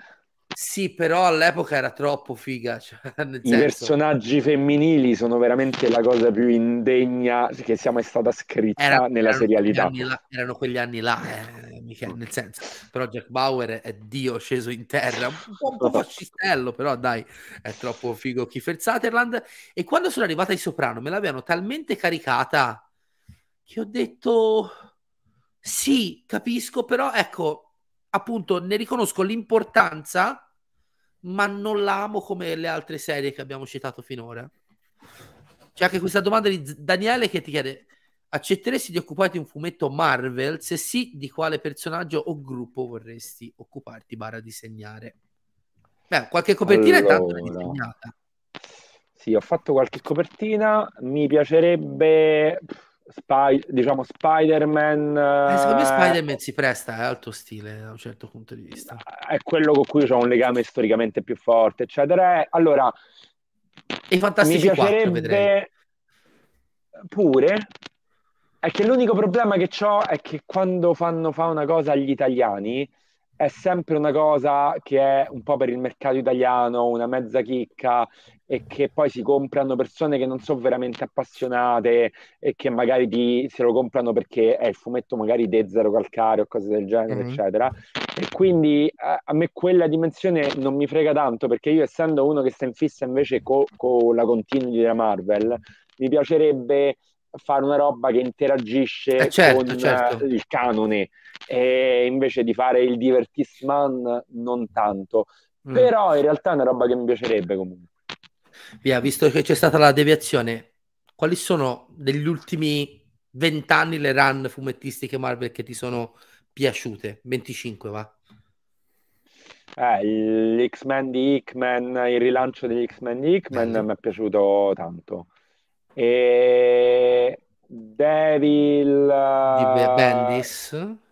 S3: Sì, però all'epoca era troppo figa. Cioè, nel
S5: I
S3: senso...
S5: personaggi femminili sono veramente la cosa più indegna che sia mai stata scritta
S3: Era,
S5: nella
S3: erano, quegli
S5: serialità.
S3: anni là, erano quegli anni là, eh, Michele, nel senso, però Jack Bauer è Dio sceso in terra, un po', un po' fascistello, però dai, è troppo figo Kiefer Sutherland. E quando sono arrivata ai Soprano me l'avevano talmente caricata che ho detto sì, capisco, però ecco, appunto, ne riconosco l'importanza, ma non la amo come le altre serie che abbiamo citato finora. C'è anche questa domanda di Daniele che ti chiede: accetteresti di occuparti di un fumetto Marvel? Se sì, di quale personaggio o gruppo vorresti occuparti barra disegnare? Beh, qualche copertina intanto l'hai
S5: Allora,
S3: disegnata.
S5: sì, ho fatto qualche copertina, mi piacerebbe, Spy- diciamo, Spider-Man,
S3: Eh, secondo me
S5: eh,
S3: Spider-Man si presta, è alto stile da un certo punto di vista.
S5: è quello con cui ho un legame storicamente più forte, eccetera. Allora,
S3: E i
S5: mi
S3: Fantastici quattro vedrei.
S5: piacerebbe pure, è che l'unico problema che ho è che quando fanno fa una cosa agli italiani è sempre una cosa che è un po' per il mercato italiano, una mezza chicca, e che poi si comprano persone che non sono veramente appassionate e che magari ti- se lo comprano perché è il fumetto magari de Zero Calcare o cose del genere,
S3: Mhm.
S5: eccetera. E quindi eh, a me quella dimensione non mi frega tanto, perché io, essendo uno che sta in fissa invece con la continuity della Marvel, mi piacerebbe fare una roba che
S3: Eh,
S5: interagisce
S3: certo,
S5: con eh,
S3: certo.
S5: il canone, e invece di fare il divertissement non tanto.
S3: Mm.
S5: Però in realtà è una roba che mi piacerebbe comunque.
S3: Via, visto che c'è stata la deviazione, quali sono degli ultimi vent'anni le run fumettistiche Marvel che ti sono piaciute? venticinque, va?
S5: Eh, l'X-Men di Hickman, il rilancio degli X-Men di Hickman
S3: Bello.
S5: mi è piaciuto tanto. E Devil,
S3: Di Be-
S5: eh,
S3: Bendis.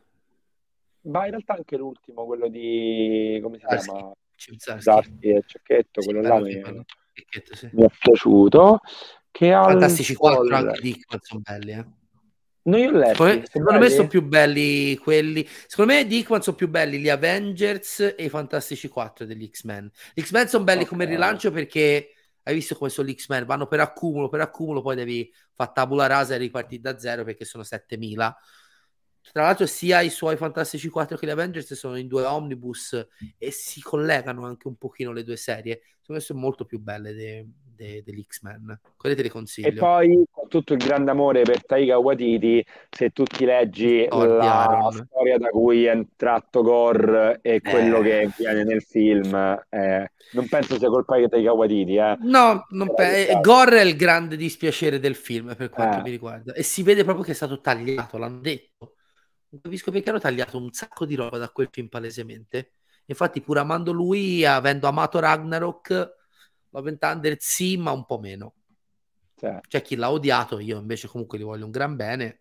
S5: ma in realtà anche l'ultimo, quello di, come si
S3: Zarsky.
S5: chiama?
S3: Chip Zarsky.
S5: Zarchi e Cecchetto,
S3: Sì,
S5: quello là
S3: bello
S5: mi,
S3: anche quello. Checchetto, sì.
S5: mi è piaciuto. Che
S3: Fantastici
S5: altro?
S3: quattro anche di Hickman sono belli, eh.
S5: Non li ho
S3: Secondo
S5: letti,
S3: me,
S5: sono
S3: secondo me sono
S5: belli?
S3: più belli quelli. Secondo me di Hickman sono più belli gli Avengers e i Fantastici quattro degli X-Men. Gli X-Men sono belli
S5: Ok.
S3: come rilancio perché hai visto come sono gli X-Men, vanno per accumulo, per accumulo, poi devi fare tabula rasa e ripartire da zero perché sono settemila. Tra l'altro sia i suoi Fantastici quattro che gli Avengers sono in due omnibus e si collegano anche un pochino le due serie. Secondo me sono molto più belle de- de- degli X-Men. Quelle te le
S5: E
S3: consiglio.
S5: poi, con tutto il grande amore per Taika Waititi, se tu ti leggi
S3: Thor di
S5: la
S3: Aaron.
S5: storia da cui è tratto Gore e quello
S3: Eh.
S5: che viene nel film, eh, non penso sia colpa di Taika Waititi, eh.
S3: No, non
S5: Però che
S3: pe- eh,
S5: cazzo.
S3: Gore è il grande dispiacere del film per quanto
S5: Eh,
S3: mi riguarda e si vede proprio che è stato tagliato, l'hanno detto. Non capisco perché hanno tagliato un sacco di roba da quel film palesemente. Infatti, pur amando lui, avendo amato Ragnarok, Love and Thunder sì, ma un po' meno.
S5: cioè,
S3: C'è chi l'ha odiato, io invece comunque gli voglio un gran bene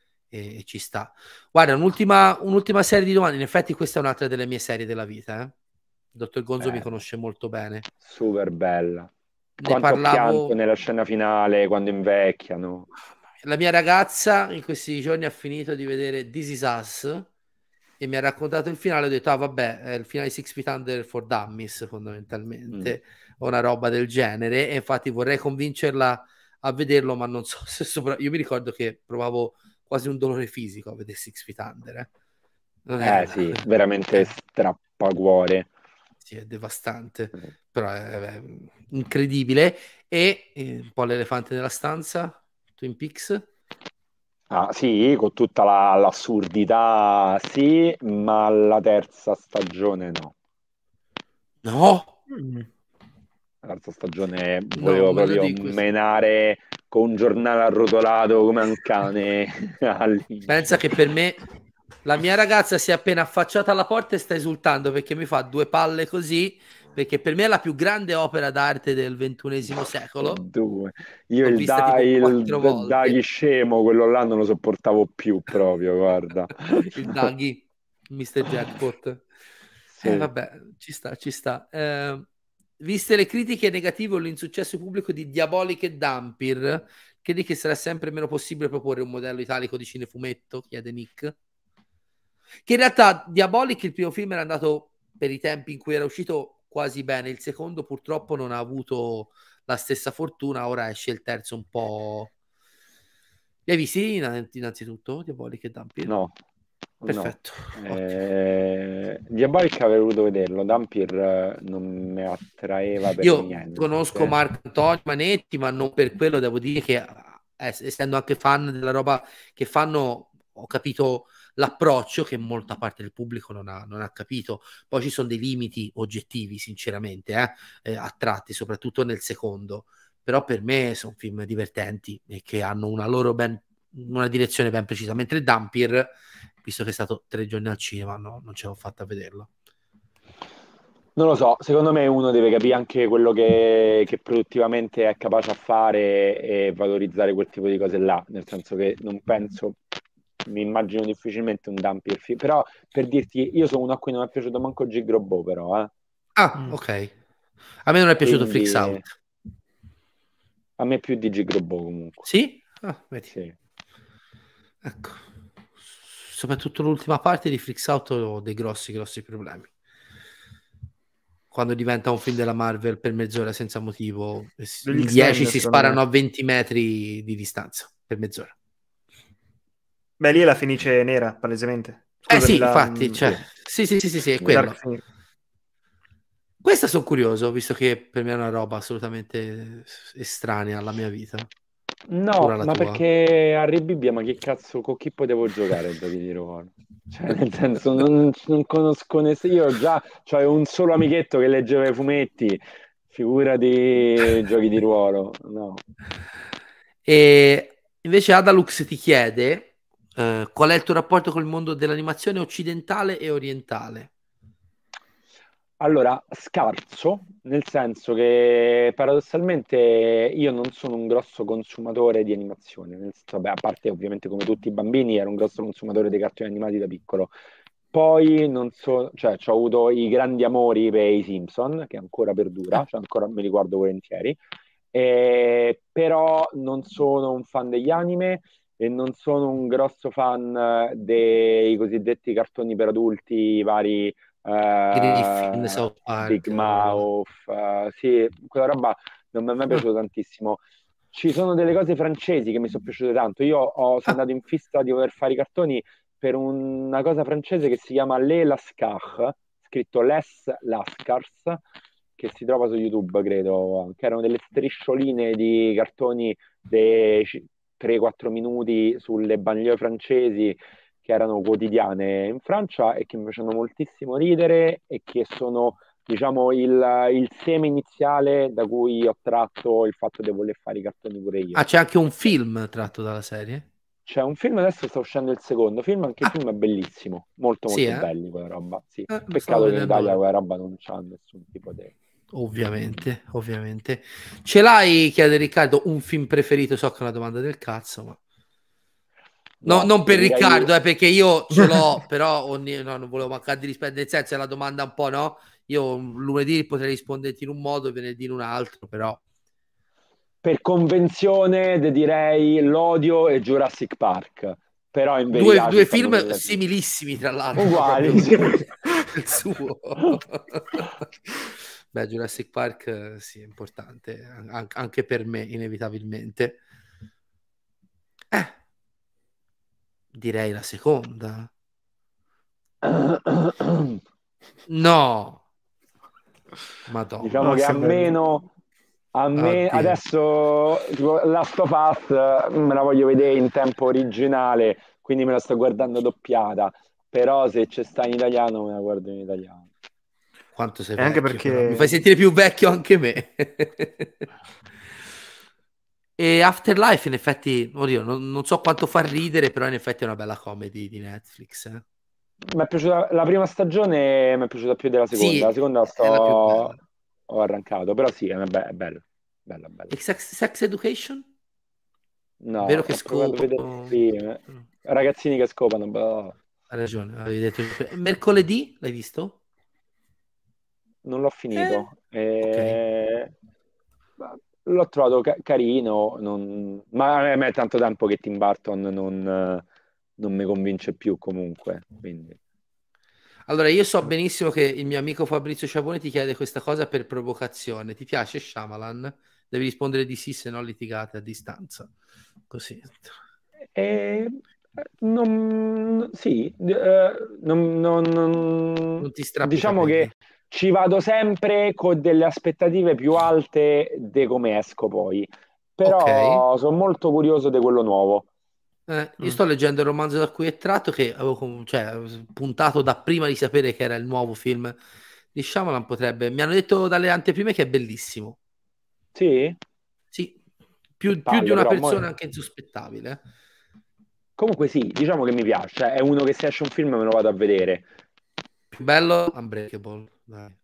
S3: e, e ci sta. Guarda, un'ultima, un'ultima serie di domande. In effetti questa è un'altra delle mie serie della vita, eh. Il dottor Gonzo mi
S5: bella,
S3: conosce molto bene.
S5: super bella.
S3: Ne
S5: Quanto ho pianto
S3: parlavo.
S5: nella scena finale quando invecchiano.
S3: La mia ragazza in questi giorni ha finito di vedere This Is Us e mi ha raccontato il finale. Ho detto, ah vabbè, è il finale di Six Feet Under for Dummies
S5: Mm.
S3: fondamentalmente, o una roba del genere. E infatti vorrei convincerla a vederlo, ma non so se sopra... Io mi ricordo che provavo quasi un dolore fisico a vedere Six Feet Under. Eh. Non è
S5: Eh
S3: una...
S5: sì, veramente
S3: eh,
S5: strappacuore.
S3: sì, è devastante, però è, è incredibile. E eh, un po' l'elefante nella stanza, Twin Peaks.
S5: Ah, sì, con tutta la- l'assurdità, sì, ma la terza stagione no.
S3: No, mm.
S5: La terza stagione
S3: No,
S5: volevo
S3: me lo
S5: proprio
S3: dico.
S5: menare con un giornale arrotolato come un cane
S3: Pensa
S5: all'inizio.
S3: che per me la mia ragazza si è appena affacciata alla porta e sta esultando perché mi fa due palle così, perché per me è la più grande opera d'arte del ventunesimo secolo.
S5: Due. Io
S3: L'ho
S5: il,
S3: vista
S5: da,
S3: tipo
S5: il
S3: quattro
S5: D- Daghi
S3: volte.
S5: scemo, quello là non lo sopportavo più proprio, guarda.
S3: Il Daghi, mister Jackpot. Eh,
S5: Sì.
S3: vabbè, ci sta, ci sta. Eh, viste le critiche negative o l'insuccesso pubblico di Diabolic e Dampir, credi che sarà sempre meno possibile proporre un modello italico di cinefumetto? Chiede Nick. Che in realtà Diabolic, il primo film, era andato per i tempi in cui era uscito quasi bene. Il secondo purtroppo non ha avuto la stessa fortuna, ora esce il terzo un po'... Li hai visti innanzitutto, Diabolic e Dhampir?
S5: No.
S3: Perfetto.
S5: No. Eh, Diabolic avrei voluto vederlo, Dhampir non mi attraeva per
S3: Io
S5: niente.
S3: conosco Marco Antonio Manetti, ma non per quello, devo dire che eh, essendo anche fan della roba che fanno, ho capito l'approccio che molta parte del pubblico non ha, non ha capito. Poi ci sono dei limiti oggettivi, sinceramente, eh, eh, a tratti, soprattutto nel secondo. Però per me sono film divertenti e che hanno una loro ben, una direzione ben precisa. Mentre Dhampir, visto che è stato tre giorni al cinema, no, non ce l'ho fatta a vederlo.
S5: Non lo so, secondo me uno deve capire anche quello che, che produttivamente è capace a fare e valorizzare quel tipo di cose là, nel senso che non penso, mi immagino difficilmente un Dhampir film, però per dirti, io sono uno a cui non è piaciuto manco G. Grobot, però, eh.
S3: Ah, ok. A me non è piaciuto
S5: Quindi,
S3: Freaks Out.
S5: A me più di G. Grobot comunque.
S3: Sì? Ah, vedi.
S5: Sì.
S3: Ecco. Soprattutto l'ultima parte di Freaks Out ho dei grossi, grossi problemi. Quando diventa un film della Marvel per mezz'ora senza motivo, in dieci si sparano me. a venti metri di distanza per mezz'ora.
S4: Beh, lì è la Fenice nera, palesemente.
S3: Scusami, eh sì, la... infatti, cioè, sì, sì, sì, sì, sì, è quello. Questa sono curioso, visto che per me è una roba assolutamente estranea alla mia vita.
S5: No, ma tua. Perché a Rebibbia, ma che cazzo, con chi potevo giocare a giochi di ruolo? Cioè, nel senso, non, non conosco nessuno. Io già c'ho un solo amichetto che leggeva i fumetti, figurati giochi di ruolo, no.
S3: E invece Adalux ti chiede uh, qual è il tuo rapporto col mondo dell'animazione occidentale e orientale?
S5: Allora, scarso, nel senso che paradossalmente io non sono un grosso consumatore di animazione, nel senso, beh, a parte ovviamente come tutti i bambini ero un grosso consumatore dei cartoni animati da piccolo. Poi non so, cioè ho avuto i grandi amori per i Simpson, che ancora perdura, cioè ancora me li guardo volentieri, eh, però non sono un fan degli anime e non sono un grosso fan dei cosiddetti cartoni per adulti vari. Uh,
S3: Griffin, South Park,
S5: Big Mouth, uh, sì, quella roba non mi è mai piaciuto tantissimo. Ci sono delle cose francesi che mi sono piaciute tanto. Io ho, sono andato in fissa di voler fare i cartoni per una cosa francese che si chiama Les Lascars, scritto Les Lascars, che si trova su YouTube, credo, che erano delle striscioline di cartoni dei tre quattro minuti sulle banlieue francesi che erano quotidiane in Francia e che mi facevano moltissimo ridere e che sono, diciamo, il, il seme iniziale da cui ho tratto il fatto di voler fare i cartoni pure io.
S3: Ah, c'è anche un film tratto dalla serie?
S5: C'è un film, adesso sta uscendo il secondo film, anche ah. il film è bellissimo, molto molto sì, eh? belli quella roba, sì. Eh, Peccato che in Italia quella roba non c'ha nessun tipo di...
S3: Ovviamente, ovviamente. Ce l'hai, chiede Riccardo, un film preferito? So che è una domanda del cazzo, ma... No, no, non per Riccardo, io... eh, perché io ce l'ho, però ogni... no, non volevo mancare di rispetto, nel senso è la domanda un po', no? Io lunedì potrei risponderti in un modo e venerdì in un altro, però...
S5: Per convenzione direi L'Odio e Jurassic Park, però in verità...
S3: Due, due film nelle... similissimi, tra l'altro.
S5: Uguali.
S3: Il suo. Beh, Jurassic Park sì, è importante, anche per me, inevitabilmente. Eh. Direi la seconda. No. Madonna.
S5: Diciamo no, che almeno a me Oddio. Adesso tipo, Last of Us me la voglio vedere in tempo originale, quindi me la sto guardando doppiata, però se c'è sta in italiano me la guardo in italiano.
S3: Quanto sei
S4: vecchio, anche perché
S3: però. Mi fai sentire più vecchio anche me. E Afterlife in effetti, oddio, non, non so quanto fa ridere, però in effetti è una bella comedy di Netflix. Eh.
S5: Mi è piaciuta la prima stagione, mi è piaciuta più della seconda. Sì, la seconda la sto... la ho arrancato, però sì, è, be- è bella, bella, bella.
S3: E sex, sex Education?
S5: No,
S3: vero che scopano.
S5: Ragazzini che scopano. Boh.
S3: Hai ragione, avevi detto. Mercoledì l'hai visto?
S5: Non l'ho finito.
S3: Eh,
S5: e... okay. L'ho trovato ca- carino, non... ma a me è tanto tempo che Tim Burton non, non mi convince più comunque. Quindi.
S3: Allora, io so benissimo che il mio amico Fabrizio Sciavone ti chiede questa cosa per provocazione. Ti piace Shyamalan? Devi rispondere di sì, se no litigate a distanza. Così.
S5: E, non, sì, eh, non, non, non-
S3: Non ti strappi i
S5: diciamo
S3: capelli.
S5: che ci vado sempre con delle aspettative più alte di come esco poi, però sono molto curioso di quello nuovo.
S3: Eh, io
S4: Mm.
S3: sto leggendo il romanzo da cui è tratto, che avevo com- cioè, puntato da prima di sapere che era il nuovo film di Shyamalan. Potrebbe, mi hanno detto dalle anteprime che è bellissimo.
S5: Sì?
S3: Sì,
S5: Che
S3: più, più di
S5: palle,
S3: una
S5: però, mo-
S3: persona anche insospettabile.
S5: comunque sì, diciamo che mi piace, cioè, è uno che se esce un film me lo vado a vedere.
S3: Più bello Unbreakable, dai.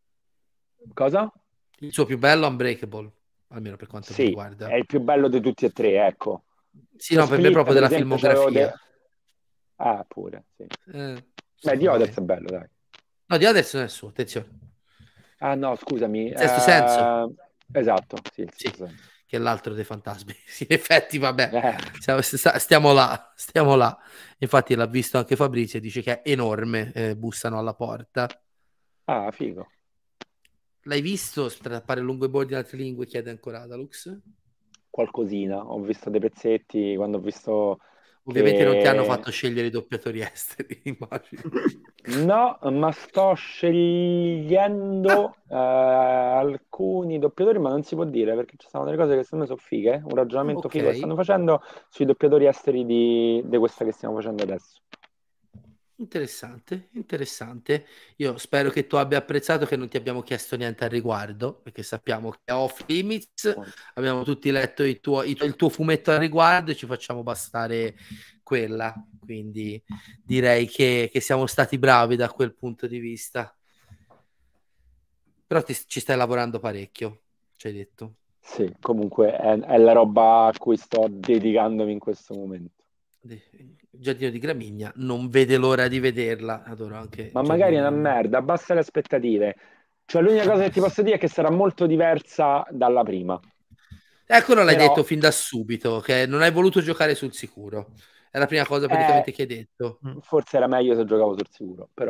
S5: Cosa?
S3: Il suo più bello Unbreakable, almeno per quanto mi
S5: Sì,
S3: riguarda.
S5: è il più bello di tutti e tre, ecco.
S3: Sì,
S5: Cioè,
S3: no, per me
S5: Split,
S3: proprio
S5: per
S3: della
S5: esempio, c'avevo de-
S3: filmografia.
S5: Ah, pure, sì.
S3: Eh,
S5: Beh, The
S3: secondo
S5: Others
S3: me.
S5: è bello, dai.
S3: No, di adesso non è il suo, attenzione.
S5: Ah, no, scusami.
S3: Il sesto senso.
S5: eh, Esatto, sì, il
S3: Sì,
S5: sesto senso.
S3: che è l'altro dei fantasmi. Sì, in effetti, vabbè,
S5: Eh,
S3: stiamo, sta- stiamo là, stiamo là. Infatti l'ha visto anche Fabrizio e dice che è enorme, eh, bussano alla porta.
S5: Ah, figo.
S3: L'hai visto strappare lungo i bordi in altre lingue? Chiede ancora Adalux.
S5: Qualcosina. Ho visto dei pezzetti quando ho visto
S3: Ovviamente non ti hanno
S5: che...
S3: fatto scegliere i doppiatori esteri, immagino.
S5: No, ma sto scegliendo eh, alcuni doppiatori, ma non si può dire perché ci sono delle cose che secondo me sono fighe. Un ragionamento figo che
S3: Ok,
S5: stanno facendo sui doppiatori esteri di, di questa che stiamo facendo adesso.
S3: interessante, interessante. Io spero che tu abbia apprezzato che non ti abbiamo chiesto niente al riguardo, perché sappiamo che è off limits, abbiamo tutti letto il tuo, il tuo- il tuo fumetto al riguardo e ci facciamo bastare quella. Quindi direi che, che siamo stati bravi da quel punto di vista. Però ti- ci stai lavorando parecchio, ci hai detto.
S5: Sì, comunque è, è la roba a cui sto dedicandomi in questo momento.
S3: Giardino di Gramigna, non vede l'ora di vederla. Adoro anche
S5: Ma
S3: Giardino
S5: magari
S3: di
S5: è una
S3: Gramigna.
S5: merda, abbassa le aspettative. Cioè, l'unica cosa che ti posso dire è che sarà molto diversa dalla prima.
S3: Ecco, l'hai
S5: Però
S3: detto fin da subito, che non hai voluto giocare sul sicuro. È la prima cosa
S5: è-
S3: praticamente che hai detto.
S5: forse era meglio se giocavo sul sicuro, però.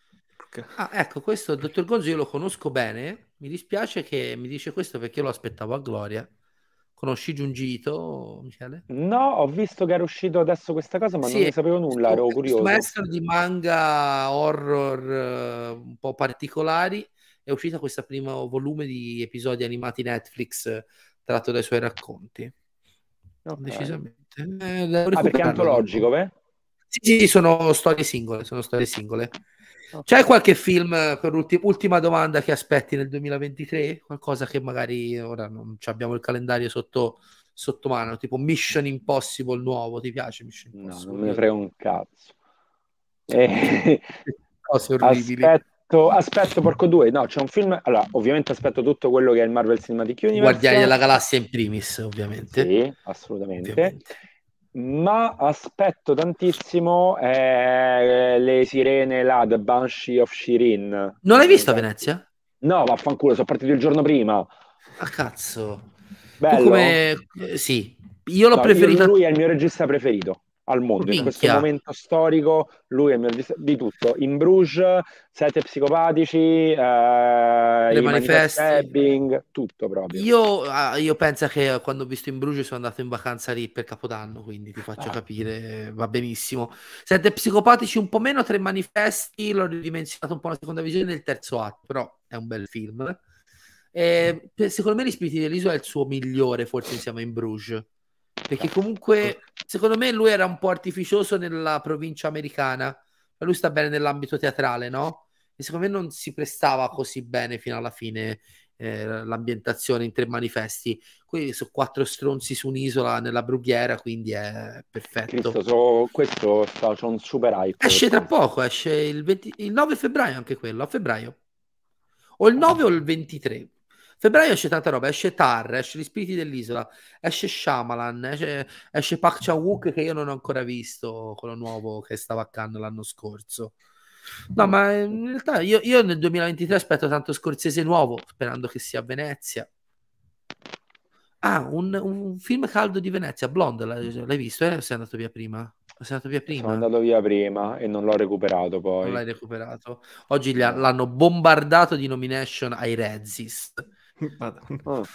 S3: Ah, ecco, questo dottor Gonzo io lo conosco bene. Mi dispiace che mi dice questo perché io lo aspettavo a Gloria. Conosci Giungito, Michele?
S5: No, ho visto che era uscito adesso questa cosa, ma non
S3: Sì,
S5: ne
S3: è
S5: sapevo nulla,
S3: questo,
S5: ero
S3: è questo
S5: curioso.
S3: maestro di manga horror eh, un po' particolari. È uscito questo primo volume di episodi animati Netflix eh, tratto dai suoi racconti.
S5: Ok.
S3: Decisamente. Eh, devo
S5: Ah, perché è
S3: recuperarlo
S5: antologico,
S3: dopo.
S5: beh?
S3: Sì, sì, sono storie singole, sono storie singole. C'è
S5: Ok.
S3: qualche film eh, per ulti- ultima domanda che aspetti nel duemilaventitré? Qualcosa che magari ora non ci abbiamo il calendario sotto, sotto mano, tipo Mission Impossible nuovo, ti piace Mission
S5: No, non
S3: Impossible?
S5: me ne
S3: Io
S5: frega
S3: adoro.
S5: un cazzo.
S3: Cioè,
S5: Eh,
S3: cose orribili.
S5: aspetto, aspetto Porco due. No, c'è un film. Allora, ovviamente aspetto tutto quello che è il Marvel Cinematic
S3: Guardiani
S5: Universe.
S3: della Galassia in primis, ovviamente.
S5: Sì, assolutamente.
S3: Ovviamente.
S5: Ma aspetto tantissimo eh, le sirene là, The Banshee of Shirin.
S3: Non l'hai
S5: Non
S3: visto a
S5: sai-
S3: Venezia?
S5: No, vaffanculo, sono partito il giorno prima.
S3: Ah, cazzo. Tu
S5: Bello?
S3: come... eh, sì, io l'ho
S5: No, io-
S3: preferita...
S5: lui è il mio regista preferito al mondo, in questo
S3: Minchia.
S5: momento storico, lui è il mio regista di tutto. In Bruges, Sette Psicopatici, eh,
S3: Tre
S5: i Manifest
S3: manifesti.
S5: Stabbing, tutto proprio.
S3: Io, ah, io penso che quando ho visto in Bruges sono andato in vacanza lì per Capodanno, quindi ti faccio
S5: Ah,
S3: capire, va benissimo. Sette psicopatici un po' meno, tre manifesti, l'ho ridimensionato un po' la seconda visione del terzo atto, però è un bel film. E, per- secondo me Gli Spiriti dell'Isola è il suo migliore, forse insieme a In Bruges, perché comunque secondo me lui era un po' artificioso nella provincia americana, ma lui sta bene nell'ambito teatrale, no? E secondo me non si prestava così bene fino alla fine eh, l'ambientazione in Tre manifesti. Qui sono quattro stronzi su un'isola nella brughiera, quindi è perfetto.
S5: Cristo, so- questo sta, c'ho un super hype.
S3: Esce tra
S5: per questo.
S3: poco, esce il, venti il nove febbraio anche quello, a febbraio. O il nove o il ventitré. Febbraio esce tanta roba, esce Tar, esce Gli Spiriti dell'Isola, esce Shyamalan, esce, esce Park Chan-wook che io non ho ancora visto, quello nuovo che stava a Cannes l'anno scorso. No, ma in realtà io, io nel duemilaventitré aspetto tanto Scorsese nuovo, sperando che sia a Venezia. Ah, un, un film caldo di Venezia, Blonde, l'hai, l'hai visto? Eh? Sei andato via prima. Sei andato via prima?
S5: Sono andato via prima e non l'ho recuperato poi.
S3: Non l'hai recuperato. Oggi no. l'hanno bombardato di nomination ai Razzies.
S5: Oh.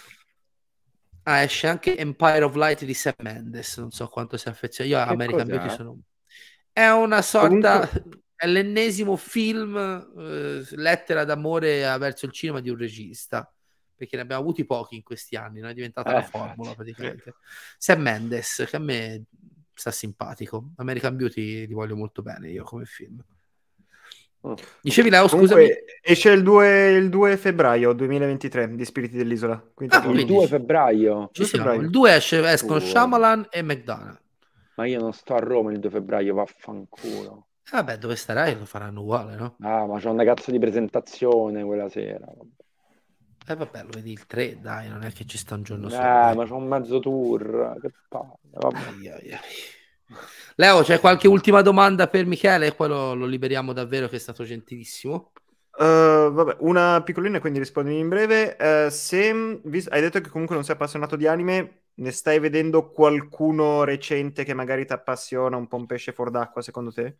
S3: Ah, esce anche Empire of Light di Sam Mendes. Non so quanto si affeziona. Io a American Beauty sono... È una sorta... Comunque... È l'ennesimo film eh, lettera d'amore verso il cinema di un regista. Perché ne abbiamo avuti pochi in questi anni. Non è diventata eh, la formula praticamente. Sam Mendes, che a me... sta simpatico. American Beauty li voglio molto bene io come film.
S5: Oh.
S3: Dicevi Leo,
S4: Comunque,
S3: scusami.
S4: Esce il due, il due febbraio duemilaventitré di Spiriti dell'Isola. Quindi
S5: ah, il due febbraio.
S3: Ci siamo. Il due esce, escono oh. Shyamalan e McDonagh.
S5: Ma io non sto a Roma il due febbraio, vaffanculo.
S3: Eh, vabbè, dove starai lo faranno uguale, no?
S5: Ah, ma c'è una cazzo di presentazione quella sera.
S3: Eh vabbè, lo vedi il tre, dai, non è che ci sta un giorno
S5: eh,
S3: solo. Eh,
S5: ma c'è un mezzo tour. Che palle,
S3: ai, ai, ai. Leo, c'è qualche ultima domanda per Michele? Poi lo, lo liberiamo davvero, che è stato gentilissimo.
S4: Uh, vabbè, una piccolina, quindi rispondi in breve. Uh, se vis- hai detto che comunque non sei appassionato di anime, ne stai vedendo qualcuno recente che magari ti appassiona, un po' un pesce fuor d'acqua, secondo te?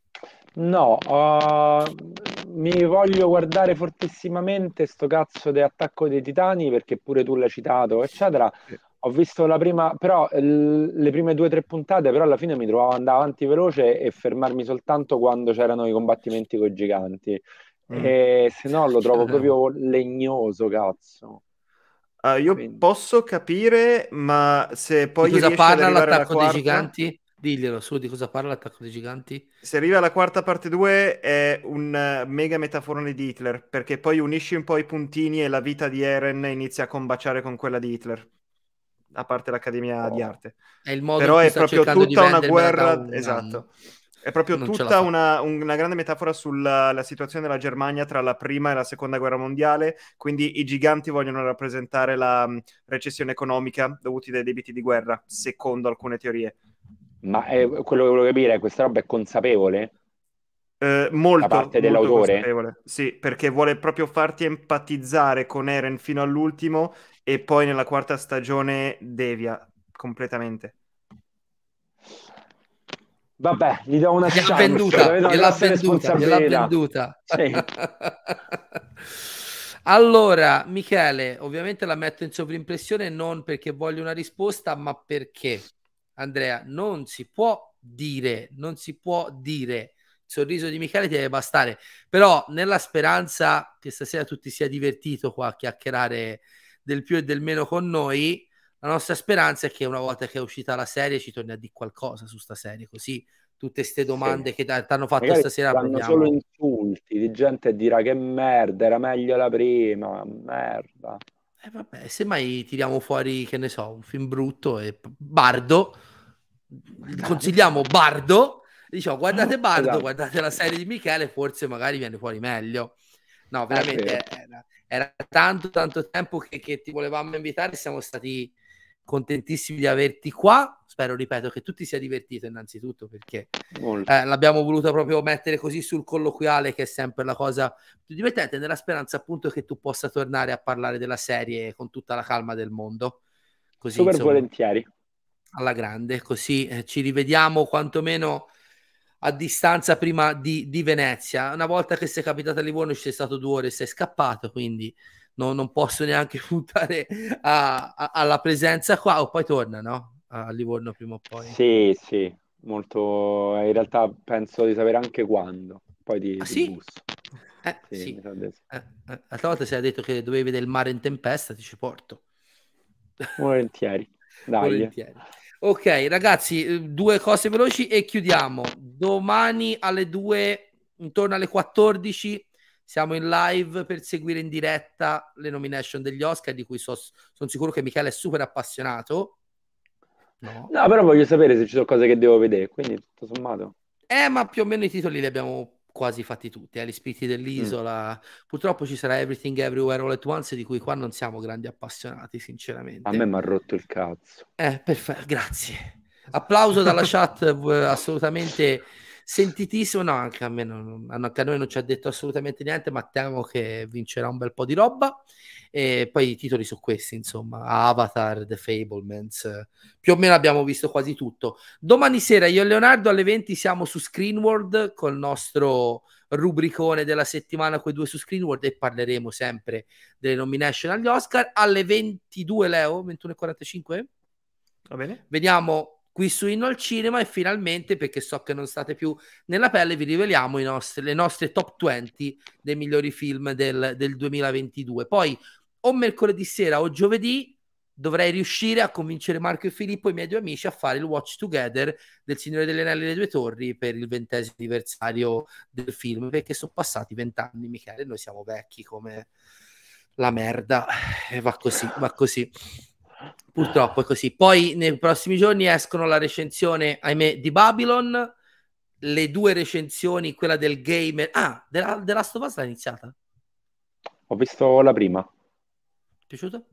S5: No, uh, mi voglio guardare fortissimamente sto cazzo di Attacco dei Titani, perché pure tu l'hai citato, eccetera. Sì. Ho visto la prima, però l- le prime due o tre puntate, però alla fine mi trovavo ad andare avanti veloce e fermarmi soltanto quando c'erano i combattimenti con i giganti. Mm. E se no lo trovo proprio legnoso, cazzo.
S4: Uh, io Quindi. posso capire, ma se poi
S3: di cosa
S4: riesci
S3: parla
S4: ad arrivare
S3: l'Attacco
S4: alla quarta...
S3: dei Giganti? Diglielo su, di cosa parla l'Attacco dei Giganti?
S4: Se arriva alla quarta parte due è un uh, mega metaforone di Hitler, perché poi unisci un po' i puntini e la vita di Eren inizia a combaciare con quella di Hitler, a parte l'Accademia oh. di Arte.
S3: È il modo
S4: Però
S3: in cui
S4: è
S3: sta
S4: proprio
S3: cercando
S4: tutta
S3: di
S4: una guerra,
S3: un
S4: esatto.
S3: Anno.
S4: È proprio
S3: Non
S4: tutta una, una grande metafora sulla la situazione della Germania tra la prima e la seconda guerra mondiale, quindi i giganti vogliono rappresentare la um, recessione economica dovuti dai debiti di guerra, secondo alcune teorie.
S5: Ma è, quello che volevo capire è questa roba è consapevole?
S4: Eh, molto,
S5: da parte
S4: molto
S5: dell'autore?
S4: consapevole. Sì, perché vuole proprio farti empatizzare con Eren fino all'ultimo e poi nella quarta stagione devia completamente.
S5: Vabbè, gli do una
S3: gliel'ha venduta, gliel'ha venduta, gliel'ha venduta.
S5: Sì.
S3: Allora, Michele, ovviamente la metto in sovrimpressione non perché voglio una risposta, ma perché, Andrea, non si può dire, non si può dire, il sorriso di Michele ti deve bastare, però nella speranza che stasera tu ti sia divertito qua a chiacchierare del più e del meno con noi, la nostra speranza è che una volta che è uscita la serie ci torni a dire qualcosa su sta serie, così tutte queste domande sì. che ti hanno fatto magari stasera
S5: hanno solo insulti di gente che dirà che merda, era meglio la prima, merda.
S3: E eh vabbè, semmai tiriamo fuori, che ne so, un film brutto e Bardo, consigliamo Bardo, diciamo guardate Bardo, esatto. Guardate la serie di Michele, forse magari viene fuori meglio. No, veramente eh, era, era tanto tanto tempo che, che ti volevamo invitare, siamo stati contentissimi di averti qua. Spero, ripeto, che tu ti sia divertito innanzitutto, perché eh, l'abbiamo voluto proprio mettere così sul colloquiale, che è sempre la cosa più divertente, nella speranza appunto che tu possa tornare a parlare della serie con tutta la calma del mondo. Così,
S5: super
S3: insomma,
S5: volentieri,
S3: alla grande, così eh, ci rivediamo quantomeno a distanza prima di, di Venezia. Una volta che sei capitato a Livorno ci sei stato due ore e sei scappato, quindi no, non posso neanche puntare a, a, alla presenza qua, o poi torna, no? A Livorno prima o poi.
S5: Sì, sì, molto. In realtà penso di sapere anche quando. Poi di,
S3: ah,
S5: di
S3: sì?
S5: bus.
S3: Eh, sì. sì. Eh, eh, l'altra volta si è detto che dovevi vedere il mare in tempesta, ti ci porto.
S5: Volentieri. Dai.
S3: Volentieri. Ok, ragazzi, due cose veloci e chiudiamo. Domani alle due, intorno alle quattordici, siamo in live per seguire in diretta le nomination degli Oscar, di cui so, sono sicuro che Michele è super appassionato. No.
S5: no, però voglio sapere se ci sono cose che devo vedere, quindi tutto sommato.
S3: Eh, ma più o meno i titoli li abbiamo quasi fatti tutti, eh? Gli Spiriti dell'Isola. Mm. Purtroppo ci sarà Everything Everywhere All at Once, di cui qua non siamo grandi appassionati, sinceramente.
S5: A me mi ha rotto il cazzo.
S3: Eh, perfetto, grazie. Applauso dalla chat, assolutamente sentitissimo. No, anche a me non, anche a noi non ci ha detto assolutamente niente, ma temo che vincerà un bel po' di roba. E poi i titoli sono questi, insomma, Avatar, The Fablemans, più o meno abbiamo visto quasi tutto. Domani sera io e Leonardo alle venti siamo su Screenworld col nostro rubricone della settimana, quei due su Screenworld, e parleremo sempre delle nomination agli Oscar. Alle ventidue, Leo, ventuno e quarantacinque?
S4: Va bene.
S3: Vediamo qui su Inno al Cinema, e finalmente, perché so che non state più nella pelle, vi riveliamo i nostri, le nostre top venti dei migliori film del, del duemilaventidue. Poi o mercoledì sera o giovedì dovrei riuscire a convincere Marco e Filippo, i miei due amici, a fare il watch together del Signore degli Anelli e le Due Torri per il ventesimo anniversario del film, perché sono passati vent'anni, Michele, noi siamo vecchi come la merda, e va così, va così. Purtroppo è così. Poi nei prossimi giorni escono la recensione, ahimè, di Babylon, le due recensioni, quella del gamer. Ah, della, The Last of Us l'ha iniziata?
S5: Ho visto la prima.
S3: Piaciuto?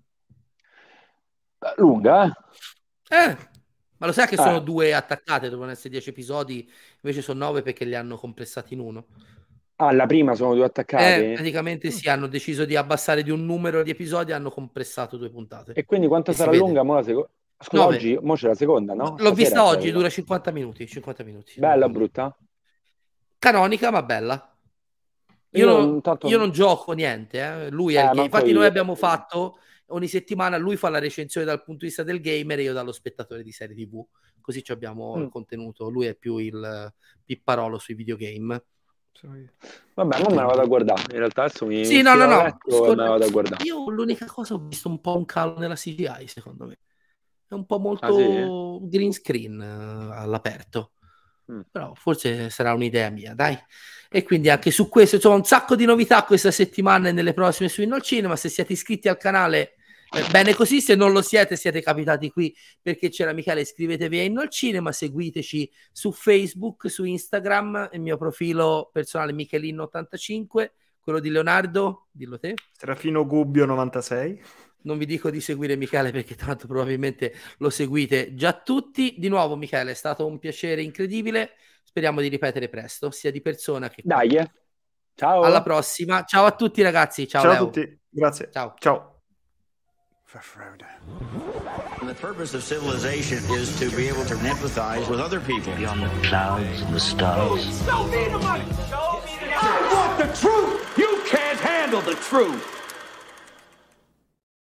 S5: Lunga, eh?
S3: Eh, ma lo sai che sono
S5: eh.
S3: due attaccate, devono essere dieci episodi, invece sono nove perché li hanno compressati in uno.
S5: Ah, la prima sono due attaccate?
S3: Eh, praticamente sì, hanno deciso di abbassare di un numero di episodi, hanno compressato due puntate.
S5: E quindi quanto
S3: E
S5: sarà lunga? Mo la seco... Scusa,
S3: Nove.
S5: oggi mo c'è la seconda, no?
S3: L'ho
S5: Stasera
S3: vista oggi,
S5: arriva.
S3: dura cinquanta minuti, cinquanta minuti.
S5: Bella o brutta?
S3: Canonica, ma bella. Io,
S5: Io
S3: non,
S5: tanto-
S3: io non gioco niente, eh. Lui è
S5: Eh,
S3: il game.
S5: manco
S3: Infatti noi
S5: io.
S3: abbiamo fatto ogni settimana, lui fa la recensione dal punto di vista del gamer e io dallo spettatore di serie tivù, così ci abbiamo
S5: Mm.
S3: il contenuto. Lui è più il pipparolo sui videogame.
S5: Vabbè, mo me la vado a guardare. In realtà adesso mi
S3: Sì, no, no,
S5: mi
S3: no.
S5: letto e me la vado a guardare.
S3: Io l'unica cosa, ho visto un po' un calo nella C G I, secondo me. È un po' molto
S5: Ah,
S3: green screen eh, all'aperto.
S5: Mm.
S3: Però forse sarà un'idea mia, dai. E quindi anche su questo, insomma, un sacco di novità questa settimana e nelle prossime su Inno al Cinema. Se siete iscritti al canale, eh, bene così. Se non lo siete, siete capitati qui perché c'era Michele. Iscrivetevi a Inno al Cinema, seguiteci su Facebook, su Instagram, il mio profilo personale Michelino ottantacinque, quello di Leonardo, dillo te.
S4: Serafino Gubbio novantasei.
S3: Non vi dico di seguire Michele perché tanto probabilmente lo seguite già tutti. Di nuovo, Michele, è stato un piacere incredibile. Speriamo di ripetere presto, sia di persona che...
S5: Dai, eh. Ciao.
S3: Alla prossima. Ciao a tutti ragazzi. Ciao,
S4: Ciao a
S3: Leo.
S4: tutti, grazie.
S3: Ciao.
S4: Ciao.
S2: For Frodo.
S1: The purpose of civilization is to be able to empathize with other people.
S2: Beyond the clouds and the stars.
S6: Show me the money! Show me the money! I want the truth! You can't handle the truth!